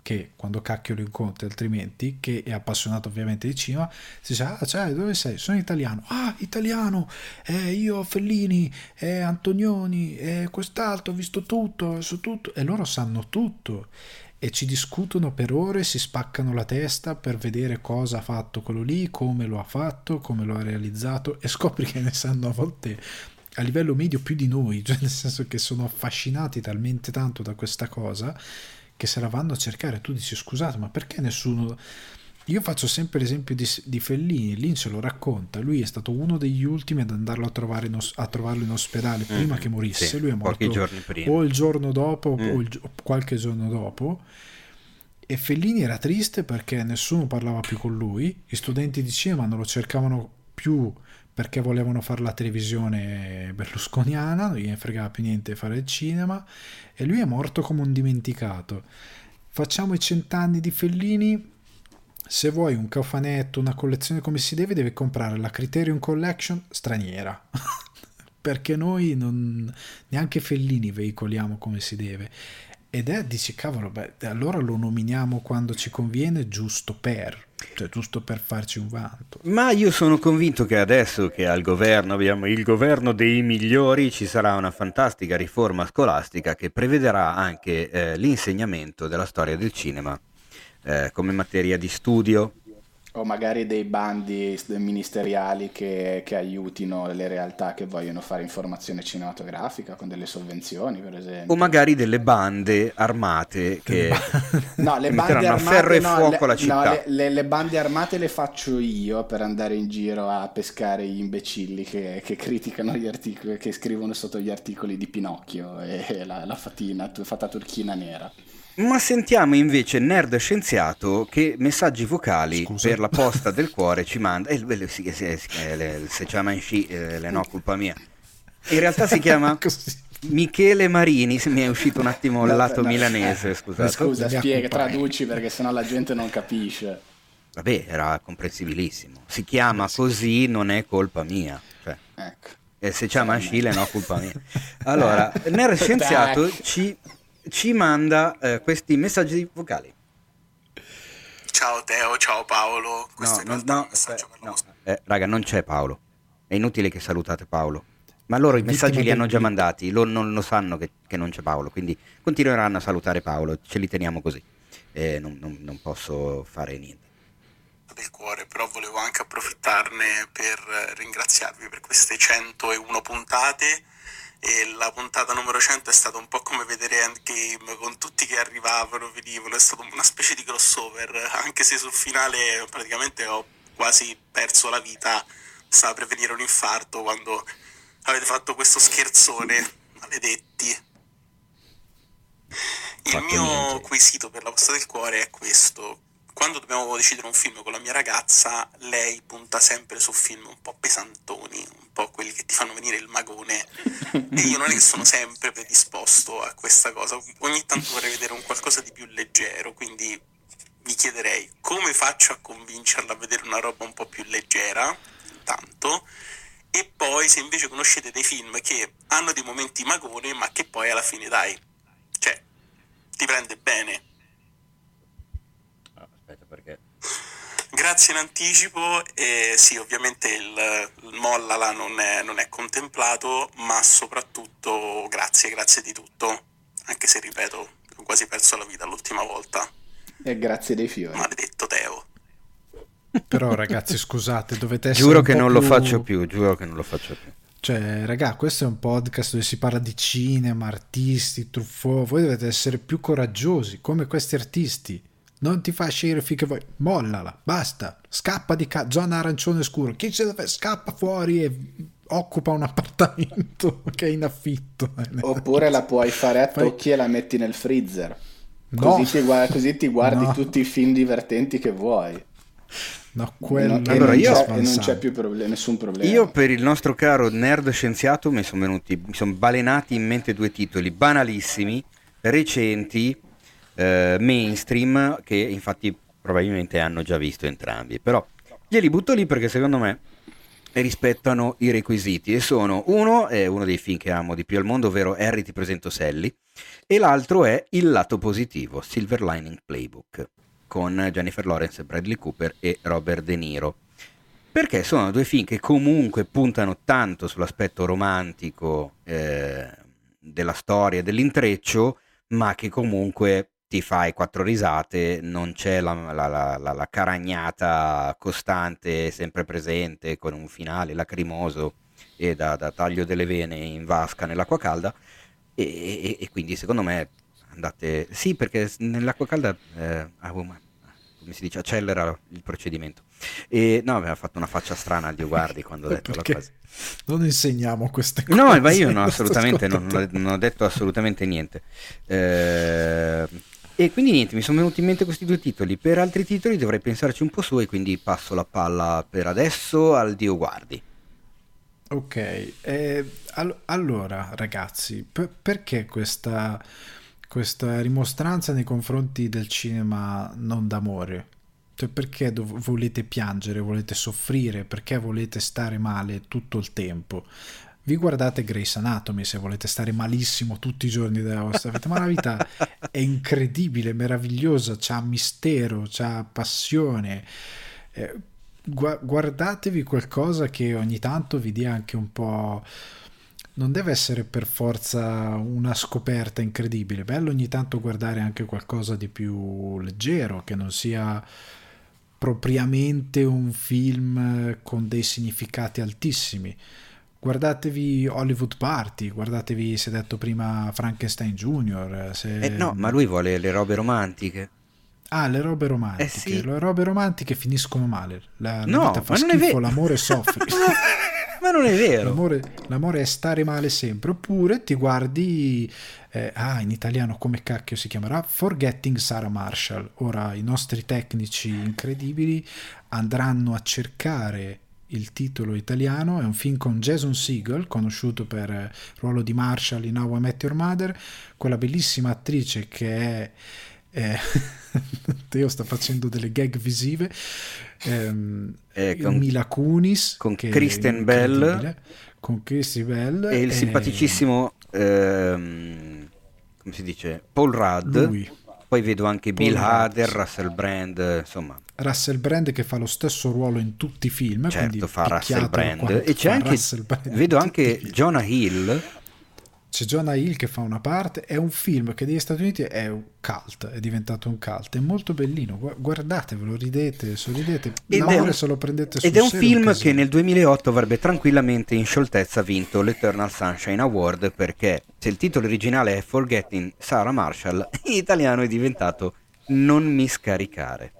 che quando cacchio lo incontri, altrimenti, che è appassionato ovviamente di cinema, si dice: ah, cioè, dove sei? Sono italiano. Ah, italiano, io Fellini, Antonioni, quest'altro, ho visto tutto, su tutto, e loro sanno tutto e ci discutono per ore, si spaccano la testa per vedere cosa ha fatto quello lì, come lo ha fatto, come lo ha realizzato, e scopri che ne sanno a volte a livello medio più di noi, cioè nel senso che sono affascinati talmente tanto da questa cosa che se la vanno a cercare. Tu dici: scusate, ma perché nessuno... Io faccio sempre l'esempio di Fellini. Lynch lo racconta, lui è stato uno degli ultimi ad andarlo a trovarlo in ospedale prima che morisse. Sì, lui è morto pochi giorni prima, o il giorno dopo o qualche giorno dopo, e Fellini era triste perché nessuno parlava più con lui, gli studenti di cinema non lo cercavano più perché volevano fare la televisione berlusconiana, non gliene fregava più niente fare il cinema, e lui è morto come un dimenticato. Facciamo i 100 anni di Fellini. Se vuoi un cofanetto, una collezione come si deve, devi comprare la Criterion Collection straniera perché noi neanche Fellini veicoliamo come si deve. Ed dici: cavolo, allora lo nominiamo quando ci conviene, giusto per farci un vanto. Ma io sono convinto che adesso che al governo abbiamo il governo dei migliori, ci sarà una fantastica riforma scolastica che prevederà anche l'insegnamento della storia del cinema come materia di studio. O magari dei bandi ministeriali che aiutino le realtà che vogliono fare informazione cinematografica con delle sovvenzioni, per esempio. O magari delle bande armate che no, le che bande metteranno a armate, ferro e fuoco la città. No, le bande armate le faccio io per andare in giro a pescare gli imbecilli che criticano gli articoli, che scrivono sotto gli articoli di Pinocchio e la fatina fatta turchina nera. Ma sentiamo invece Nerd Scienziato che messaggi vocali per la posta del cuore ci manda. Se chiama in sci, le no, colpa mia. In realtà si chiama Michele Marini. Se mi è uscito un attimo il lato milanese, scusate. Scusa, spiega, traduci perché sennò la gente non capisce. Vabbè, era comprensibilissimo. Si chiama così, non è colpa mia. Cioè, ecco. E se chiama in sci, le no, colpa mia. Allora, Nerd Scienziato ci manda questi messaggi vocali. Ciao Teo, ciao Paolo. Questo Raga, non c'è Paolo. È inutile che salutate Paolo. Ma loro i messaggi li hanno già mandati, loro non lo sanno che non c'è Paolo, quindi continueranno a salutare Paolo, ce li teniamo così. Non posso fare niente. Del cuore, però volevo anche approfittarne per ringraziarvi per queste 101 puntate. E la puntata numero 100 è stata un po' come vedere Endgame, con tutti che arrivavano, venivano, è stato una specie di crossover, anche se sul finale praticamente ho quasi perso la vita, stava per venire un infarto quando avete fatto questo scherzone, maledetti. Il mio quesito per la posta del cuore è questo: quando dobbiamo decidere un film con la mia ragazza, lei punta sempre su film un po' pesantoni, un po' quelli che ti fanno venire il magone, e io non è che sono sempre predisposto a questa cosa, ogni tanto vorrei vedere un qualcosa di più leggero, quindi vi chiederei come faccio a convincerla a vedere una roba un po' più leggera, intanto, e poi se invece conoscete dei film che hanno dei momenti magone ma che poi alla fine, dai, cioè, ti prende bene. Perché? Grazie in anticipo. E sì, ovviamente il Mollala non è contemplato, ma soprattutto grazie di tutto, anche se ripeto, ho quasi perso la vita l'ultima volta. E grazie dei fiori. Maledetto Teo. Però ragazzi, scusate, dovete essere giuro che non lo faccio più. Cioè, raga, questo è un podcast dove si parla di cinema, artisti, Truffaut. Voi dovete essere più coraggiosi come questi artisti. Non ti fa scegliere finché vuoi, mollala, basta, scappa di zona arancione scuro, chi ce la scappa fuori e occupa un appartamento che è in affitto. Oppure la puoi fare a tocchi e la metti nel freezer, no. così ti guardi tutti i film divertenti che vuoi. No, quello allora non c'è più nessun problema. Io per il nostro caro Nerd Scienziato mi sono balenati in mente due titoli banalissimi, recenti, mainstream, che infatti probabilmente hanno già visto entrambi, però glieli butto lì perché secondo me e rispettano i requisiti, e sono uno è uno dei film che amo di più al mondo, ovvero Harry ti presento Sally, e l'altro è Il lato positivo, Silver Lining Playbook, con Jennifer Lawrence, Bradley Cooper e Robert De Niro, perché sono due film che comunque puntano tanto sull'aspetto romantico della storia, dell'intreccio, ma che comunque ti fai quattro risate, non c'è la caragnata costante, sempre presente, con un finale lacrimoso e da taglio delle vene in vasca nell'acqua calda, e quindi secondo me andate... Sì, perché nell'acqua calda come si dice, accelera il procedimento. E no, aveva fatto una faccia strana al Dio guardi quando ho detto la cosa. Non insegniamo queste cose. No, ma io no, assolutamente non ho detto assolutamente niente. E quindi niente, mi sono venuti in mente questi due titoli. Per altri titoli dovrei pensarci un po' su, e quindi passo la palla per adesso al Dio guardi. Ok, allora ragazzi, perché questa rimostranza nei confronti del cinema non d'amore? Cioè, perché volete piangere, volete soffrire, perché volete stare male tutto il tempo? Vi guardate Grey's Anatomy se volete stare malissimo tutti i giorni della vostra vita, ma la vita è incredibile, meravigliosa, c'ha mistero, c'ha passione. Guardatevi qualcosa che ogni tanto vi dia anche un po'... Non deve essere per forza una scoperta incredibile, bello ogni tanto guardare anche qualcosa di più leggero, che non sia propriamente un film con dei significati altissimi. Guardatevi Hollywood Party, guardatevi, si è detto prima, Frankenstein Junior. No, ma lui vuole le robe romantiche. Ah, le robe romantiche. Sì. Le robe romantiche finiscono male. La No, vita fa ma non è schifo, vero. l'amore soffre. Ma non è vero. L'amore è stare male sempre. Oppure ti guardi, in italiano come cacchio si chiamerà? Forgetting Sarah Marshall. Ora i nostri tecnici incredibili andranno a cercare il titolo italiano. È un film con Jason Segel, conosciuto per il ruolo di Marshall in How I Met Your Mother, quella bellissima attrice che è Teo sta facendo delle gag visive, con Mila Kunis, con Kristen Bell, e il simpaticissimo come si dice, Paul Rudd. Lui. Poi vedo anche Bill Hader, Russell Brand, insomma. Russell Brand che fa lo stesso ruolo in tutti i film, certo, fa Russell Brand, e c'è anche vedo anche Jonah Hill. C'è Jonah Hill che fa una parte. È un film che negli Stati Uniti è un cult, è diventato un cult, è molto bellino, guardatevelo, ridete, sorridete, l'amore se lo prendete sul serio. Ed è un film che nel 2008 avrebbe tranquillamente in scioltezza vinto l'Eternal Sunshine Award, perché se il titolo originale è Forgetting Sarah Marshall, in italiano è diventato Non mi scaricare.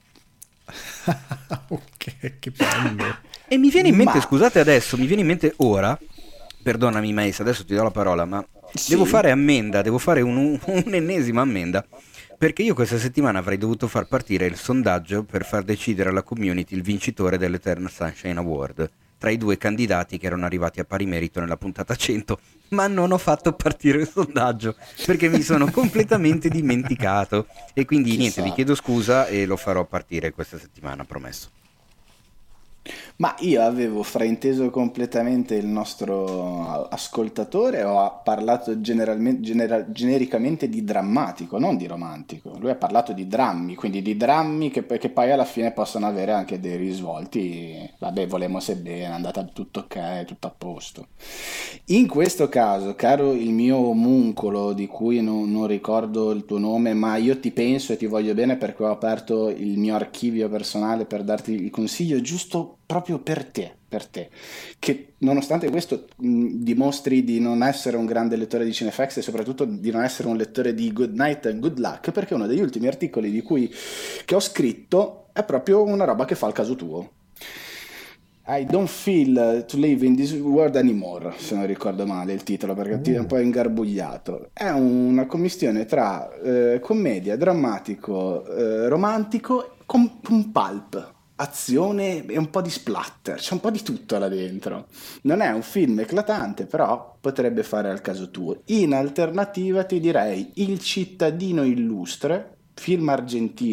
Ok, che bello. E mi viene in mente, scusate adesso, mi viene in mente ora, perdonami Mace, adesso ti do la parola, ma sì, devo fare ammenda, devo fare un'ennesima ammenda, perché io questa settimana avrei dovuto far partire il sondaggio per far decidere alla community il vincitore dell'Eternal Sunshine Award tra i due candidati che erano arrivati a pari merito nella puntata 100, ma non ho fatto partire il sondaggio perché mi sono completamente dimenticato, e quindi niente, vi chiedo scusa e lo farò partire questa settimana, promesso. Ma io avevo frainteso completamente il nostro ascoltatore, ho parlato genericamente di drammatico, non di romantico. Lui ha parlato di drammi, quindi di drammi che poi alla fine possono avere anche dei risvolti. Vabbè, volemo se bene, è andata tutto ok, tutto a posto. In questo caso, caro il mio omuncolo, di cui non ricordo il tuo nome, ma io ti penso e ti voglio bene perché ho aperto il mio archivio personale per darti il consiglio giusto proprio per te, che nonostante questo dimostri di non essere un grande lettore di Cinefax e soprattutto di non essere un lettore di Good Night and Good Luck, perché uno degli ultimi articoli che ho scritto è proprio una roba che fa al caso tuo. I don't feel to live in this world anymore, se non ricordo male il titolo, perché ti è un po' ingarbugliato. È una commistione tra commedia, drammatico, romantico, con un pulp, azione e un po' di splatter, c'è un po' di tutto là dentro. Non è un film eclatante, però potrebbe fare al caso tuo. In alternativa ti direi Il cittadino illustre, film argentino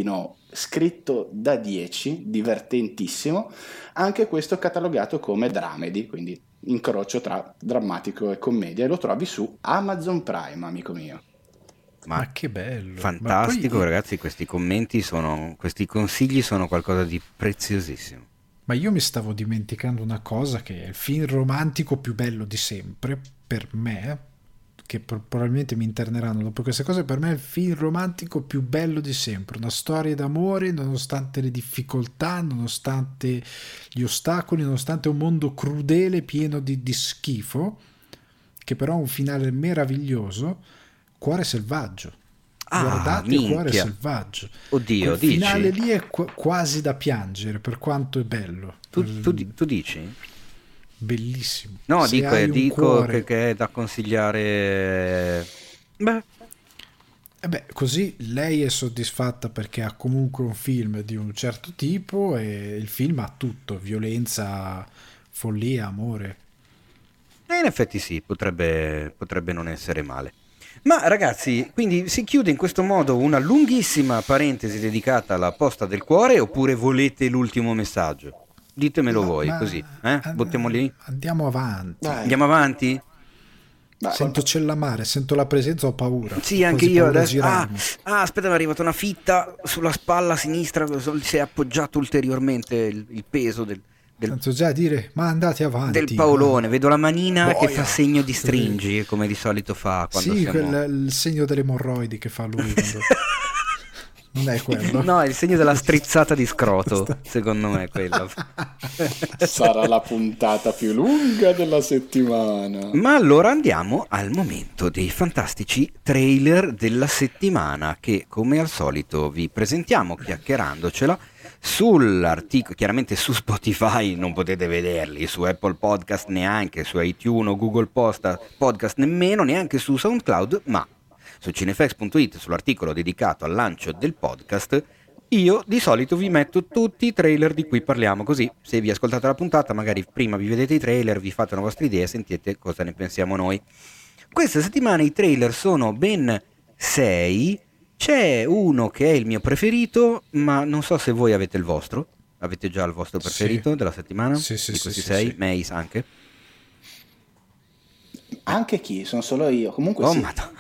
scritto da 10, divertentissimo, anche questo catalogato come dramedy, quindi incrocio tra drammatico e commedia, e lo trovi su Amazon Prime, amico mio. Ma che bello! Fantastico, poi... ragazzi, questi consigli sono qualcosa di preziosissimo. Ma io mi stavo dimenticando una cosa, che è il film romantico più bello di sempre, per me, che probabilmente mi interneranno dopo queste cose, per me è il film romantico più bello di sempre, una storia d'amore nonostante le difficoltà, nonostante gli ostacoli, nonostante un mondo crudele pieno di schifo, che però ha un finale meraviglioso. Cuore selvaggio. Guardate Cuore selvaggio. Oddio, quel finale lì è quasi da piangere, per quanto è bello. Tu dici? Bellissimo. No, Se dico cuore... che è da consigliare. Beh, così lei è soddisfatta perché ha comunque un film di un certo tipo, e il film ha tutto: violenza, follia, amore. In effetti sì, potrebbe non essere male. Ma ragazzi, quindi si chiude in questo modo una lunghissima parentesi dedicata alla posta del cuore, oppure volete l'ultimo messaggio? Ditemelo voi, così, buttiamo lì. Andiamo avanti. Andiamo avanti? Sento cellamare, sento la presenza, ho paura. Sì, anche io adesso. Aspetta, mi è arrivata una fitta sulla spalla sinistra, si è appoggiato ulteriormente il peso del Tanto già dire, ma andate avanti. Del Paolone, vedo la manina che fa segno di stringi, come di solito fa quando il segno delle emorroidi che fa lui quando... Non è quello. No, è il segno della strizzata di scroto, secondo me è quello. Sarà la puntata più lunga della settimana. Ma allora andiamo al momento dei fantastici trailer della settimana, che come al solito vi presentiamo chiacchierandocela sull'articolo. Chiaramente su Spotify non potete vederli, su Apple Podcast neanche, su iTunes o Google Podcast nemmeno, neanche su SoundCloud, ma su cinefx.it, sull'articolo dedicato al lancio del podcast, io di solito vi metto tutti i trailer di cui parliamo, così se vi ascoltate la puntata magari prima vi vedete i trailer, vi fate una vostra idea e sentite cosa ne pensiamo noi. Questa settimana i trailer sono ben 6, c'è uno che è il mio preferito, ma non so se voi avete il vostro. Avete già il vostro preferito della settimana? Sì, di questi 6, Mace anche? Anche chi? Sono solo io, comunque sì. Madonna.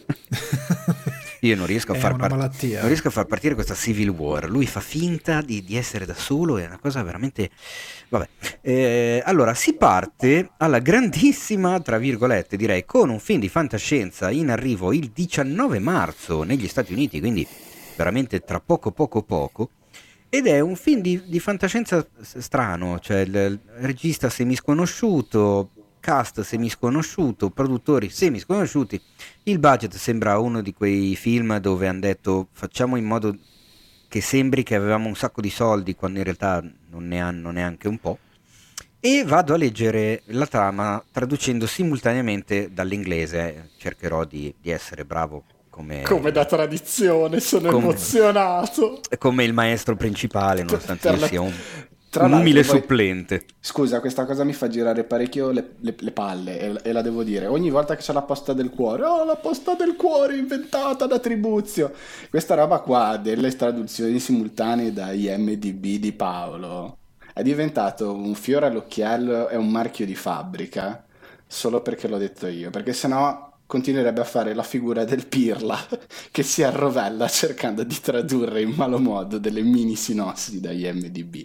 Io non riesco a far partire questa Civil War. Lui fa finta di essere da solo, è una cosa veramente... Vabbè. Allora, si parte alla grandissima, tra virgolette direi, con un film di fantascienza in arrivo il 19 marzo negli Stati Uniti, quindi veramente tra poco. Ed è un film di fantascienza strano, cioè il regista semisconosciuto, cast semisconosciuto, produttori semisconosciuti. Il budget sembra uno di quei film dove hanno detto facciamo in modo che sembri che avevamo un sacco di soldi quando in realtà non ne hanno neanche un po'. E vado a leggere la trama traducendo simultaneamente dall'inglese. Cercherò di essere bravo come da tradizione, sono emozionato. Come il maestro principale, nonostante io sia un umile supplente. Scusa, questa cosa mi fa girare parecchio le palle e la devo dire. Ogni volta che c'è la posta del cuore, la posta del cuore inventata da Tribuzio. Questa roba qua delle traduzioni simultanee da IMDb di Paolo è diventato un fiore all'occhiello e un marchio di fabbrica solo perché l'ho detto io, perché sennò continuerebbe a fare la figura del pirla che si arrovella cercando di tradurre in malo modo delle mini sinossi da IMDb.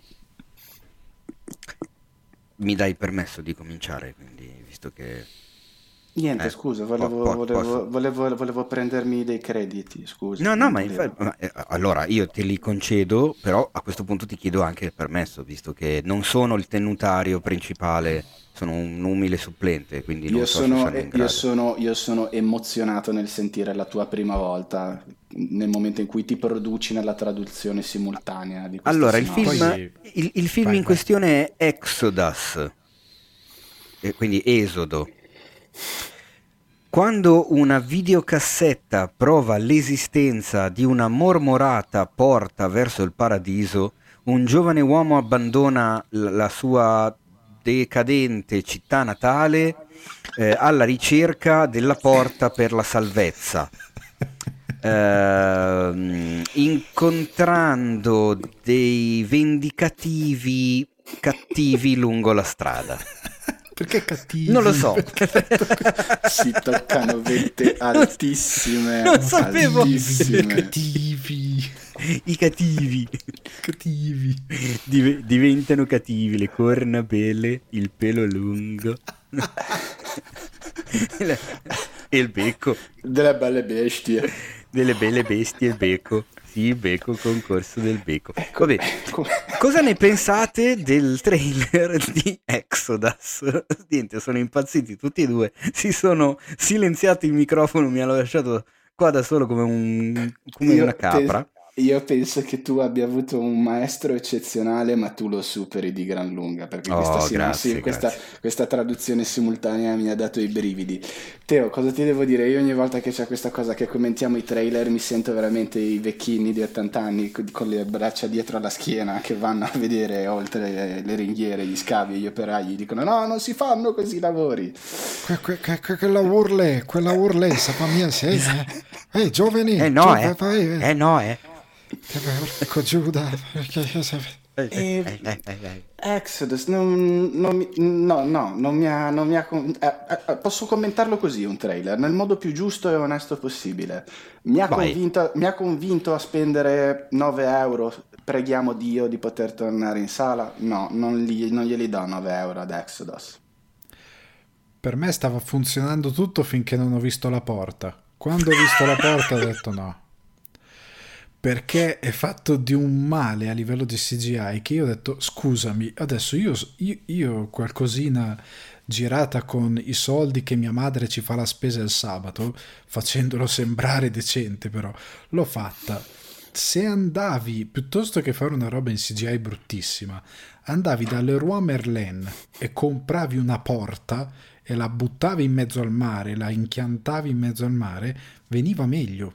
Mi dai permesso di cominciare, quindi, visto che... Niente, scusa, volevo prendermi dei crediti, scusa. No, ma allora io te li concedo, però a questo punto ti chiedo anche il permesso, visto che non sono il tennutario principale, sono un umile supplente, quindi non so se sono in grado. Io sono emozionato nel sentire la tua prima volta, nel momento in cui ti produci nella traduzione simultanea di questa Allora, sinopsi. il film in questione è Exodus, quindi Esodo. Quando una videocassetta prova l'esistenza di una mormorata porta verso il paradiso, un giovane uomo abbandona la sua decadente città natale alla ricerca della porta per la salvezza. incontrando dei vendicativi cattivi lungo la strada. Perché cattivi? Non lo so. Si toccano vette altissime. Non sapevo. Altissime. I cattivi diventano cattivi, le corna belle, il pelo lungo e il becco. Delle belle bestie. Delle belle bestie, il becco. Sì, il becco, concorso del becco. Vabbè, cosa ne pensate del trailer di Exodus? Niente, sono impazziti tutti e due. Si sono silenziati il microfono, mi hanno lasciato qua da solo come una capra. Io penso che tu abbia avuto un maestro eccezionale, ma tu lo superi di gran lunga, perché questa traduzione simultanea mi ha dato i brividi. Teo, cosa ti devo dire? Io ogni volta che c'è questa cosa che commentiamo i trailer mi sento veramente i vecchini di 80 anni con le braccia dietro alla schiena che vanno a vedere oltre le ringhiere, gli scavi e gli operai, dicono no, non si fanno così i lavori. Quella urle, sappa mia, sei, giovani, Ecco Giuda, Exodus non mi ha posso commentarlo così un trailer nel modo più giusto e onesto possibile. Mi ha convinto a spendere 9 euro. Preghiamo Dio di poter tornare in sala. No, non glieli do 9 euro ad Exodus. Per me stava funzionando tutto finché non ho visto la porta. Quando ho visto la porta ho detto no, perché è fatto di un male a livello di CGI che io ho detto scusami, adesso io qualcosina girata con i soldi che mia madre ci fa la spesa il sabato, facendolo sembrare decente, però l'ho fatta. Se andavi, piuttosto che fare una roba in CGI bruttissima, andavi da Leroy Merlin e compravi una porta e la buttavi in mezzo al mare, la inchiantavi in mezzo al mare, veniva meglio.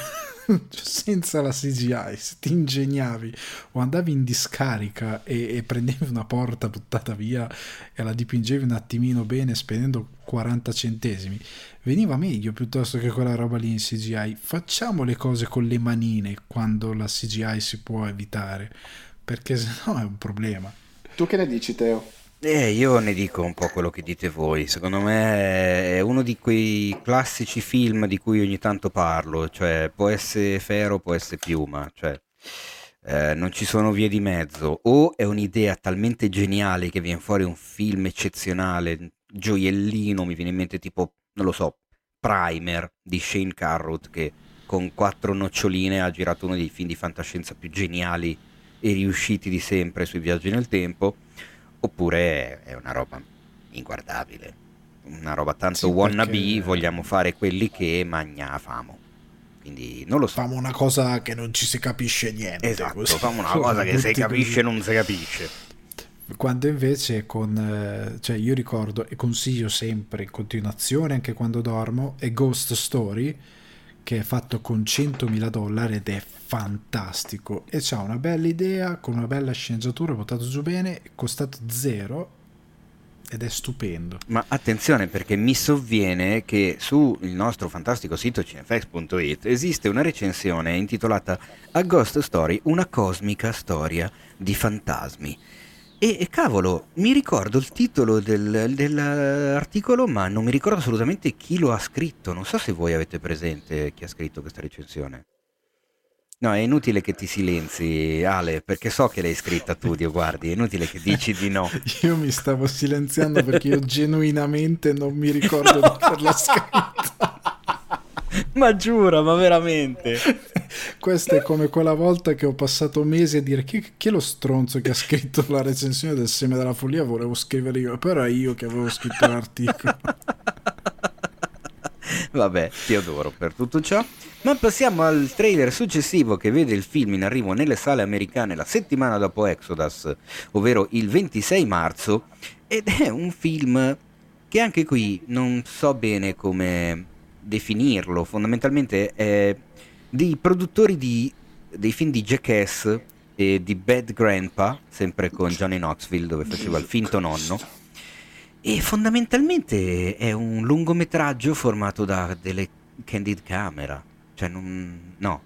Senza la CGI, se ti ingegnavi o andavi in discarica e prendevi una porta buttata via e la dipingevi un attimino bene spendendo 40 centesimi, veniva meglio piuttosto che quella roba lì in CGI. Facciamo le cose con le manine quando la CGI si può evitare, perché sennò è un problema. Tu che ne dici, Teo? Io ne dico un po' quello che dite voi. Secondo me è uno di quei classici film di cui ogni tanto parlo, cioè può essere ferro, può essere piuma, cioè non ci sono vie di mezzo. O è un'idea talmente geniale che viene fuori un film eccezionale, gioiellino, mi viene in mente tipo, non lo so, Primer di Shane Carruth, che con 4 noccioline ha girato uno dei film di fantascienza più geniali e riusciti di sempre sui viaggi nel tempo. Oppure è una roba inguardabile, una roba tanto wannabe, vogliamo fare quelli che magna famo. Quindi non lo so. Famo una cosa che non ci si capisce niente. Esatto, così. Famo una cosa che si capisce non si capisce. Quando invece cioè io ricordo e consiglio sempre in continuazione anche quando dormo, è Ghost Story, che è fatto con $100.000 ed è fantastico e c'ha una bella idea con una bella sceneggiatura, buttato giù bene, è costato 0 ed è stupendo. Ma attenzione, perché mi sovviene che sul nostro fantastico sito cinefx.it esiste una recensione intitolata A Ghost Story, una cosmica storia di fantasmi. E cavolo, mi ricordo il titolo dell'articolo, ma non mi ricordo assolutamente chi lo ha scritto. Non so se voi avete presente chi ha scritto questa recensione. No, è inutile che ti silenzi, Ale, perché so che l'hai scritta tu, Dio, guardi, è inutile che dici di no. Io mi stavo silenziando perché io genuinamente non mi ricordo di averla scritta. Ma giura, ma veramente? Questa è come quella volta che ho passato mesi a dire chi è lo stronzo che ha scritto la recensione del Seme della Follia, volevo scrivere io, però è io che avevo scritto l'articolo. Vabbè, ti adoro per tutto ciò. Ma passiamo al trailer successivo che vede il film in arrivo nelle sale americane la settimana dopo Exodus, ovvero il 26 marzo, ed è un film che anche qui non so bene come definirlo. Fondamentalmente è dei produttori dei film di Jackass e di Bad Grandpa, sempre con Johnny Knoxville, dove faceva il finto nonno. E fondamentalmente è un lungometraggio formato da delle candid camera, Cioè, no.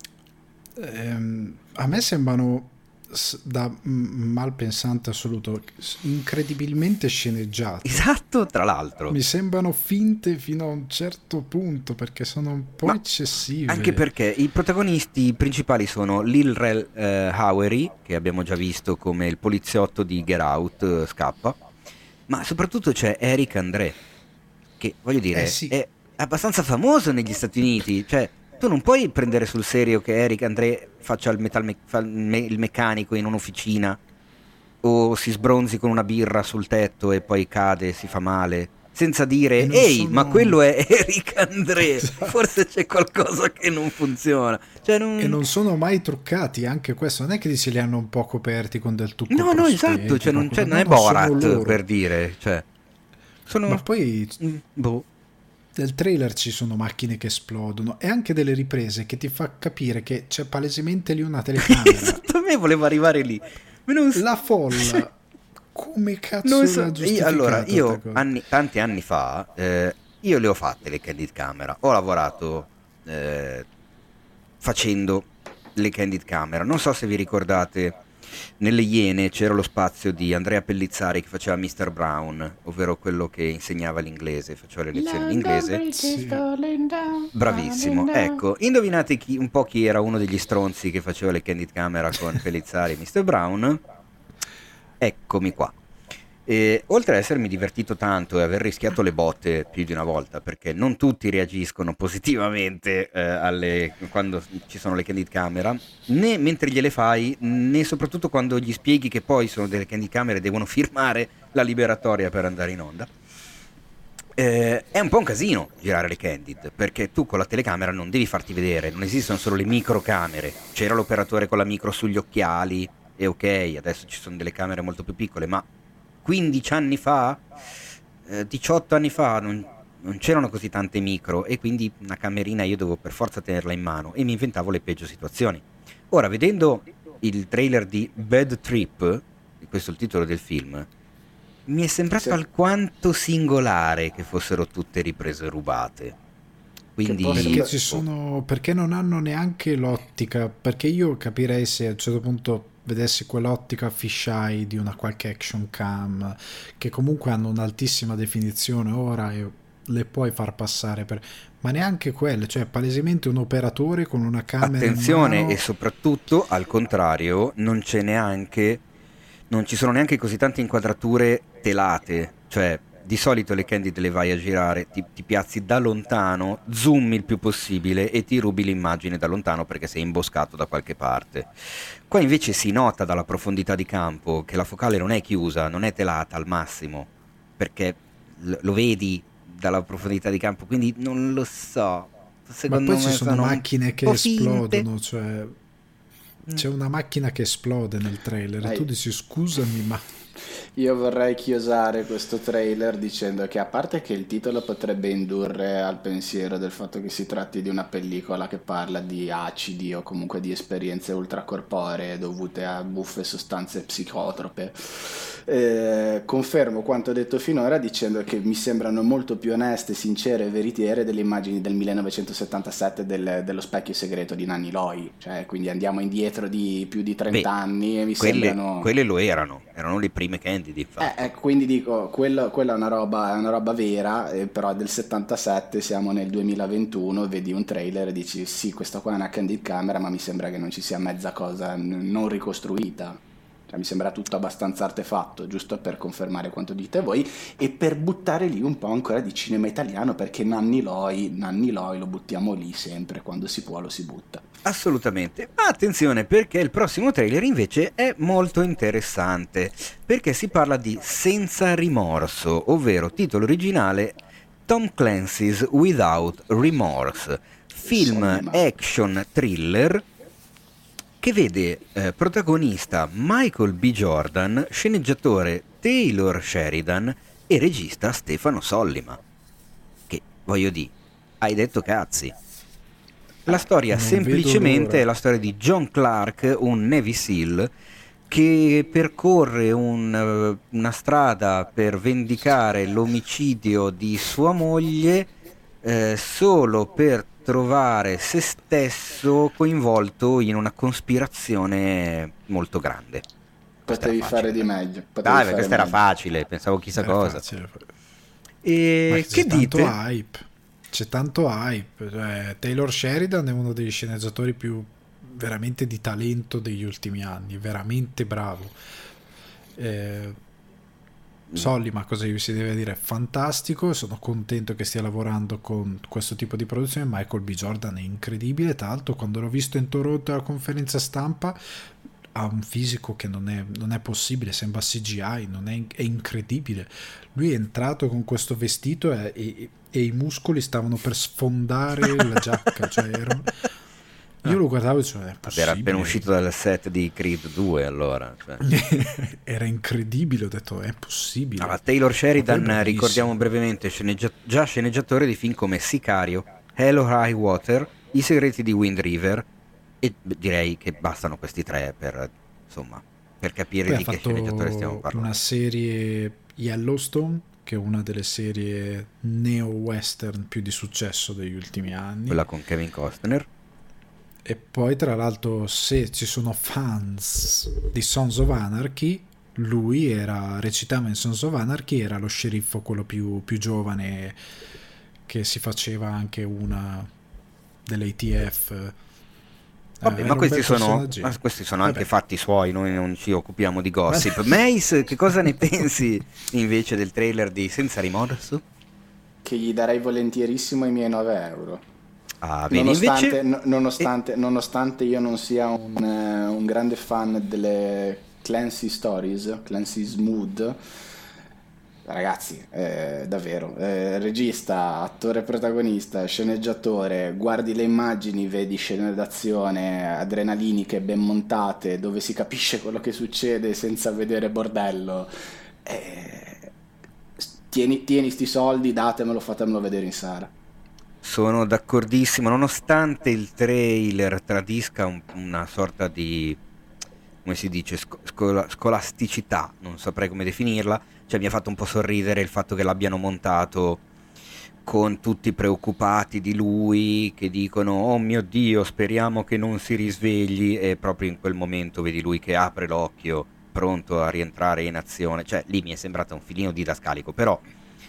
A me sembrano, da malpensante assoluto, incredibilmente sceneggiate. Esatto, tra l'altro. Mi sembrano finte fino a un certo punto, perché sono un po' eccessive. Anche perché i protagonisti principali sono Lil Rel Howery, che abbiamo già visto come il poliziotto di Get Out, Scappa, ma soprattutto c'è Eric André, che voglio dire Sì. è abbastanza famoso negli Stati Uniti. Cioè, tu non puoi prendere sul serio che Eric André faccia il meccanico in un'officina, o si sbronzi con una birra sul tetto e poi cade e si fa male, senza dire ehi, ma quello è Eric André. Esatto. Forse c'è qualcosa che non funziona. Cioè, E non sono mai truccati, anche questo non è che se li hanno un po' coperti con del trucco no, esatto, cioè non è Borat, per dire, cioè sono... Ma poi boh. nel trailer ci sono macchine che esplodono e anche delle riprese che ti fa capire che c'è palesemente lì una telecamera. Esatto, a me volevo arrivare lì. La folla come cazzo l'ha giustificata? Allora, io tanti anni fa io le ho fatte le candid camera, ho lavorato facendo le candid camera. Non so se vi ricordate, nelle Iene c'era lo spazio di Andrea Pellizzari che faceva Mr. Brown, ovvero quello che insegnava l'inglese, faceva le lezioni di inglese. Sì. Bravissimo. Ecco, indovinate un po' chi era uno degli stronzi che faceva le candid camera con Pellizzari e Mr. Brown? Eccomi qua. Oltre ad essermi divertito tanto e aver rischiato le botte più di una volta, perché non tutti reagiscono positivamente quando ci sono le candid camera, né mentre gliele fai, né soprattutto quando gli spieghi che poi sono delle candid camera e devono firmare la liberatoria per andare in onda. È un po' un casino girare le candid, perché tu con la telecamera non devi farti vedere, non esistono solo le microcamere. C'era l'operatore con la micro sugli occhiali, e ok, adesso ci sono delle camere molto più piccole, ma 15 anni fa, 18 anni fa non c'erano così tante micro, e quindi una camerina io dovevo per forza tenerla in mano e mi inventavo le peggio situazioni. Ora, vedendo il trailer di Bad Trip, questo è il titolo del film, mi è sembrato alquanto singolare che fossero tutte riprese rubate. Quindi perché non hanno neanche l'ottica, perché io capirei se a un certo punto vedessi quell'ottica fisheye di una qualche action cam che comunque hanno un'altissima definizione ora e le puoi far passare ma neanche quelle, cioè palesemente un operatore con una camera attenzione in mano. E soprattutto al contrario non ci sono neanche così tante inquadrature telate, cioè di solito le candid le vai a girare, ti piazzi da lontano, zoomi il più possibile e ti rubi l'immagine da lontano perché sei imboscato da qualche parte. Qua invece si nota dalla profondità di campo che la focale non è chiusa, non è telata al massimo, perché lo vedi dalla profondità di campo, quindi non lo so. Secondo ma poi me ci sono macchine che esplodono, finte. Cioè c'è una macchina che esplode nel trailer e tu dici scusami, ma io vorrei chiosare questo trailer dicendo che, a parte che il titolo potrebbe indurre al pensiero del fatto che si tratti di una pellicola che parla di acidi o comunque di esperienze ultracorporee dovute a buffe sostanze psicotrope, confermo quanto detto finora dicendo che mi sembrano molto più oneste, sincere e veritiere delle immagini del 1977 dello specchio segreto di Nanni Loi, cioè quindi andiamo indietro di più di 30 anni e quelle lo erano le prime candid, infatti. Quindi dico, quella è una roba vera, però del 77 siamo nel 2021, vedi un trailer e dici sì, questa qua è una candid camera, ma mi sembra che non ci sia mezza cosa non ricostruita. Cioè, mi sembra tutto abbastanza artefatto, giusto per confermare quanto dite voi e per buttare lì un po' ancora di cinema italiano, perché Nanni Loi lo buttiamo lì sempre, quando si può lo si butta. Assolutamente, ma attenzione, perché il prossimo trailer invece è molto interessante, perché si parla di Senza rimorso, ovvero titolo originale Tom Clancy's Without Remorse, film action thriller che vede protagonista Michael B. Jordan, sceneggiatore Taylor Sheridan e regista Stefano Sollima. Che, voglio dire, hai detto cazzi. La storia semplicemente è la storia di John Clark, un Navy SEAL, che percorre una strada per vendicare l'omicidio di sua moglie solo per trovare se stesso coinvolto in una cospirazione molto grande. Potevi fare di meglio. Dai, questa era facile, pensavo chissà cosa. E che dite? Hype. C'è tanto hype. Cioè, Taylor Sheridan è uno dei sceneggiatori più veramente di talento degli ultimi anni, veramente bravo. Sollima, cosa si deve dire, fantastico, sono contento che stia lavorando con questo tipo di produzione. Michael B. Jordan è incredibile, tra l'altro quando l'ho visto in Toronto alla conferenza stampa ha un fisico che non è possibile, sembra CGI, è incredibile. Lui è entrato con questo vestito e i muscoli stavano per sfondare la giacca, cioè io lo guardavo e dicevo, è possibile. Era appena uscito dal set di Creed 2, allora. Cioè. Era incredibile, ho detto, è possibile. Allora, Taylor Sheridan, ricordiamo brevemente, già sceneggiatore di film come Sicario, Hell or High Water, I segreti di Wind River, e direi che bastano questi tre per capire poi di che sceneggiatore stiamo parlando. Una serie Yellowstone, che è una delle serie neo-western più di successo degli ultimi anni. Quella con Kevin Costner. E poi tra l'altro, se ci sono fans di Sons of Anarchy, lui recitava in Sons of Anarchy, era lo sceriffo, quello più giovane, che si faceva anche una dell'ATF. Vabbè, ma questi sono anche fatti suoi, noi non ci occupiamo di gossip. Mace, che cosa ne pensi invece del trailer di Senza rimorso? Che gli darei volentierissimo i miei 9 euro. Nonostante io non sia un grande fan delle Clancy Stories, Clancy's Mood, ragazzi, davvero, regista, attore protagonista, sceneggiatore, guardi le immagini, vedi scene d'azione adrenaliniche ben montate, dove si capisce quello che succede senza vedere bordello. Tieni sti soldi, datemelo, fatemelo vedere in sala. Sono d'accordissimo, nonostante il trailer tradisca una sorta di, come si dice, scolasticità, non saprei come definirla, cioè mi ha fatto un po' sorridere il fatto che l'abbiano montato con tutti preoccupati di lui, che dicono oh mio Dio, speriamo che non si risvegli, e proprio in quel momento vedi lui che apre l'occhio, pronto a rientrare in azione. Cioè lì mi è sembrato un filino didascalico, però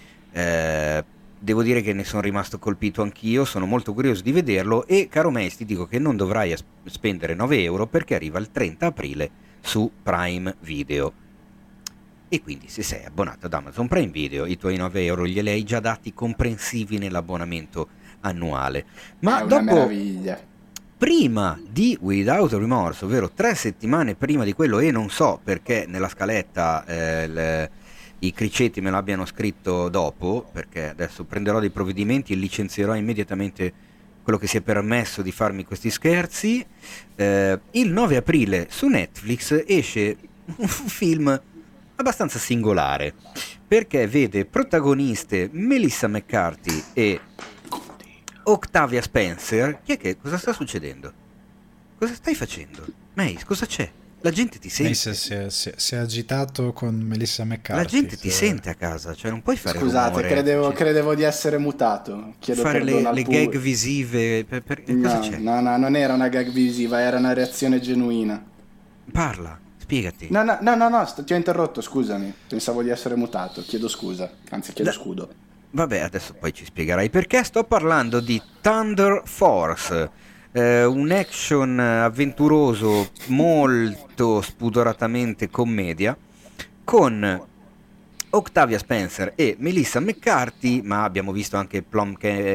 devo dire che ne sono rimasto colpito anch'io, sono molto curioso di vederlo, e caro Mace, ti dico che non dovrai spendere 9 euro perché arriva il 30 aprile su Prime Video. E quindi se sei abbonato ad Amazon Prime Video, i tuoi 9 euro glieli hai già dati comprensivi nell'abbonamento annuale. Ma è una dopo, meraviglia. Prima di Without Remorse, ovvero 3 settimane prima di quello, e non so perché nella scaletta i criceti me l'abbiano scritto dopo, perché adesso prenderò dei provvedimenti e licenzierò immediatamente quello che si è permesso di farmi questi scherzi. Il 9 aprile su Netflix esce un film abbastanza singolare, perché vede protagoniste Melissa McCarthy e Octavia Spencer. Cosa sta succedendo? Cosa stai facendo? Mace, cosa c'è? La gente ti sente. Si è agitato con Melissa McCarthy. La gente ti sente a casa, cioè non puoi fare Scusate, rumore. credevo di essere mutato. Chiedo fare perdono le gag visive. Cosa c'è? No, non era una gag visiva, era una reazione genuina. Parla, spiegati. No, ti ho interrotto, scusami. Pensavo di essere mutato, chiedo scusa. Anzi, chiedo scudo. Vabbè, adesso poi ci spiegherai perché. Sto parlando di Thunder Force. Un action avventuroso molto spudoratamente commedia, con Octavia Spencer e Melissa McCarthy, ma abbiamo visto anche Pom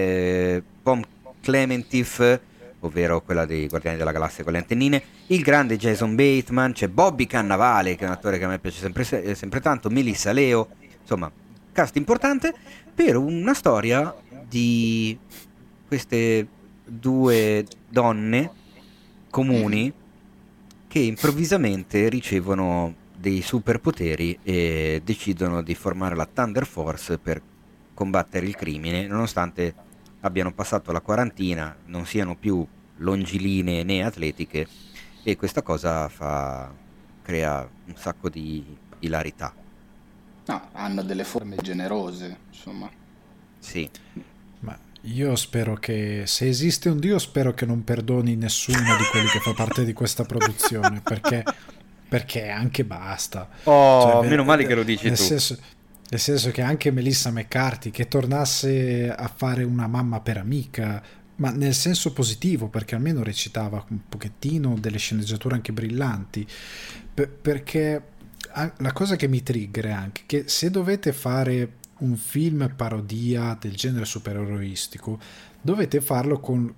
Klementieff, ovvero quella dei Guardiani della Galassia con le antennine, il grande Jason Bateman, c'è Bobby Cannavale, che è un attore che a me piace sempre tanto, Melissa Leo, insomma, cast importante per una storia di queste due donne comuni che improvvisamente ricevono dei superpoteri e decidono di formare la Thunder Force per combattere il crimine, nonostante abbiano passato la quarantina, non siano più longilinee né atletiche, e questa cosa crea un sacco di ilarità. No, hanno delle forme generose, insomma. Sì. Ma Io spero che, se esiste un Dio, spero che non perdoni nessuno di quelli che fa parte di questa produzione, perché anche basta. Oh, Cioè, meno male che lo dici nel tu. nel senso che anche Melissa McCarthy, che tornasse a fare una mamma per amica, ma nel senso positivo, perché almeno recitava un pochettino, delle sceneggiature anche brillanti, perché la cosa che mi trigger è anche che se dovete fare un film parodia del genere supereroistico, dovete farlo con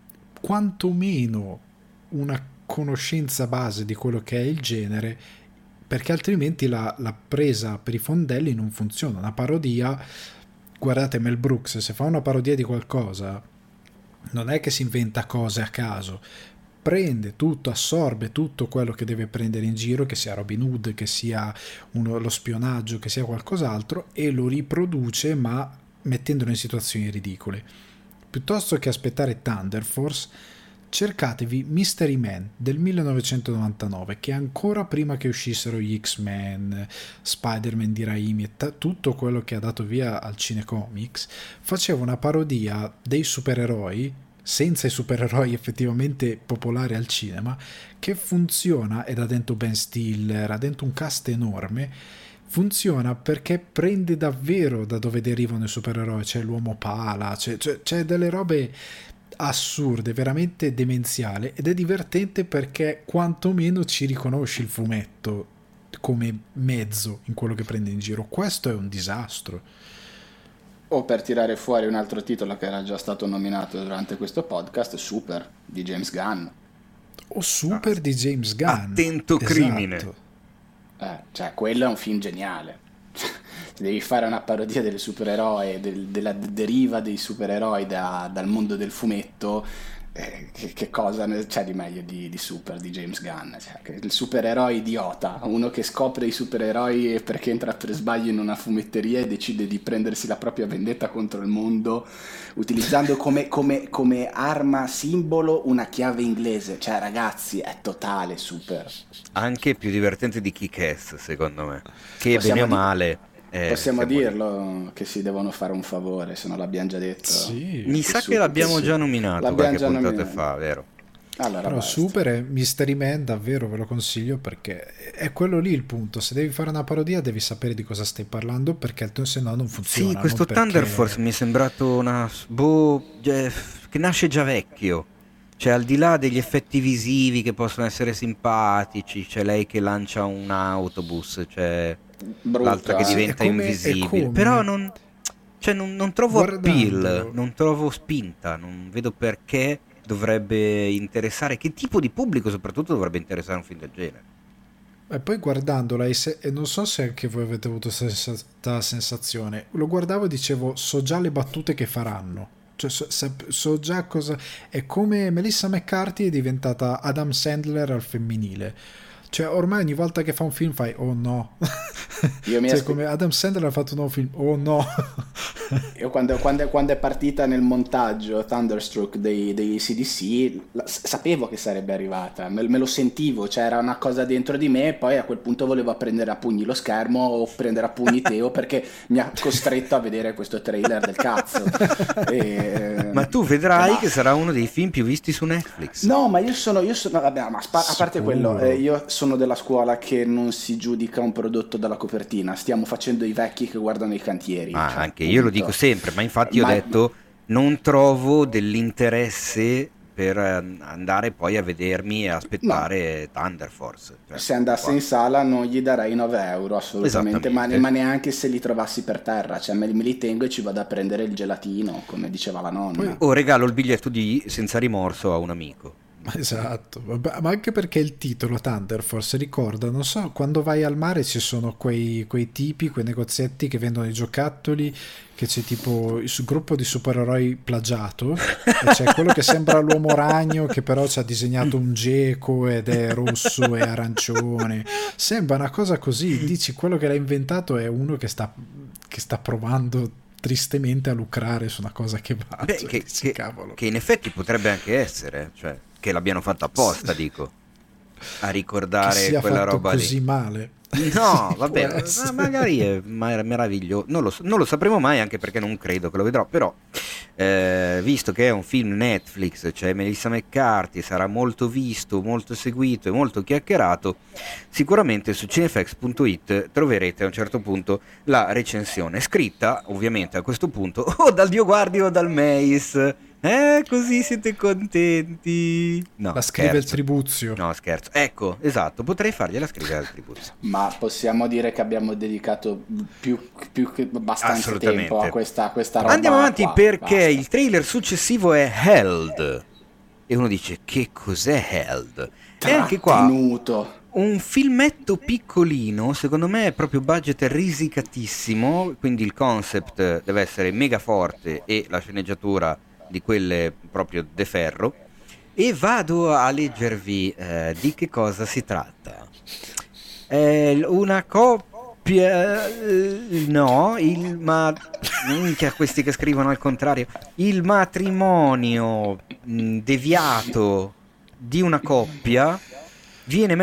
quantomeno una conoscenza base di quello che è il genere, perché altrimenti la presa per i fondelli non funziona. Una parodia, guardate Mel Brooks, se fa una parodia di qualcosa non è che si inventa cose a caso, prende tutto, assorbe tutto quello che deve prendere in giro, che sia Robin Hood, che sia lo spionaggio, che sia qualcos'altro, e lo riproduce, ma mettendolo in situazioni ridicole. Piuttosto che aspettare Thunder Force, cercatevi Mystery Man del 1999, che ancora prima che uscissero gli X-Men, Spider-Man di Raimi e tutto quello che ha dato via al Cinecomics, faceva una parodia dei supereroi senza i supereroi effettivamente popolari al cinema, che funziona, ed ha dentro Ben Stiller, ha dentro un cast enorme, funziona perché prende davvero da dove derivano i supereroi. C'è l'uomo pala, c'è delle robe assurde, veramente demenziale, ed è divertente perché quantomeno ci riconosci il fumetto come mezzo in quello che prende in giro. Questo è un disastro. O per tirare fuori un altro titolo che era già stato nominato durante questo podcast, Super di James Gunn. O Super di James Gunn. Attento crimine. Cioè, quello è un film geniale. Devi fare una parodia delle supereroi, della deriva dei supereroi dal mondo del fumetto. Che cosa c'è di meglio di Super di James Gunn? Cioè, il supereroe idiota, uno che scopre i supereroi perché entra per sbaglio in una fumetteria e decide di prendersi la propria vendetta contro il mondo utilizzando come arma simbolo una chiave inglese. Cioè, ragazzi, è totale Super. Anche più divertente di Kick-Ass, secondo me, che bene o male possiamo dirlo che si devono fare un favore, se non l'abbiamo già detto. Sì. Mi sa che l'abbiamo già nominato qualche puntata fa, vero? Allora, però basta. Super e Mystery Man davvero ve lo consiglio, perché è quello lì il punto. Se devi fare una parodia devi sapere di cosa stai parlando, perché se no non funziona. Sì, questo Thunder Force mi è sembrato che nasce già vecchio. Cioè, al di là degli effetti visivi che possono essere simpatici, c'è lei che lancia un autobus, c'è l'altra che diventa invisibile, però non trovo appeal, non trovo spinta, non vedo perché dovrebbe interessare, che tipo di pubblico soprattutto dovrebbe interessare un film del genere. E poi guardandola, e non so se anche voi avete avuto questa sensazione, lo guardavo e dicevo, so già le battute che faranno. Cioè, so già cosa. È come Melissa McCarthy è diventata Adam Sandler al femminile. Cioè, ormai ogni volta che fa un film fai oh no. Come Adam Sandler ha fatto un nuovo film, oh no. Io quando è partita nel montaggio Thunderstruck dei CDC sapevo che sarebbe arrivata, me lo sentivo, cioè era una cosa dentro di me, e poi a quel punto volevo prendere a pugni lo schermo o prendere a pugni Teo perché mi ha costretto a vedere questo trailer del cazzo. Ma tu vedrai che sarà uno dei film più visti su Netflix. No, ma io sono vabbè, ma a parte quello, io sono della scuola che non si giudica un prodotto dalla copertina, stiamo facendo i vecchi che guardano i cantieri. Cioè, anche io lo dico sempre, ma infatti ho detto non trovo dell'interesse per andare poi a vedermi e aspettare Thunder Force. Cioè, se andasse in sala non gli darei 9 euro assolutamente, ma neanche se li trovassi per terra, cioè me li tengo e ci vado a prendere il gelatino, come diceva la nonna. O regalo il biglietto di Senza Rimorso a un amico. Esatto, ma anche perché il titolo Thunder Force ricorda, non so, quando vai al mare ci sono quei tipi, quei negozietti che vendono i giocattoli, che c'è tipo il gruppo di supereroi plagiato e c'è quello che sembra l'uomo ragno che però ci ha disegnato un geco ed è rosso e arancione, sembra una cosa così, dici quello che l'ha inventato è uno che sta provando tristemente a lucrare su una cosa che va. Che in effetti potrebbe anche essere, cioè che l'abbiano fatto apposta, dico, a ricordare che sia quella fatto roba così lì. Male. No, vabbè, magari è meraviglioso, non lo sapremo mai, anche perché non credo che lo vedrò, però visto che è un film Netflix, c'è Melissa McCarthy, sarà molto visto, molto seguito e molto chiacchierato, sicuramente su cinefx.it troverete a un certo punto la recensione scritta, ovviamente a questo punto, o dal Dio Guardi o dal Meis. Così siete contenti? No, la scrive scherzo. il Tribuzio. No, scherzo. Ecco, esatto, potrei fargliela scrivere al Tribuzio. Ma possiamo dire che abbiamo dedicato più che abbastanza tempo a questa roba. Andiamo avanti qua, perché basta. il trailer successivo è Held. E uno dice, che cos'è Held? E anche qua un filmetto piccolino, secondo me è proprio budget risicatissimo, quindi il concept deve essere mega forte e la sceneggiatura di quelle proprio de ferro. E vado a leggervi di che cosa si tratta. Una coppia, no, minchia, questi che scrivono al contrario, il matrimonio deviato di una coppia viene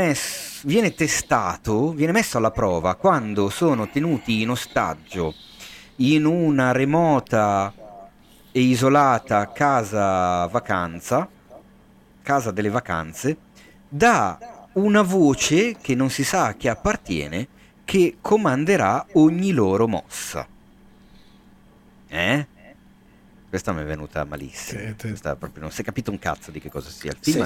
messo alla prova quando sono tenuti in ostaggio in una remota e isolata casa delle vacanze, da una voce che non si sa a chi appartiene, che comanderà ogni loro mossa. Questa mi è venuta malissimo. Questa proprio non si è capito un cazzo di che cosa sia il film.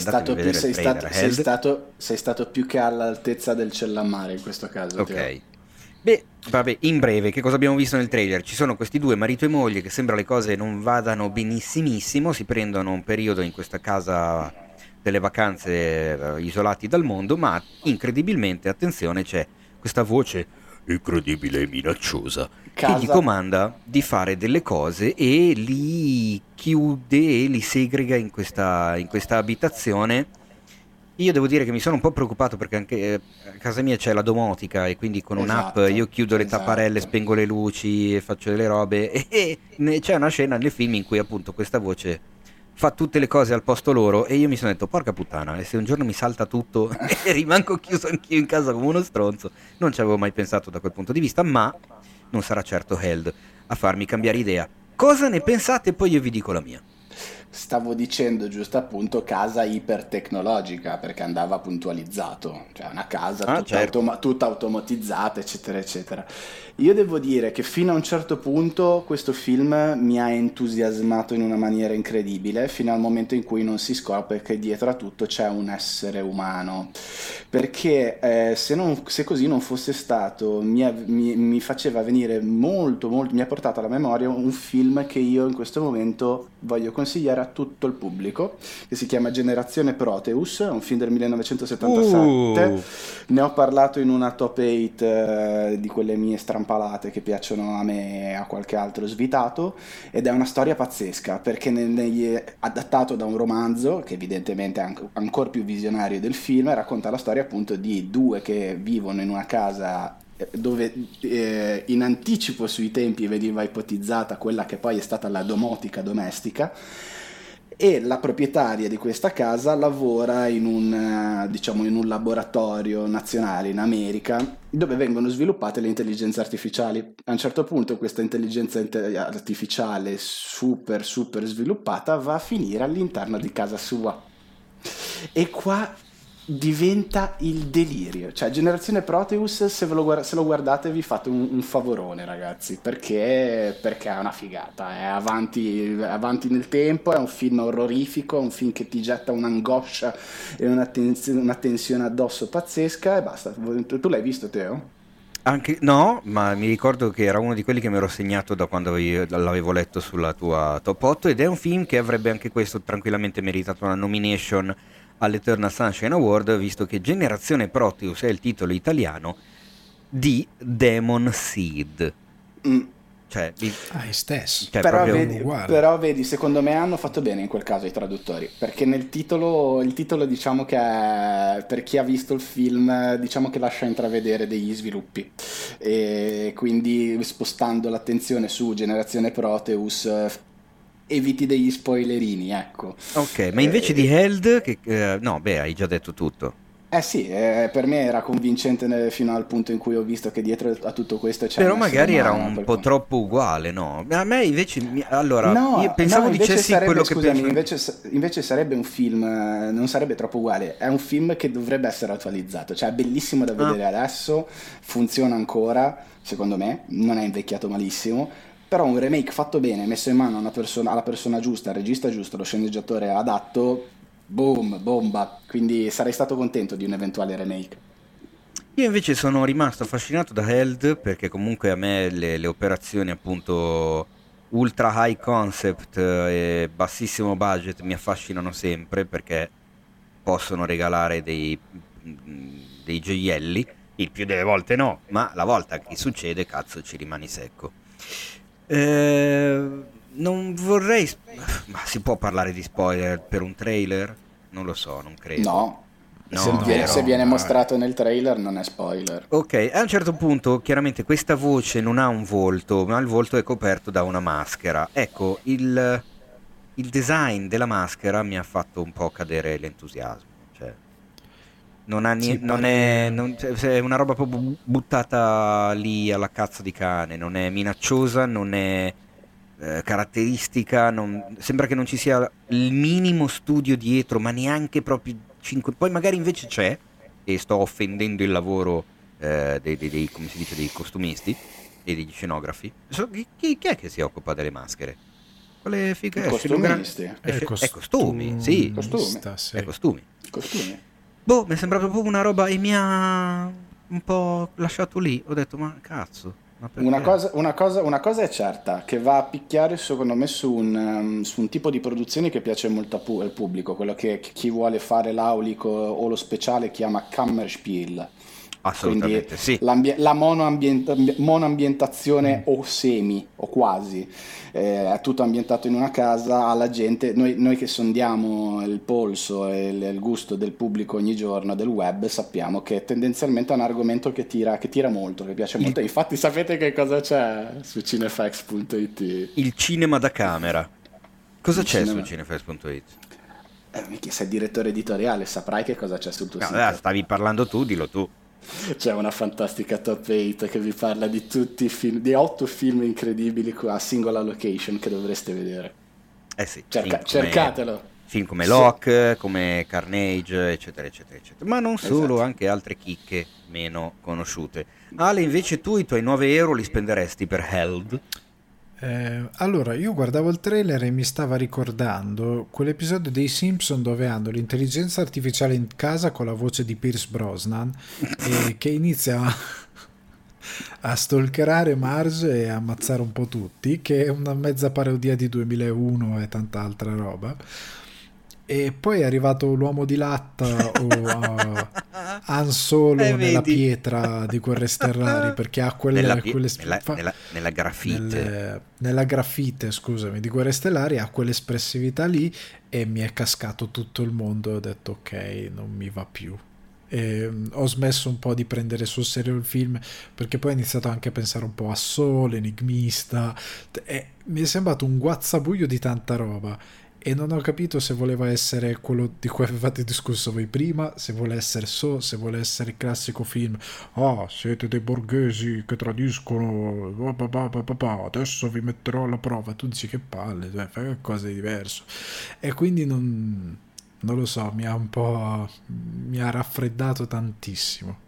Sei stato più che all'altezza del Cellammare in questo caso. Ok. Teo. Beh, vabbè, in breve, che cosa abbiamo visto nel trailer? Ci sono questi due, marito e moglie, che sembra le cose non vadano benissimissimo, si prendono un periodo in questa casa delle vacanze isolati dal mondo, ma incredibilmente, attenzione, c'è questa voce incredibile e minacciosa che gli comanda di fare delle cose e li chiude e li segrega in questa abitazione. Io devo dire che mi sono un po' preoccupato perché anche a casa mia c'è la domotica e quindi con un'app io chiudo le tapparelle, spengo le luci e faccio delle robe e c'è una scena nel film in cui appunto questa voce fa tutte le cose al posto loro e io mi sono detto porca puttana, e se un giorno mi salta tutto e rimango chiuso anch'io in casa come uno stronzo. Non ci avevo mai pensato da quel punto di vista, ma non sarà certo Held a farmi cambiare idea. Cosa ne pensate? Poi io vi dico la mia. Stavo dicendo giusto appunto casa ipertecnologica, perché andava puntualizzato, cioè una casa tutta automatizzata, eccetera eccetera. Io devo dire che fino a un certo punto questo film mi ha entusiasmato in una maniera incredibile, fino al momento in cui non si scopre che dietro a tutto c'è un essere umano, perché se così non fosse stato mi faceva venire molto, mi ha portato alla memoria un film che io in questo momento voglio consigliare a tutto il pubblico, che si chiama Generazione Proteus, è un film del 1977. Ne ho parlato in una top 8 di quelle mie strampalate che piacciono a me e a qualche altro svitato, ed è una storia pazzesca perché è adattato da un romanzo che evidentemente è ancora più visionario del film, racconta la storia appunto di due che vivono in una casa dove in anticipo sui tempi veniva ipotizzata quella che poi è stata la domotica domestica, e la proprietaria di questa casa lavora in un laboratorio nazionale in America dove vengono sviluppate le intelligenze artificiali. A un certo punto questa intelligenza artificiale super super sviluppata va a finire all'interno di casa sua, e qua diventa il delirio. Cioè Generazione Proteus, se lo guardate vi fate un favorone, ragazzi, perché è una figata, è avanti nel tempo, è un film orrorifico, è un film che ti getta un'angoscia e una tensione addosso pazzesca, e basta. Tu l'hai visto, Teo? Anche no, ma mi ricordo che era uno di quelli che mi ero segnato da quando l'avevo letto sulla tua top 8, ed è un film che avrebbe anche questo tranquillamente meritato una nomination all'Eternal Sunshine Award, visto che Generazione Proteus è il titolo italiano di Demon Seed. Cioè, stesso. Cioè, però vedi, secondo me hanno fatto bene in quel caso i traduttori, perché il titolo diciamo che è, per chi ha visto il film, diciamo che lascia intravedere degli sviluppi, e quindi spostando l'attenzione su Generazione Proteus eviti degli spoilerini, ecco. Ok, ma invece di Held, no, beh, hai già detto tutto. Eh sì, per me era convincente fino al punto in cui ho visto che dietro a tutto questo c'è Però un essere magari era umano. un po' troppo uguale, no? A me invece, allora, io No, no, pensavo invece dicessi sarebbe, quello che scusami, penso anche. invece sarebbe un film, non sarebbe troppo uguale, è un film che dovrebbe essere attualizzato, cioè è bellissimo da Ah, vedere adesso, funziona ancora, secondo me, non è invecchiato malissimo, però un remake fatto bene, messo in mano a alla persona giusta, al regista giusto, allo sceneggiatore adatto, boom, bomba, quindi sarei stato contento di un eventuale remake. io invece sono rimasto affascinato da Held perché comunque a me le operazioni appunto ultra high concept e bassissimo budget mi affascinano sempre perché possono regalare dei gioielli, il più delle volte no, ma la volta che succede cazzo ci rimani secco. Non vorrei... Ma si può parlare di spoiler per un trailer? Non lo so, non credo. No, No, se vero? No, viene dai. mostrato nel trailer non è spoiler. Ok, a un certo punto chiaramente questa voce non ha un volto, ma il volto è coperto da una maschera. Ecco, il design della maschera mi ha fatto un po' cadere l'entusiasmo. Cioè, non ha Sì, non è, pare. cioè, se è una roba proprio buttata lì alla cazzo di cane, non è minacciosa, non è caratteristica, sembra che non ci sia il minimo studio dietro, ma neanche proprio 5. Poi magari invece c'è, e sto offendendo il lavoro come si dice, dei costumisti e degli scenografi. Chi è che si occupa delle maschere? Quale I figa è? costumisti, È costumi, sì, costumi, Costumista, è sì. costumi. costumi. Boh, mi è sembrato proprio una roba e mi ha un po' lasciato lì. Ho detto, ma cazzo, ma perché? Una cosa è certa, che va a picchiare secondo me su un tipo di produzione che piace molto al pubblico, quello che chi vuole fare l'aulico o lo speciale chiama Kammerspiel, quindi Assolutamente sì. la monoambientazione Mm. o semi o quasi, è tutto ambientato in una casa, alla gente, noi che sondiamo il polso e il gusto del pubblico ogni giorno del web, sappiamo che tendenzialmente è un argomento che tira molto, che piace Il, molto. E infatti sapete che cosa c'è su cinefax.it? il cinema da camera. Cosa Il c'è su cinema. cinefest.it? Mica sei direttore editoriale, saprai che cosa c'è sul tuo No, sito. stavi parlando tu, dillo tu. C'è una fantastica top 8 che vi parla di tutti i film, di 8 film incredibili a singola location che dovreste vedere. Eh sì, film come, Cercatelo. film come Se- Locke, come Carnage, eccetera, eccetera, eccetera. Ma non solo, esatto. anche altre chicche meno conosciute. Ale, invece tu i tuoi 9 euro li spenderesti per Held? Allora, io guardavo il trailer e mi stava ricordando quell'episodio dei Simpson dove hanno l'intelligenza artificiale in casa con la voce di Pierce Brosnan e che inizia a stalkerare Marge e ammazzare un po' tutti, che è una mezza parodia di 2001 e tanta altra roba. E poi è arrivato l'uomo di latta o Han Solo nella Vedi? pietra di Guerre Stellari perché ha Nella grafite. nella grafite, scusami, di Guerre Stellari ha quell'espressività lì e mi è cascato tutto il mondo e ho detto ok, non mi va più. E ho smesso un po' di prendere sul serio il film perché poi ho iniziato anche a pensare un po' a Solo, Enigmista e mi è sembrato un guazzabuglio di tanta roba e non ho capito se voleva essere quello di cui avevate discusso voi prima, se vuole essere se vuole essere il classico film siete dei borghesi che tradiscono adesso vi metterò alla prova, tu dici che palle, fai qualcosa di diverso e quindi non lo so, mi ha raffreddato tantissimo.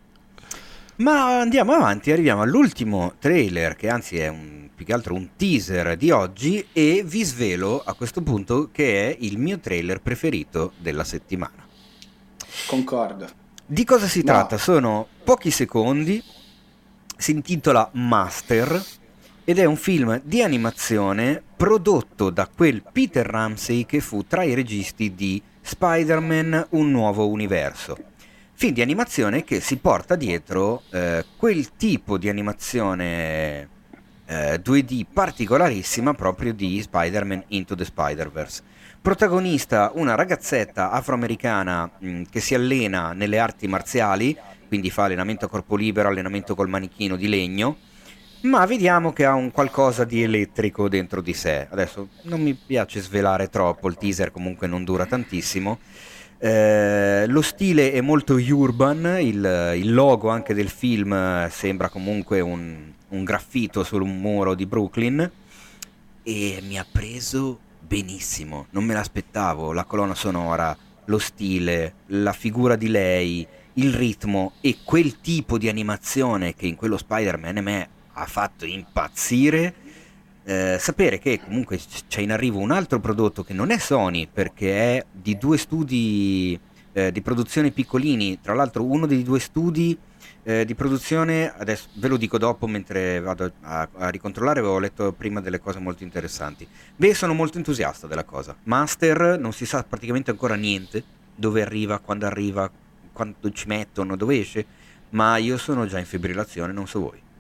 Ma andiamo avanti, arriviamo all'ultimo trailer, che anzi è più che altro un teaser di oggi, e vi svelo a questo punto che è il mio trailer preferito della settimana. Concordo. Di cosa si No, tratta? Sono pochi secondi, si intitola Master ed è un film di animazione prodotto da quel Peter Ramsey che fu tra i registi di Spider-Man Un Nuovo Universo. Film di animazione che si porta dietro quel tipo di animazione 2D particolarissima proprio di Spider-Man Into the Spider-Verse. Protagonista una ragazzetta afroamericana che si allena nelle arti marziali, quindi fa allenamento a corpo libero, allenamento col manichino di legno, ma vediamo che ha un qualcosa di elettrico dentro di sé. Adesso non mi piace svelare troppo, il teaser comunque non dura tantissimo. Lo stile è molto urban, il logo anche del film sembra comunque un graffito su un muro di Brooklyn e mi ha preso benissimo, non me l'aspettavo, la colonna sonora, lo stile, la figura di lei, il ritmo e quel tipo di animazione che in quello Spider-Man a me ha fatto impazzire. Sapere che comunque c'è in arrivo un altro prodotto che non è Sony perché è di due studi di produzione piccolini, tra l'altro uno dei due studi di produzione, adesso ve lo dico dopo mentre vado a ricontrollare, avevo letto prima delle cose molto interessanti. Beh, sono molto entusiasta della cosa. Master non si sa praticamente ancora niente, dove arriva, quando ci mettono, dove esce, ma io sono già in fibrillazione, non so voi.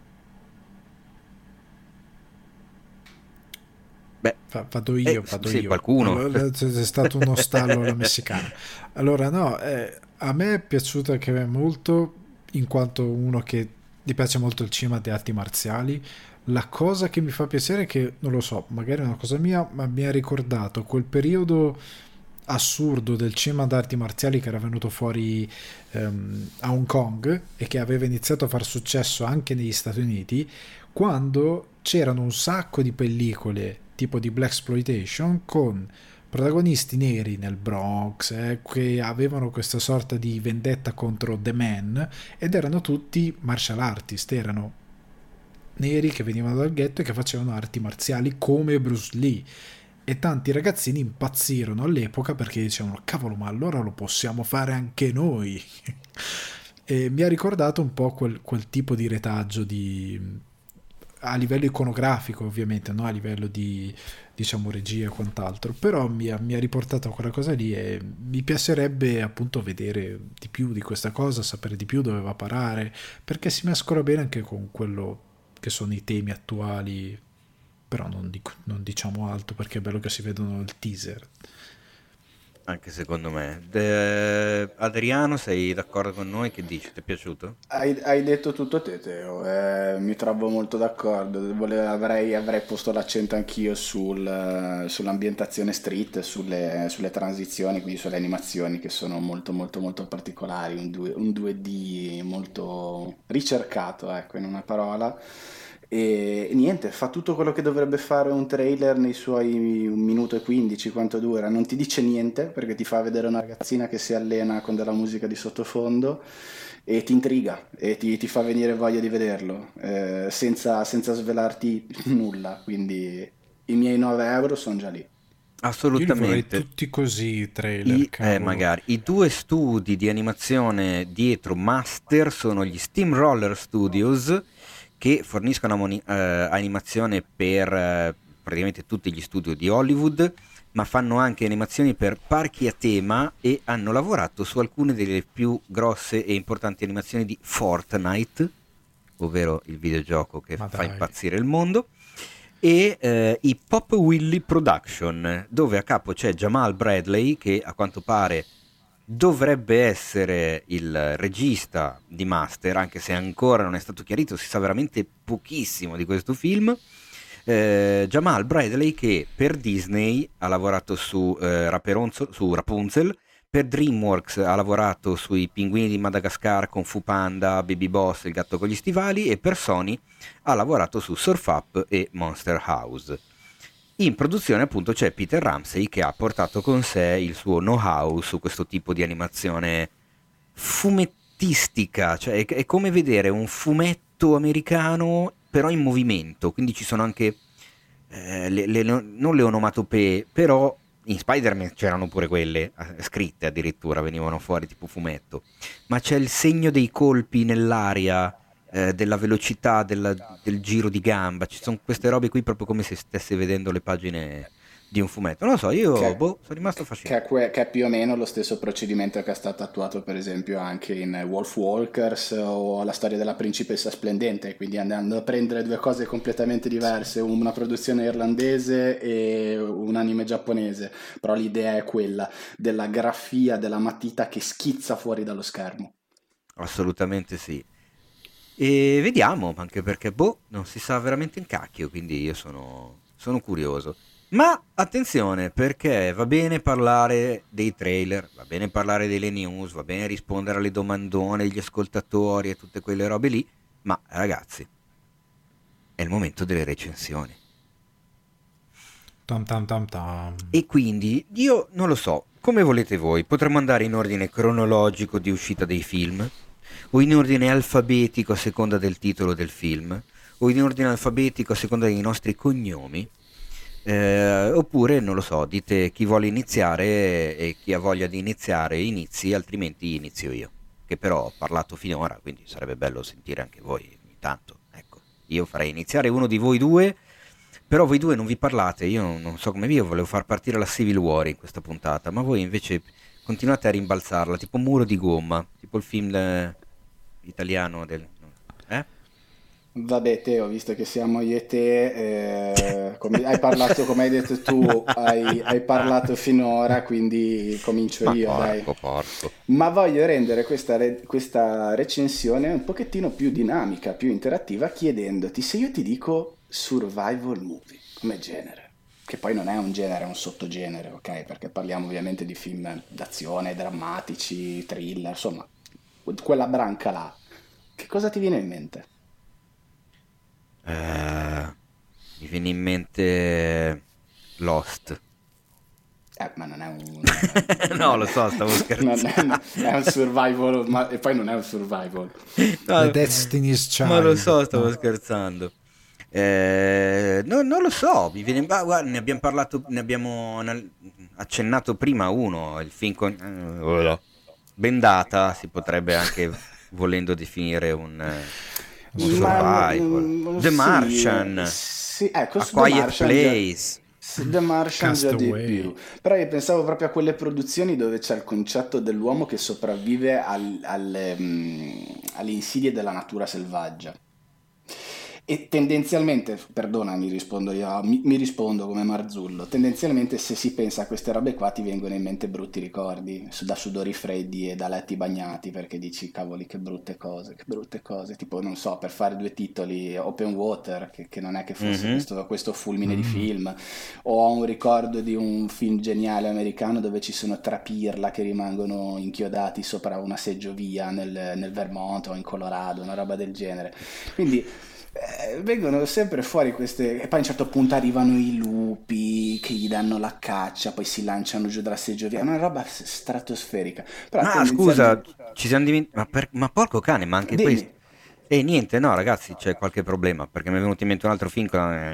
Beh, Vado io, vado sì, io. qualcuno. Allora, c'è stato uno stallo alla messicana. Allora, no, a me è piaciuta che è molto, in quanto uno che gli piace molto il cinema di arti marziali. La cosa che mi fa piacere è che, non lo so, magari è una cosa mia, ma mi ha ricordato quel periodo assurdo del cinema d'arti marziali che era venuto fuori a Hong Kong e che aveva iniziato a far successo anche negli Stati Uniti, quando c'erano un sacco di pellicole tipo di blaxploitation con protagonisti neri nel Bronx, che avevano questa sorta di vendetta contro The Man, ed erano tutti martial artist, erano neri che venivano dal ghetto e che facevano arti marziali come Bruce Lee, e tanti ragazzini impazzirono all'epoca perché dicevano cavolo, ma allora lo possiamo fare anche noi. E mi ha ricordato un po' quel tipo di retaggio a livello iconografico, ovviamente, no? A livello di, diciamo, regia e quant'altro, però mi ha riportato a quella cosa lì e mi piacerebbe appunto vedere di più di questa cosa, sapere di più dove va a parare, perché si mescola bene anche con quello che sono i temi attuali, però non diciamo altro perché è bello che si vedono il teaser. Anche secondo me. Adriano, sei d'accordo con noi? Che dici? Ti è piaciuto? Hai detto tutto te, Teo, mi trovo molto d'accordo. Avrei posto l'accento anch'io sull'ambientazione street, sulle transizioni, quindi sulle animazioni che sono molto molto molto particolari, un 2D molto ricercato, ecco, in una parola. E niente, fa tutto quello che dovrebbe fare un trailer nei suoi 1 minuto e 15, quanto dura. Non ti dice niente perché ti fa vedere una ragazzina che si allena con della musica di sottofondo e ti intriga e ti fa venire voglia di vederlo, senza svelarti nulla. Quindi i miei 9 euro sono già lì. Io li vorrei Assolutamente. tutti così, i trailer, cavolo. Magari. I due studi di animazione dietro Master sono gli Steamroller Studios che forniscono animazione per praticamente tutti gli studio di Hollywood, ma fanno anche animazioni per parchi a tema e hanno lavorato su alcune delle più grosse e importanti animazioni di Fortnite, ovvero il videogioco che Ma fa dai. impazzire il mondo, e i Pop Willy Production, dove a capo c'è Jamal Bradley, che a quanto pare dovrebbe essere il regista di Master, anche se ancora non è stato chiarito, si sa veramente pochissimo di questo film. Jamal Bradley che per Disney ha lavorato su Rapunzel, per DreamWorks ha lavorato sui Pinguini di Madagascar, Kung Fu Panda, Baby Boss, Il gatto con gli stivali, e per Sony ha lavorato su Surf Up e Monster House. In produzione appunto c'è Peter Ramsey che ha portato con sé il suo know-how su questo tipo di animazione fumettistica, cioè è come vedere un fumetto americano però in movimento, quindi ci sono anche non le onomatopee, però in Spider-Man c'erano pure quelle scritte, addirittura venivano fuori tipo fumetto, ma c'è il segno dei colpi nell'aria, della velocità del giro di gamba, ci sono queste robe qui proprio come se stesse vedendo le pagine di un fumetto. Non lo so, io Che, sono rimasto affascinato. che è più o meno lo stesso procedimento che è stato attuato per esempio anche in Wolf Walkers o la storia della principessa splendente, quindi andando a prendere due cose completamente diverse, una produzione irlandese e un anime giapponese, però l'idea è quella della grafia della matita che schizza fuori dallo schermo. Assolutamente sì. E vediamo, anche perché, boh, non si sa veramente in cacchio, quindi io sono curioso. Ma attenzione, perché va bene parlare dei trailer, va bene parlare delle news, va bene rispondere alle domandone degli ascoltatori e tutte quelle robe lì, ma ragazzi, è il momento delle recensioni. Tam tam tam tam. E quindi io non lo so, come volete voi, potremmo andare in ordine cronologico di uscita dei film, o in ordine alfabetico a seconda del titolo del film, o in ordine alfabetico a seconda dei nostri cognomi, oppure non lo so, dite chi vuole iniziare e chi ha voglia di iniziare inizi, altrimenti inizio io, che però ho parlato finora, quindi sarebbe bello sentire anche voi ogni tanto. Ecco, io farei iniziare uno di voi due. Però voi due non vi parlate, io non so come vi, io volevo far partire la Civil War in questa puntata, ma voi invece continuate a rimbalzarla, tipo muro di gomma, tipo il film italiano del... Eh? Vabbè, Teo, visto che siamo io e te, come hai parlato, come hai detto tu, hai parlato finora, quindi comincio Ma io, dai. porco. Ma voglio rendere questa recensione un pochettino più dinamica, più interattiva, chiedendoti se io ti dico survival movie come genere, che poi non è un genere, è un sottogenere, ok? Perché parliamo ovviamente di film d'azione, drammatici, thriller, insomma, quella branca là. Che cosa ti viene in mente? Mi viene in mente Lost. Ma non è un... No, lo so, stavo non scherzando. è un survival, ma e poi non è un survival. No, The Destiny's Child. ma lo so, stavo No. scherzando. Non lo so, mi viene, guarda, ne abbiamo parlato, ne abbiamo accennato prima uno, il film con Bendata, si potrebbe anche volendo definire un survival. The Sì, Martian, sì, ecco, A su The Quiet Martian Place. The Martian già di Castaway. più. Però io pensavo proprio a quelle produzioni dove c'è il concetto dell'uomo che sopravvive alle insidie della natura selvaggia. E tendenzialmente, perdonami, rispondo io, mi rispondo come Marzullo, tendenzialmente se si pensa a queste robe qua ti vengono in mente brutti ricordi, da sudori freddi e da letti bagnati, perché dici, cavoli, che brutte cose, tipo, non so, per fare due titoli, Open Water, che non è che fosse Mhm. questo fulmine di film, o ho un ricordo di un film geniale americano dove ci sono tre pirla che rimangono inchiodati sopra una seggiovia nel Vermont o in Colorado, una roba del genere. Quindi vengono sempre fuori queste... E poi a un certo punto arrivano i lupi che gli danno la caccia, poi si lanciano giù dalla seggiovia, è una roba stratosferica. Però Ma scusa, tendenzialmente... ci siamo dimenticati, ma porco cane, ma anche questo... Dimmi. E niente, no ragazzi, c'è qualche problema, perché mi è venuto in mente un altro film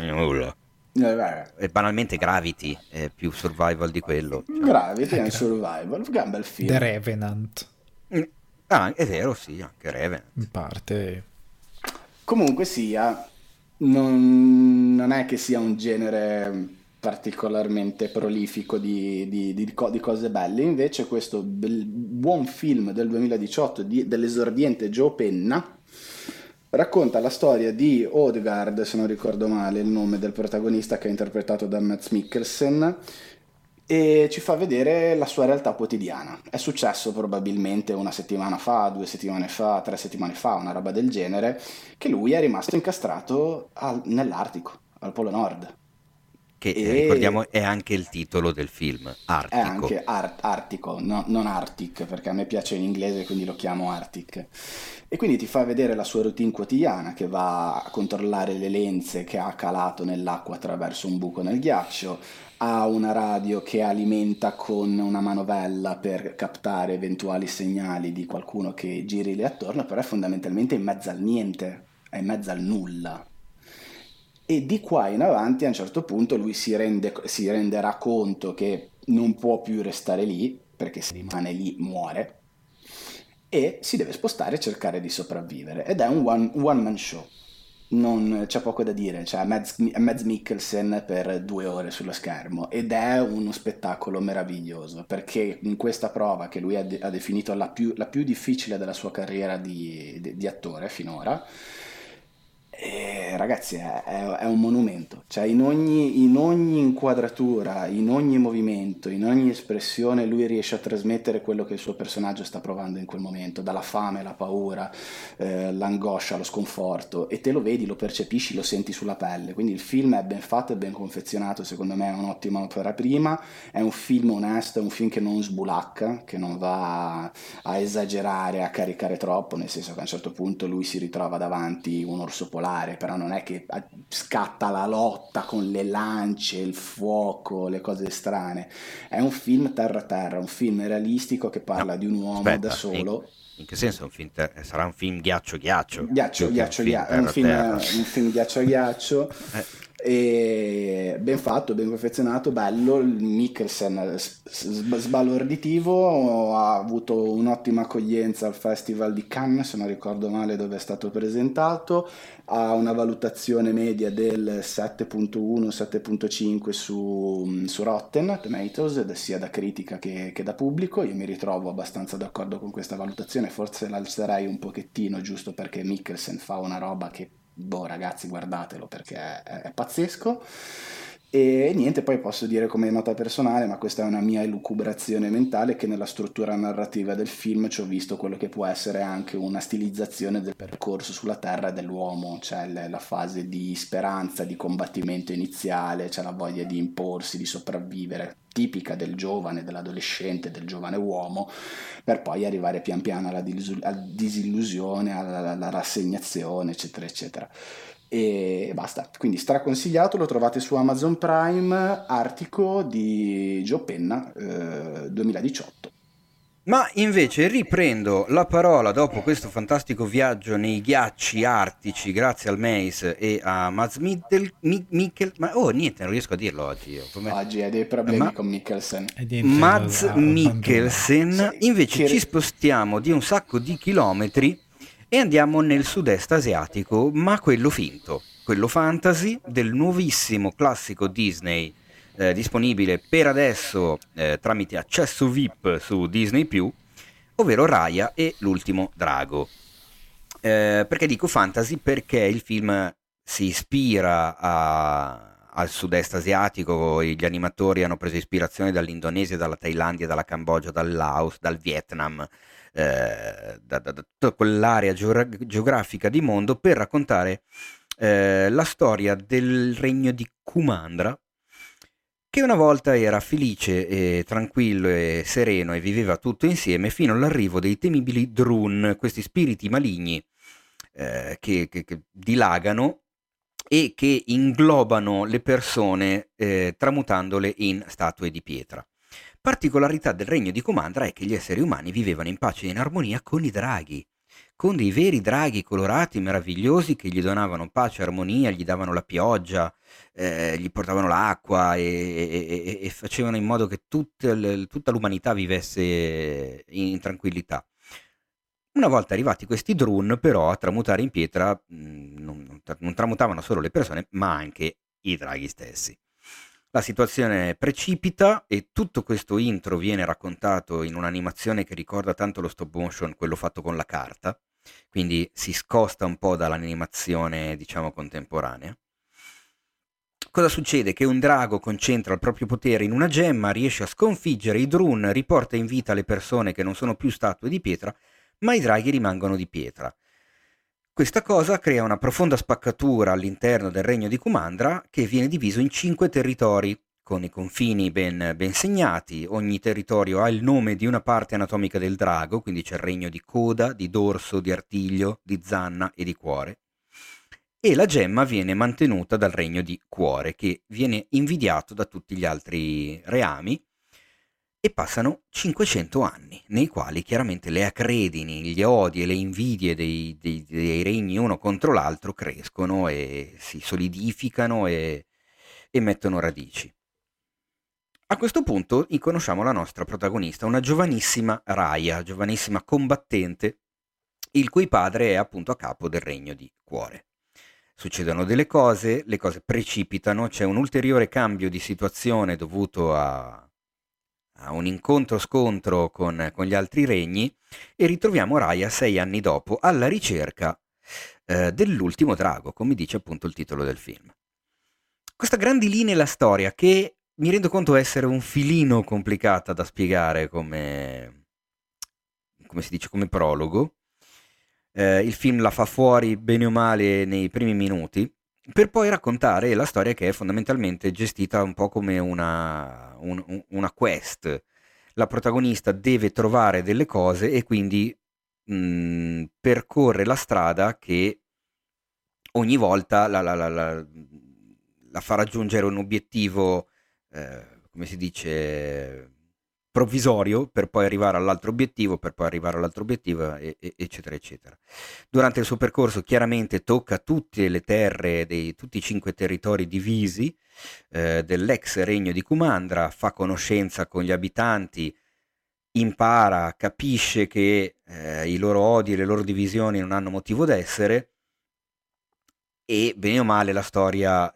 Beh, e banalmente Gravity, è più survival di quello. Cioè. Gravity and Survival, un bel film. The Revenant, Mm. Ah, è vero, sì, anche Revenant. in parte. Comunque sia, non è che sia un genere particolarmente prolifico di cose belle, invece questo buon film del 2018 dell'esordiente Joe Penna racconta la storia di Odegaard, se non ricordo male il nome del protagonista che è interpretato da Mads Mikkelsen, e ci fa vedere la sua realtà quotidiana. È successo probabilmente una settimana fa, 2 settimane fa, 3 settimane fa, una roba del genere, che lui è rimasto incastrato nell'Artico, al Polo Nord. Che E ricordiamo è anche il titolo del film, è Artico. anche Artico, non Arctic, perché a me piace in inglese, quindi lo chiamo Arctic. E quindi ti fa vedere la sua routine quotidiana, che va a controllare le lenze che ha calato nell'acqua attraverso un buco nel ghiaccio, ha una radio che alimenta con una manovella per captare eventuali segnali di qualcuno che giri lì attorno, però è fondamentalmente in mezzo al niente, è in mezzo al nulla. E di qua in avanti a un certo punto lui si renderà conto che non può più restare lì, perché se rimane lì muore, e si deve spostare e cercare di sopravvivere. Ed è un one man show. Non c'è poco da dire, cioè Mads Mikkelsen per 2 ore sullo schermo ed è uno spettacolo meraviglioso perché in questa prova che lui ha definito la più difficile della sua carriera di attore finora ragazzi è un monumento, cioè in ogni inquadratura, in ogni movimento, in ogni espressione lui riesce a trasmettere quello che il suo personaggio sta provando in quel momento, dalla fame, la paura, l'angoscia, lo sconforto, e te lo vedi, lo percepisci, lo senti sulla pelle, quindi il film è ben fatto e ben confezionato, secondo me è un'ottima opera prima, è un film onesto, è un film che non sbulacca, che non va a esagerare, a caricare troppo, nel senso che a un certo punto lui si ritrova davanti un orso polare, però non è che scatta la lotta con le lance, il fuoco, le cose strane. È un film terra-terra, un film realistico che No, parla di un uomo da aspetta, solo. in che senso è un film sarà un film ghiaccio-ghiaccio, Ghiaccio, più che un ghiaccio, film è un film, terra-terra. un film ghiaccio a ghiaccio, Eh, e ben fatto, ben confezionato, bello. Il Mikkelsen sbalorditivo, ha avuto un'ottima accoglienza al Festival di Cannes, se non ricordo male, dove è stato presentato. Ha una valutazione media del 7.1-7.5 su Rotten Tomatoes, sia da critica che da pubblico. Io mi ritrovo abbastanza d'accordo con questa valutazione, forse l'alzerei un pochettino, giusto perché Mikkelsen fa una roba che, boh, ragazzi, guardatelo perché è pazzesco. E niente, poi posso dire come nota personale, ma questa è una mia elucubrazione mentale, che nella struttura narrativa del film ci ho visto quello che può essere anche una stilizzazione del percorso sulla Terra dell'uomo, cioè la fase di speranza, di combattimento iniziale, c'è la voglia di imporsi, di sopravvivere, tipica del giovane, dell'adolescente, del giovane uomo, per poi arrivare pian piano alla disillusione, alla rassegnazione, eccetera, eccetera. E basta, quindi straconsigliato, lo trovate su Amazon Prime, Artico di Joe Penna, 2018. Ma invece riprendo la parola dopo questo fantastico viaggio nei ghiacci artici grazie al Mace e a Mads Mikkel, ma niente, non riesco a dirlo oggi io. Oggi hai dei problemi con Mikkelsen. Mads Mikkelsen, Sì, invece ci spostiamo di un sacco di chilometri e andiamo nel sud-est asiatico, ma quello finto, quello fantasy del nuovissimo classico Disney, disponibile per adesso tramite accesso VIP su Disney+, ovvero Raya e l'ultimo drago. Perché dico fantasy? Perché il film si ispira al sud-est asiatico, gli animatori hanno preso ispirazione dall'Indonesia, dalla Thailandia, dalla Cambogia, dal Laos, dal Vietnam, da tutta quell'area geografica di mondo per raccontare la storia del regno di Kumandra, che una volta era felice e tranquillo e sereno e viveva tutto insieme fino all'arrivo dei temibili Drun, questi spiriti maligni che dilagano e che inglobano le persone tramutandole in statue di pietra. Particolarità del regno di Kumandra è che gli esseri umani vivevano in pace e in armonia con i draghi, con dei veri draghi colorati, meravigliosi, che gli donavano pace e armonia, gli davano la pioggia, gli portavano l'acqua e facevano in modo che tutta l'umanità vivesse in tranquillità. Una volta arrivati questi Drun, però, a tramutare in pietra non tramutavano solo le persone, ma anche i draghi stessi. La situazione precipita e tutto questo intro viene raccontato in un'animazione che ricorda tanto lo stop motion, quello fatto con la carta, quindi si scosta un po' dall'animazione, diciamo, contemporanea. Cosa succede? Che un drago concentra il proprio potere in una gemma, riesce a sconfiggere i Drun, riporta in vita le persone che non sono più statue di pietra, ma i draghi rimangono di pietra. Questa cosa crea una profonda spaccatura all'interno del regno di Kumandra, che viene diviso in 5 territori, con i confini ben segnati. Ogni territorio ha il nome di una parte anatomica del drago, quindi c'è il regno di coda, di dorso, di artiglio, di zanna e di cuore. E la gemma viene mantenuta dal regno di cuore, che viene invidiato da tutti gli altri reami, e passano 500 anni, nei quali chiaramente le acredini, gli odi e le invidie dei regni uno contro l'altro crescono e si solidificano e mettono radici. A questo punto conosciamo la nostra protagonista, una giovanissima Raya, giovanissima combattente, il cui padre è appunto a capo del regno di cuore. Succedono delle cose, le cose precipitano, c'è un ulteriore cambio di situazione dovuto a un incontro-scontro con gli altri regni, e ritroviamo Raya 6 anni dopo alla ricerca dell'ultimo drago, come dice appunto il titolo del film. Questa grandi linee la storia, che mi rendo conto essere un filino complicata da spiegare come si dice, come prologo. Il film la fa fuori bene o male nei primi minuti, per poi raccontare la storia, che è fondamentalmente gestita un po' come una quest. La protagonista deve trovare delle cose e quindi percorre la strada che ogni volta la fa raggiungere un obiettivo, come si dice, provvisorio, per poi arrivare all'altro obiettivo, eccetera, eccetera. Durante il suo percorso chiaramente tocca tutte le terre, tutti i 5 territori divisi dell'ex regno di Kumandra, fa conoscenza con gli abitanti, impara, capisce che i loro odi e le loro divisioni non hanno motivo d'essere, e bene o male la storia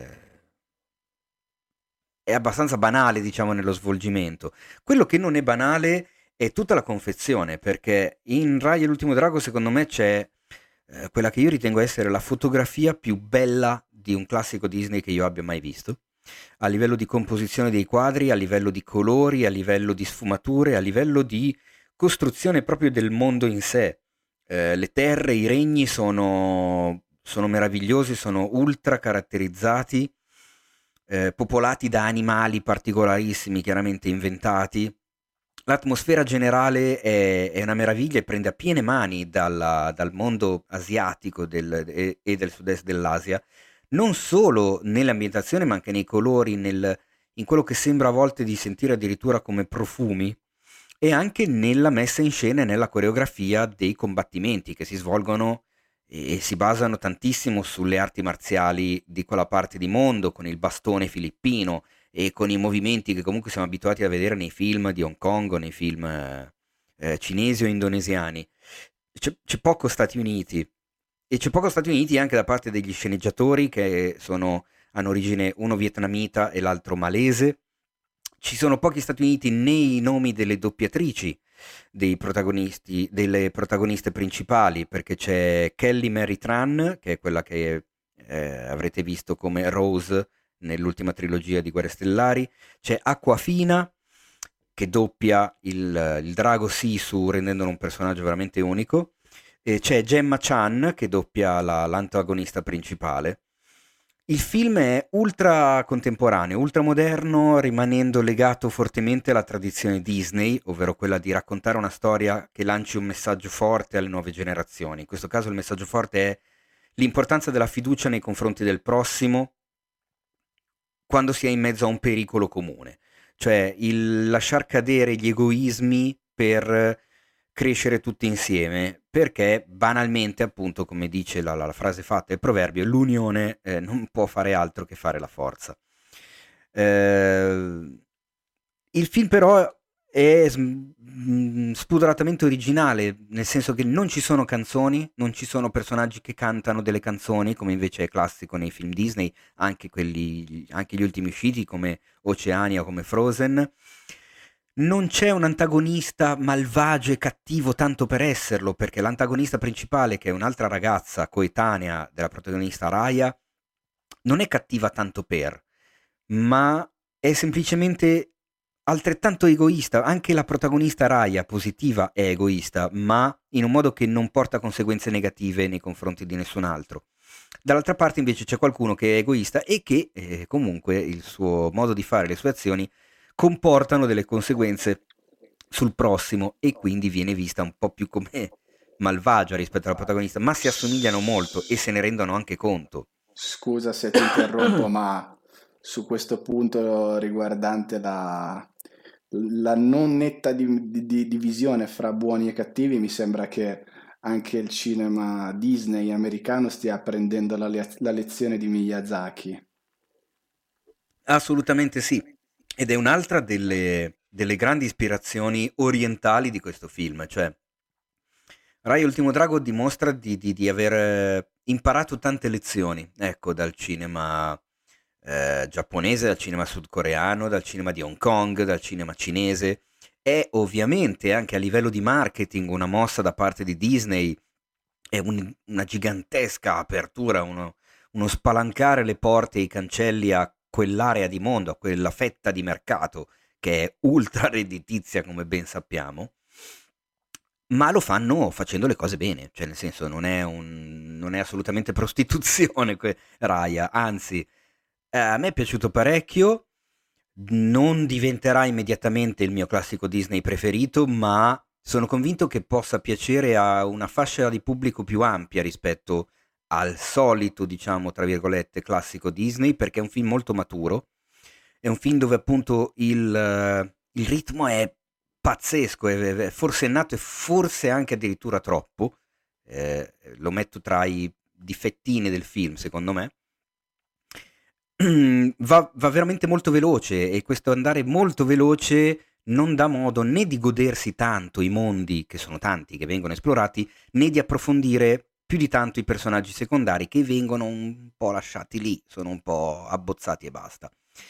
è abbastanza banale, diciamo, nello svolgimento. Quello che non è banale è tutta la confezione, perché in Rai e l'ultimo drago secondo me c'è quella che io ritengo essere la fotografia più bella di un classico Disney che io abbia mai visto, a livello di composizione dei quadri, a livello di colori, a livello di sfumature, a livello di costruzione proprio del mondo in sé. Le terre, i regni sono meravigliosi, sono ultra caratterizzati, popolati da animali particolarissimi, chiaramente inventati. L'atmosfera generale è una meraviglia e prende a piene mani dal mondo asiatico e del sud-est dell'Asia, non solo nell'ambientazione ma anche nei colori, in quello che sembra a volte di sentire addirittura come profumi, e anche nella messa in scena e nella coreografia dei combattimenti che si svolgono e si basano tantissimo sulle arti marziali di quella parte di mondo, con il bastone filippino e con i movimenti che comunque siamo abituati a vedere nei film di Hong Kong o nei film cinesi o indonesiani. C'è poco Stati Uniti, e c'è poco Stati Uniti anche da parte degli sceneggiatori, che hanno origine uno vietnamita e l'altro malese. Ci sono pochi Stati Uniti nei nomi delle doppiatrici delle protagoniste principali, perché c'è Kelly Mary Tran, che è quella che avrete visto come Rose nell'ultima trilogia di Guerre Stellari, c'è Aquafina che doppia il drago Sisu, rendendolo un personaggio veramente unico, e c'è Gemma Chan che doppia l'antagonista principale. Il film è ultra contemporaneo, ultra moderno, rimanendo legato fortemente alla tradizione Disney, ovvero quella di raccontare una storia che lanci un messaggio forte alle nuove generazioni. In questo caso il messaggio forte è l'importanza della fiducia nei confronti del prossimo quando si è in mezzo a un pericolo comune, cioè il lasciar cadere gli egoismi per crescere tutti insieme, perché banalmente, appunto, come dice la frase fatta, il proverbio, l'unione non può fare altro che fare la forza. Il film però è spudoratamente originale, nel senso che non ci sono canzoni, non ci sono personaggi che cantano delle canzoni, come invece è classico nei film Disney, anche gli ultimi usciti come Oceania o come Frozen. Non c'è un antagonista malvagio e cattivo tanto per esserlo, perché l'antagonista principale, che è un'altra ragazza coetanea della protagonista Raya, non è cattiva tanto per, ma è semplicemente altrettanto egoista. Anche la protagonista Raya positiva è egoista, ma in un modo che non porta conseguenze negative nei confronti di nessun altro. Dall'altra parte invece c'è qualcuno che è egoista e che comunque il suo modo di fare, le sue azioni comportano delle conseguenze sul prossimo, e quindi viene vista un po' più come malvagia rispetto alla protagonista, ma si assomigliano molto e se ne rendono anche conto. Scusa se ti interrompo, ma su questo punto riguardante la non netta divisione fra buoni e cattivi, mi sembra che anche il cinema Disney americano stia prendendo la lezione di Miyazaki. Assolutamente sì, ed è un'altra delle grandi ispirazioni orientali di questo film. Cioè, Rai Ultimo Drago dimostra di aver imparato tante lezioni, ecco, dal cinema giapponese, dal cinema sudcoreano, dal cinema di Hong Kong, dal cinema cinese. È ovviamente anche a livello di marketing una mossa da parte di Disney è una gigantesca apertura, uno spalancare le porte e i cancelli a quell'area di mondo, a quella fetta di mercato che è ultra redditizia, come ben sappiamo, ma lo fanno facendo le cose bene, cioè nel senso non è assolutamente prostituzione Raya, anzi, a me è piaciuto parecchio, non diventerà immediatamente il mio classico Disney preferito, ma sono convinto che possa piacere a una fascia di pubblico più ampia rispetto al solito, diciamo, tra virgolette, classico Disney, perché è un film molto maturo, è un film dove appunto il ritmo è pazzesco, è forsennato e forse anche addirittura troppo, lo metto tra i difettini del film, secondo me. Va veramente molto veloce e questo andare molto veloce non dà modo né di godersi tanto i mondi, che sono tanti, che vengono esplorati, né di approfondire più di tanto i personaggi secondari che vengono un po' lasciati lì, sono un po' abbozzati e basta.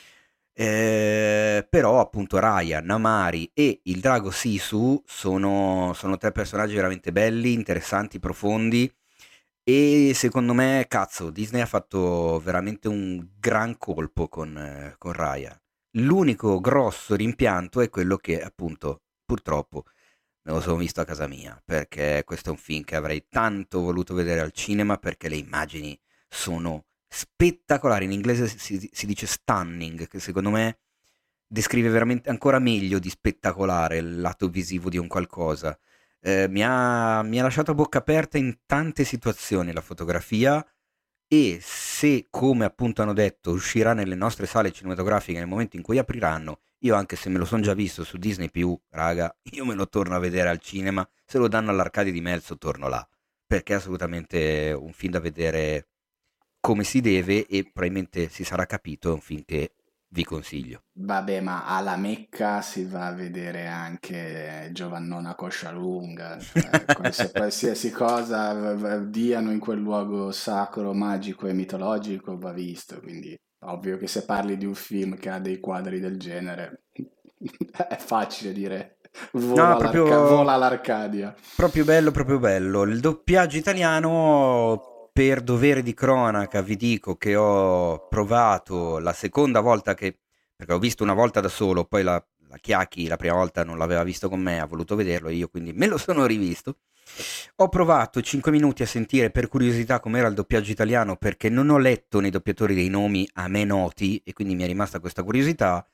Però appunto Raya, Namari e il drago Sisu sono tre personaggi veramente belli, interessanti, profondi e secondo me, cazzo, Disney ha fatto veramente un gran colpo con Raya. L'unico grosso rimpianto è quello che appunto purtroppo me lo sono visto a casa mia, perché questo è un film che avrei tanto voluto vedere al cinema perché le immagini sono spettacolari. In inglese si dice stunning, che secondo me descrive veramente ancora meglio di spettacolare il lato visivo di un qualcosa. Mi ha lasciato a bocca aperta in tante situazioni la fotografia e se, come appunto hanno detto, uscirà nelle nostre sale cinematografiche nel momento in cui apriranno, io anche se me lo sono già visto su Disney+, raga, io me lo torno a vedere al cinema, se lo danno all'Arcadia di Melzo torno là, perché è assolutamente un film da vedere come si deve e probabilmente si sarà capito, è un film che vi consiglio. Vabbè, ma alla Mecca si va a vedere anche Giovannona Coscialunga, cioè qualsiasi cosa diano in quel luogo sacro, magico e mitologico va visto, quindi ovvio che se parli di un film che ha dei quadri del genere è facile dire No, vola all'Arcadia. proprio bello, proprio bello. Il doppiaggio italiano, per dovere di cronaca, vi dico che ho provato la seconda volta perché ho visto una volta da solo, poi la Chiacchi la prima volta non l'aveva visto con me, ha voluto vederlo e io quindi me lo sono rivisto. Ho provato 5 minuti a sentire per curiosità com'era il doppiaggio italiano perché non ho letto nei doppiatori dei nomi a me noti e quindi mi è rimasta questa curiosità.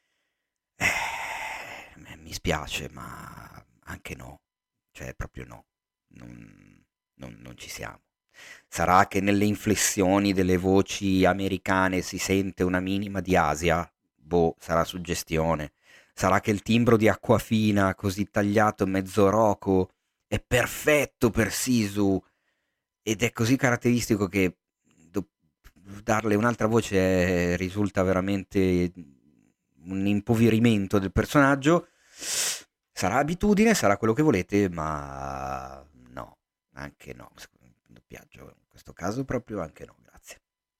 Mi spiace, ma anche no, cioè proprio no, non ci siamo. Sarà che nelle inflessioni delle voci americane si sente una minima di Asia? Boh, sarà suggestione. Sarà che il timbro di Acquafina, così tagliato mezzo roco, è perfetto per Sisu ed è così caratteristico che darle un'altra voce risulta veramente un impoverimento del personaggio. Sarà abitudine, sarà quello che volete, ma no, anche no. Doppiaggio in questo caso proprio anche no, grazie.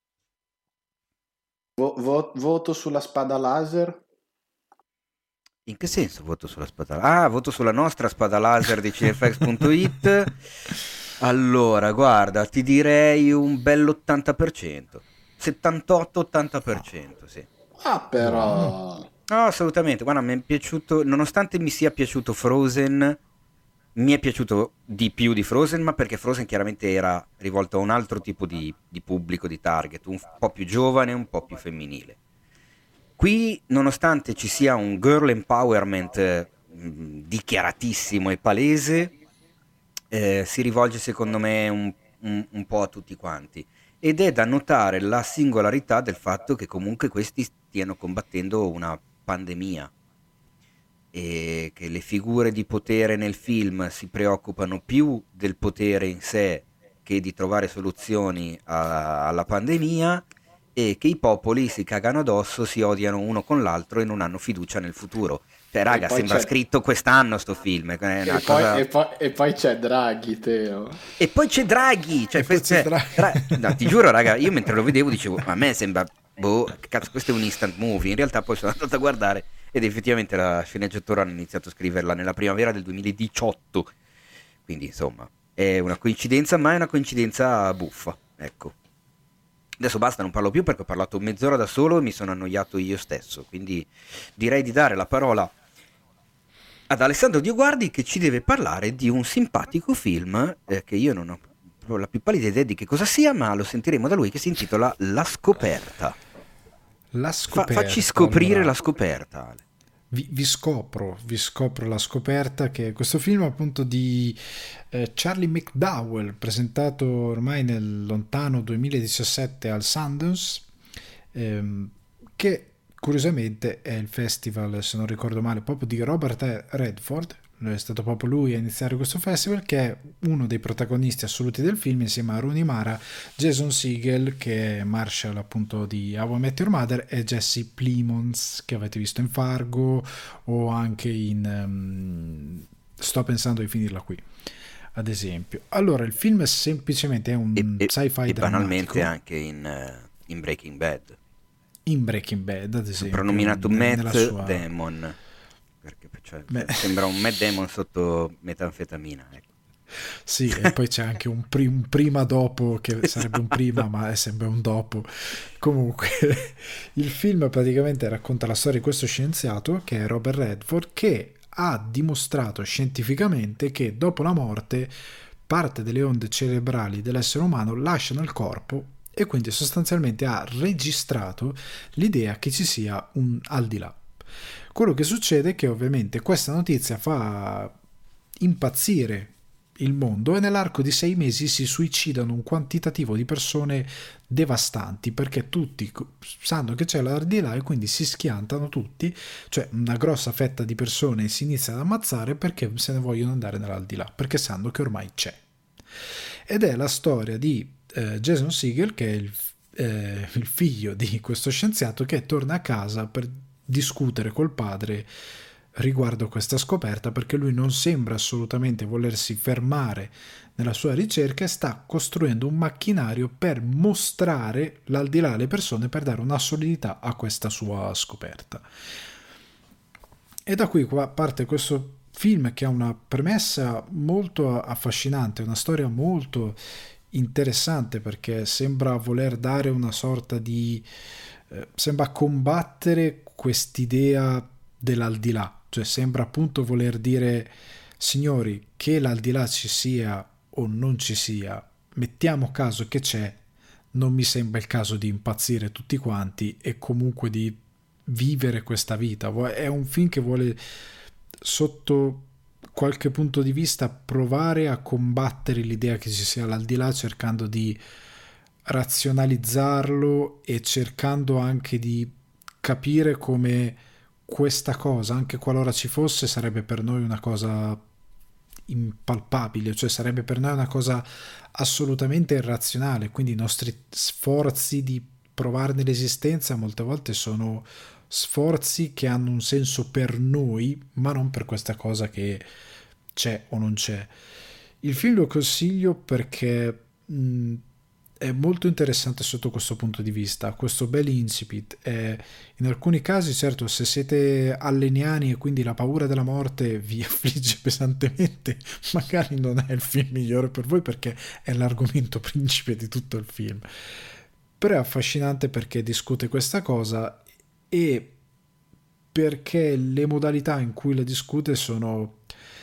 Voto sulla spada laser. In che senso voto sulla spada laser? Ah, voto sulla nostra spada laser di cinefx.it. Allora, guarda, ti direi un bell'80%. 78-80%, sì. Ah, però... No, assolutamente. Guarda, mi è piaciuto, nonostante mi sia piaciuto Frozen, mi è piaciuto di più di Frozen, ma perché Frozen chiaramente era rivolto a un altro tipo di pubblico, di target, un po' più giovane, un po' più femminile. Qui, nonostante ci sia un girl empowerment dichiaratissimo e palese, si rivolge secondo me un po' a tutti quanti. Ed è da notare la singolarità del fatto che comunque questi stiano combattendo una pandemia e che le figure di potere nel film si preoccupano più del potere in sé che di trovare soluzioni alla pandemia e che i popoli si cagano addosso, si odiano uno con l'altro e non hanno fiducia nel futuro. Cioè, raga, sembra scritto quest'anno sto film. E poi c'è Draghi, Teo. E poi c'è Draghi. Cioè, no, ti giuro, raga, io mentre lo vedevo dicevo, ma a me sembra, boh, cazzo, questo è un instant movie. In realtà poi sono andato a guardare ed effettivamente la sceneggiatura hanno iniziato a scriverla nella primavera del 2018. Quindi, insomma, È una coincidenza, ma è una coincidenza buffa, ecco. Adesso basta, non parlo più perché ho parlato mezz'ora da solo e mi sono annoiato io stesso, quindi direi di dare la parola ad Alessandro Dioguardi, che ci deve parlare di un simpatico film che io non ho proprio la più pallida idea di che cosa sia, ma lo sentiremo da lui, che si intitola La Scoperta. La scoperta. Facci scoprire allora, la scoperta, Ale. vi scopro la scoperta, che è questo film appunto di Charlie McDowell, presentato ormai nel lontano 2017 al Sundance, che curiosamente è il festival, se non ricordo male, proprio di Robert Redford. È stato proprio lui a iniziare questo festival, che è uno dei protagonisti assoluti del film, insieme a Rooney Mara, Jason Segel, che è Marshall appunto di How I Met Your Mother, e Jesse Plemons, che avete visto in Fargo o anche in sto pensando di finirla qui, ad esempio. Allora, il film è semplicemente un sci-fi e drammatico. banalmente anche in Breaking Bad. In Breaking Bad, ad esempio, soprannominato nella Matt sua... Damon, perché sembra un Matt Damon sotto metanfetamina, ecco. Sì, e poi c'è anche un prima dopo, che Esatto. sarebbe un prima ma è sempre un dopo. Comunque il film praticamente racconta la storia di questo scienziato, che è Robert Redford, che ha dimostrato scientificamente che dopo la morte parte delle onde cerebrali dell'essere umano lasciano il corpo, e quindi sostanzialmente ha registrato l'idea che ci sia un al di là. Quello che succede è che ovviamente questa notizia fa impazzire il mondo, e nell'arco di 6 mesi si suicidano un quantitativo di persone devastanti, perché tutti sanno che c'è l'aldilà e quindi si schiantano tutti, cioè una grossa fetta di persone si inizia ad ammazzare perché se ne vogliono andare nell'aldilà, perché sanno che ormai c'è. Ed è la storia di Jason Segel, che è il figlio di questo scienziato, che torna a casa per discutere col padre riguardo questa scoperta, perché lui non sembra assolutamente volersi fermare nella sua ricerca e sta costruendo un macchinario per mostrare l'aldilà alle persone, per dare una solidità a questa sua scoperta. E da qui parte questo film, che ha una premessa molto affascinante, una storia molto interessante, perché sembra voler dare una sorta di sembra combattere quest'idea dell'aldilà, cioè sembra appunto voler dire: signori, che l'aldilà ci sia o non ci sia, mettiamo caso che c'è, non mi sembra il caso di impazzire tutti quanti e comunque di vivere questa vita. È un film che vuole, sotto qualche punto di vista, provare a combattere l'idea che ci sia l'aldilà, cercando di razionalizzarlo e cercando anche di capire come questa cosa, anche qualora ci fosse, sarebbe per noi una cosa impalpabile, cioè sarebbe per noi una cosa assolutamente irrazionale, quindi i nostri sforzi di provarne l'esistenza molte volte sono sforzi che hanno un senso per noi, ma non per questa cosa che c'è o non c'è. Il film lo consiglio perché è molto interessante sotto questo punto di vista, questo bel incipit. In alcuni casi, certo, se siete alleniani e quindi la paura della morte vi affligge pesantemente, magari non è il film migliore per voi, perché è l'argomento principe di tutto il film. Però è affascinante perché discute questa cosa, e perché le modalità in cui la discute sono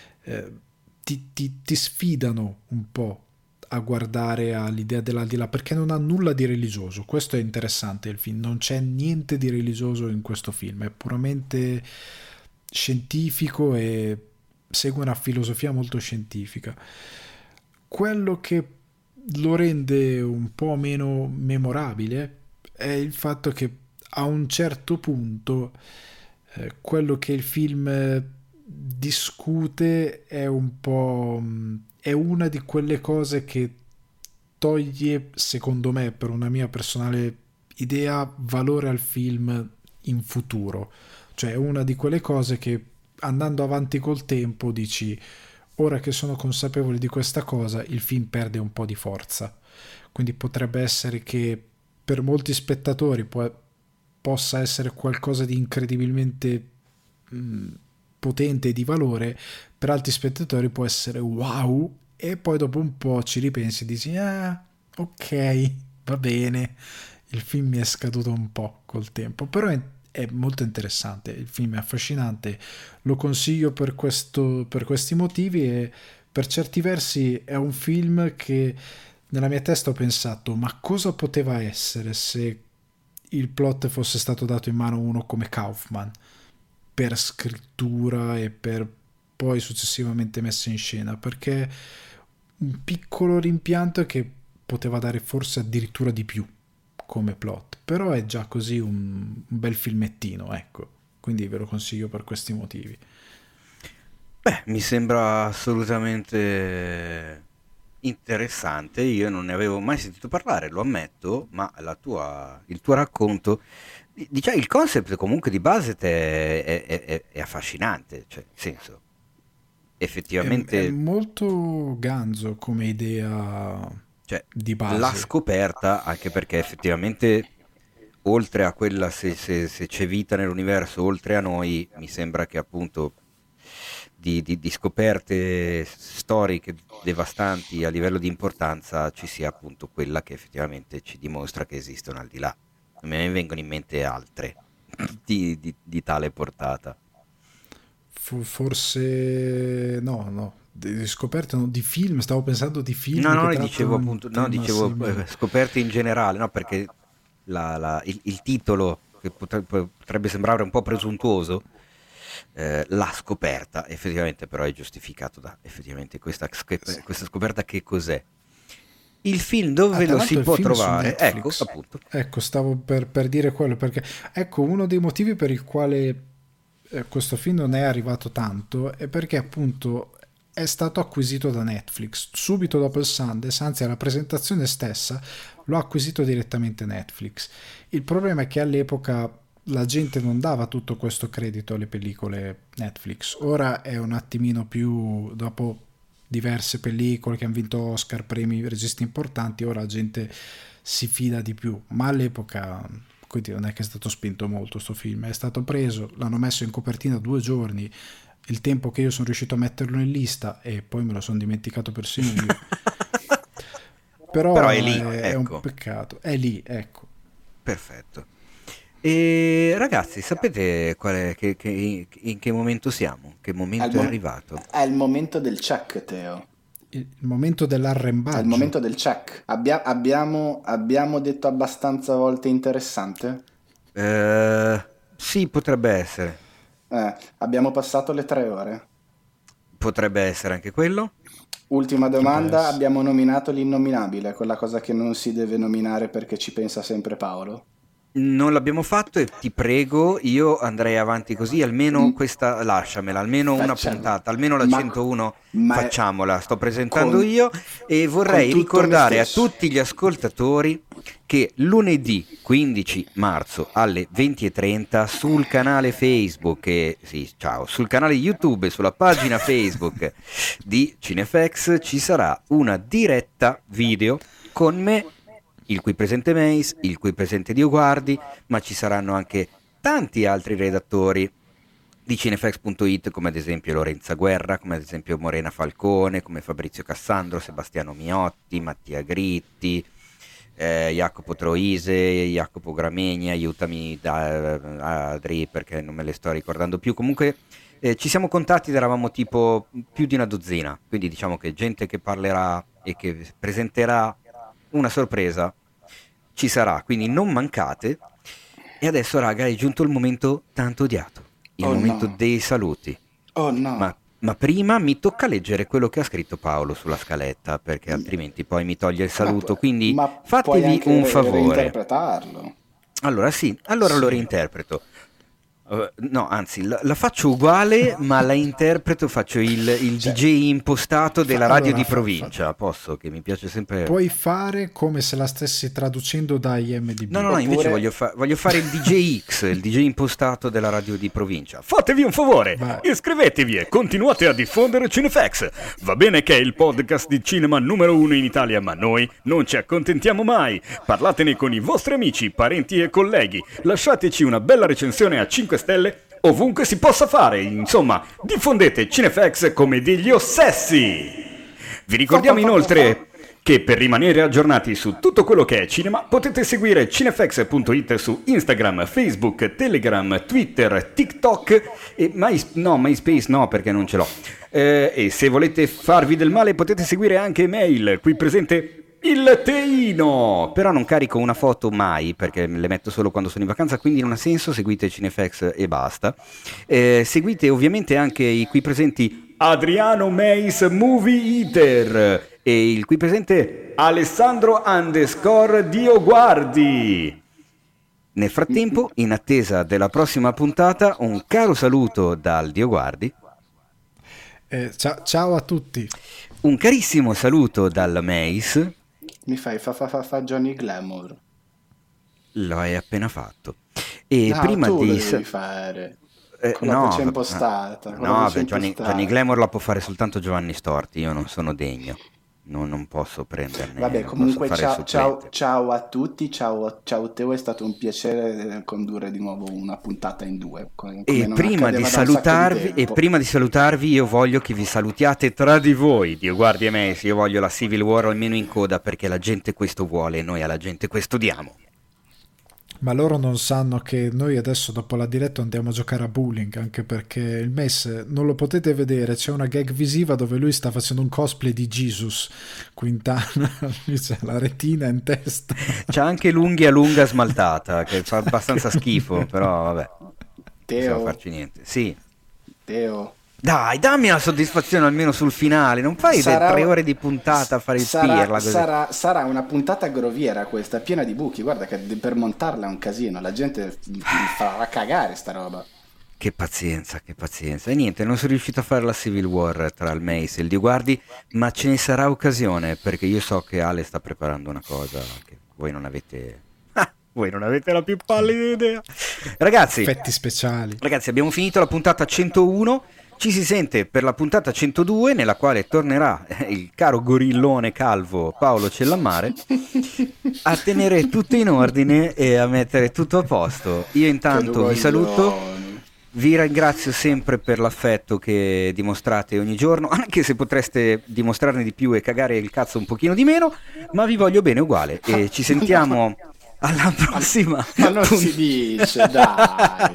ti sfidano un po' a guardare all'idea dell'aldilà, perché non ha nulla di religioso. Questo è interessante il film, non c'è niente di religioso in questo film, è puramente scientifico e segue una filosofia molto scientifica. Quello che lo rende un po' meno memorabile è il fatto che a un certo punto quello che il film discute è un po' è una di quelle cose che toglie, secondo me, per una mia personale idea, valore al film in futuro. Cioè è una di quelle cose che, andando avanti col tempo, dici: ora che sono consapevole di questa cosa, il film perde un po' di forza. Quindi potrebbe essere che per molti spettatori possa essere qualcosa di incredibilmente potente e di valore, per altri spettatori può essere wow e poi dopo un po' ci ripensi e dici ok, va bene, il film mi è scaduto un po' col tempo, però è molto interessante, il film è affascinante, lo consiglio per questi motivi, e per certi versi è un film che nella mia testa ho pensato, ma cosa poteva essere se il plot fosse stato dato in mano a uno come Kaufman, per scrittura e per poi successivamente messa in scena, perché un piccolo rimpianto è che poteva dare forse addirittura di più come plot, però è già così un bel filmettino, ecco, quindi ve lo consiglio per questi motivi. Beh, mi sembra assolutamente interessante, io non ne avevo mai sentito parlare, lo ammetto, ma il tuo racconto, diciamo, il concept comunque di base è affascinante, cioè, nel senso, effettivamente... È molto ganzo come idea, cioè, di base. la scoperta, anche perché effettivamente, oltre a quella, se c'è vita nell'universo, oltre a noi, mi sembra che appunto di scoperte storiche devastanti a livello di importanza ci sia appunto quella che effettivamente ci dimostra che esistono al di là. Non me ne vengono in mente altre di tale portata. Forse no, di scoperte, no, di film, stavo pensando di film No, che dicevo appunto, no, dicevo scoperte in generale, no, perché il titolo, che potrebbe sembrare un po' presuntuoso, la scoperta, effettivamente però è giustificato da effettivamente questa scoperta. Che cos'è? Il film dove lo si può trovare? Ecco, appunto. Ecco, stavo per dire quello, perché ecco, uno dei motivi per il quale questo film non è arrivato tanto è perché appunto è stato acquisito da Netflix subito dopo il Sundance, anzi alla presentazione stessa lo ha acquisito direttamente Netflix. Il problema è che all'epoca la gente non dava tutto questo credito alle pellicole Netflix, ora è un attimino più, dopo diverse pellicole che hanno vinto Oscar, premi, registi importanti, ora la gente si fida di più, ma all'epoca quindi non è che è stato spinto molto sto film, è stato preso, l'hanno messo in copertina 2 giorni, il tempo che io sono riuscito a metterlo in lista, e poi me lo sono dimenticato persino io. però è lì, è ecco. un peccato, è lì, ecco. Perfetto. E ragazzi, sapete in che momento siamo? Che momento è arrivato? È il momento del check, Teo. Il momento dell'arrembaggio. È il momento del check. Abbiamo detto abbastanza volte interessante? Sì, potrebbe essere. Abbiamo passato le 3 ore. Potrebbe essere anche quello. Ultima domanda, abbiamo nominato l'innominabile, quella cosa che non si deve nominare perché ci pensa sempre Paolo. Non l'abbiamo fatto e ti prego, io andrei avanti così, almeno questa lasciamela, almeno una puntata, almeno la 101 facciamola, sto presentando io, e vorrei ricordare a tutti gli ascoltatori che lunedì 15 marzo alle 20:30 sul canale Facebook, sul canale YouTube e sulla pagina Facebook di Cinefx ci sarà una diretta video con me, il qui presente Mace, il qui presente Dio Guardi, ma ci saranno anche tanti altri redattori di Cinefx.it, come ad esempio Lorenza Guerra, come ad esempio Morena Falcone, come Fabrizio Cassandro, Sebastiano Miotti, Mattia Gritti, Jacopo Troise, Jacopo Gramegni, aiutami Adri perché non me le sto ricordando più. Comunque ci siamo contatti ed eravamo tipo più di una dozzina, quindi diciamo che gente che parlerà e che presenterà una sorpresa ci sarà, quindi non mancate. E adesso raga è giunto il momento tanto odiato, il momento dei saluti. Ma prima mi tocca leggere quello che ha scritto Paolo sulla scaletta, perché altrimenti poi mi toglie il saluto, quindi fatevi un favore. Reinterpretarlo. Allora lo reinterpreto. No, anzi, la faccio uguale, ma la interpreto, faccio il DJ impostato della radio di provincia. Posso, che mi piace sempre. Puoi fare come se la stessi traducendo da IMDb. No, invece voglio fare il DJ X, il DJ impostato della radio di provincia. Fatevi un favore, iscrivetevi e continuate a diffondere Cinefx. Va bene che è il podcast di cinema numero 1 in Italia, ma noi non ci accontentiamo mai. Parlatene con i vostri amici, parenti e colleghi. Lasciateci una bella recensione a 5 stelle ovunque si possa fare, insomma, diffondete Cinefx come degli ossessi. Vi ricordiamo inoltre che per rimanere aggiornati su tutto quello che è cinema potete seguire cinefx.it su Instagram, Facebook, Telegram, Twitter, TikTok e MySpace no, perché non ce l'ho. E se volete farvi del male potete seguire anche Mail, qui presente il Teino. Però non carico una foto mai perché le metto solo quando sono in vacanza, quindi non ha senso. Seguite Cinefx e basta. Seguite ovviamente anche i qui presenti Adriano Meis Movie Eater e il qui presente Alessandro _Dioguardi. Nel frattempo, in attesa della prossima puntata, un caro saluto dal Dioguardi. Ciao a tutti. Un carissimo saluto dal Meis. Mi fai fa Johnny Glamour. Lo hai appena fatto. E no, prima tu di lo devi fare. Con la no, voce impostata. No, beh, Johnny Glamour la può fare soltanto Giovanni Storti. Io non sono degno. Non posso prenderne. Vabbè, comunque ciao a tutti, ciao Teo, è stato un piacere condurre di nuovo una puntata in due. E prima di salutarvi, io voglio che vi salutiate tra di voi, Dioguardi e Meis. Io voglio la Civil War almeno in coda perché la gente questo vuole e noi alla gente questo diamo. Ma loro non sanno che noi adesso dopo la diretta andiamo a giocare a bowling, anche perché il Meis non lo potete vedere, c'è una gag visiva dove lui sta facendo un cosplay di Jesus Quintana, lui c'ha la retina in testa. C'ha anche l'unghia lunga smaltata, che fa abbastanza schifo, però vabbè. Teo. Non farci niente. Sì. Teo. Dai, dammi la soddisfazione almeno sul finale, non fai 3 ore di puntata a fare il pirla così. Sarà una puntata groviera questa, piena di buchi, guarda che per montarla è un casino, la gente farà cagare sta roba. Che pazienza. E niente, non sono riuscito a fare la Civil War tra il Meis e il Dioguardi, ma ce ne sarà occasione, perché io so che Ale sta preparando una cosa che voi non avete... Voi non avete la più pallida idea. Ragazzi, effetti speciali. Ragazzi, abbiamo finito la puntata 101. Ci si sente per la puntata 102, nella quale tornerà il caro gorillone calvo Paolo Cellammare a tenere tutto in ordine e a mettere tutto a posto. Io intanto vi saluto, vi ringrazio sempre per l'affetto che dimostrate ogni giorno, anche se potreste dimostrarne di più e cagare il cazzo un pochino di meno, ma vi voglio bene uguale e ci sentiamo... alla prossima. Ma non si dice, dai.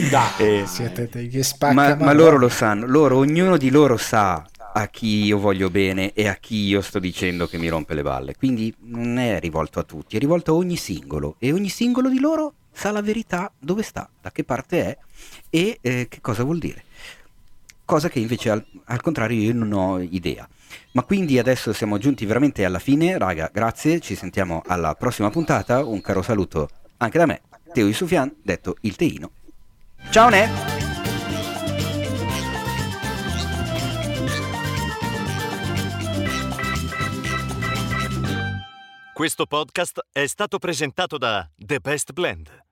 Siete degli spacca. Ma loro lo sanno, ognuno di loro sa a chi io voglio bene e a chi io sto dicendo che mi rompe le balle. Quindi non è rivolto a tutti, è rivolto a ogni singolo. E ogni singolo di loro sa la verità, dove sta, da che parte è e che cosa vuol dire. Cosa che invece al contrario io non ho idea. Ma quindi adesso siamo giunti veramente alla fine, raga, grazie, ci sentiamo alla prossima puntata, un caro saluto anche da me, Teo Yusufian, detto il Teino. Ciao ne! Questo podcast è stato presentato da The Best Blend,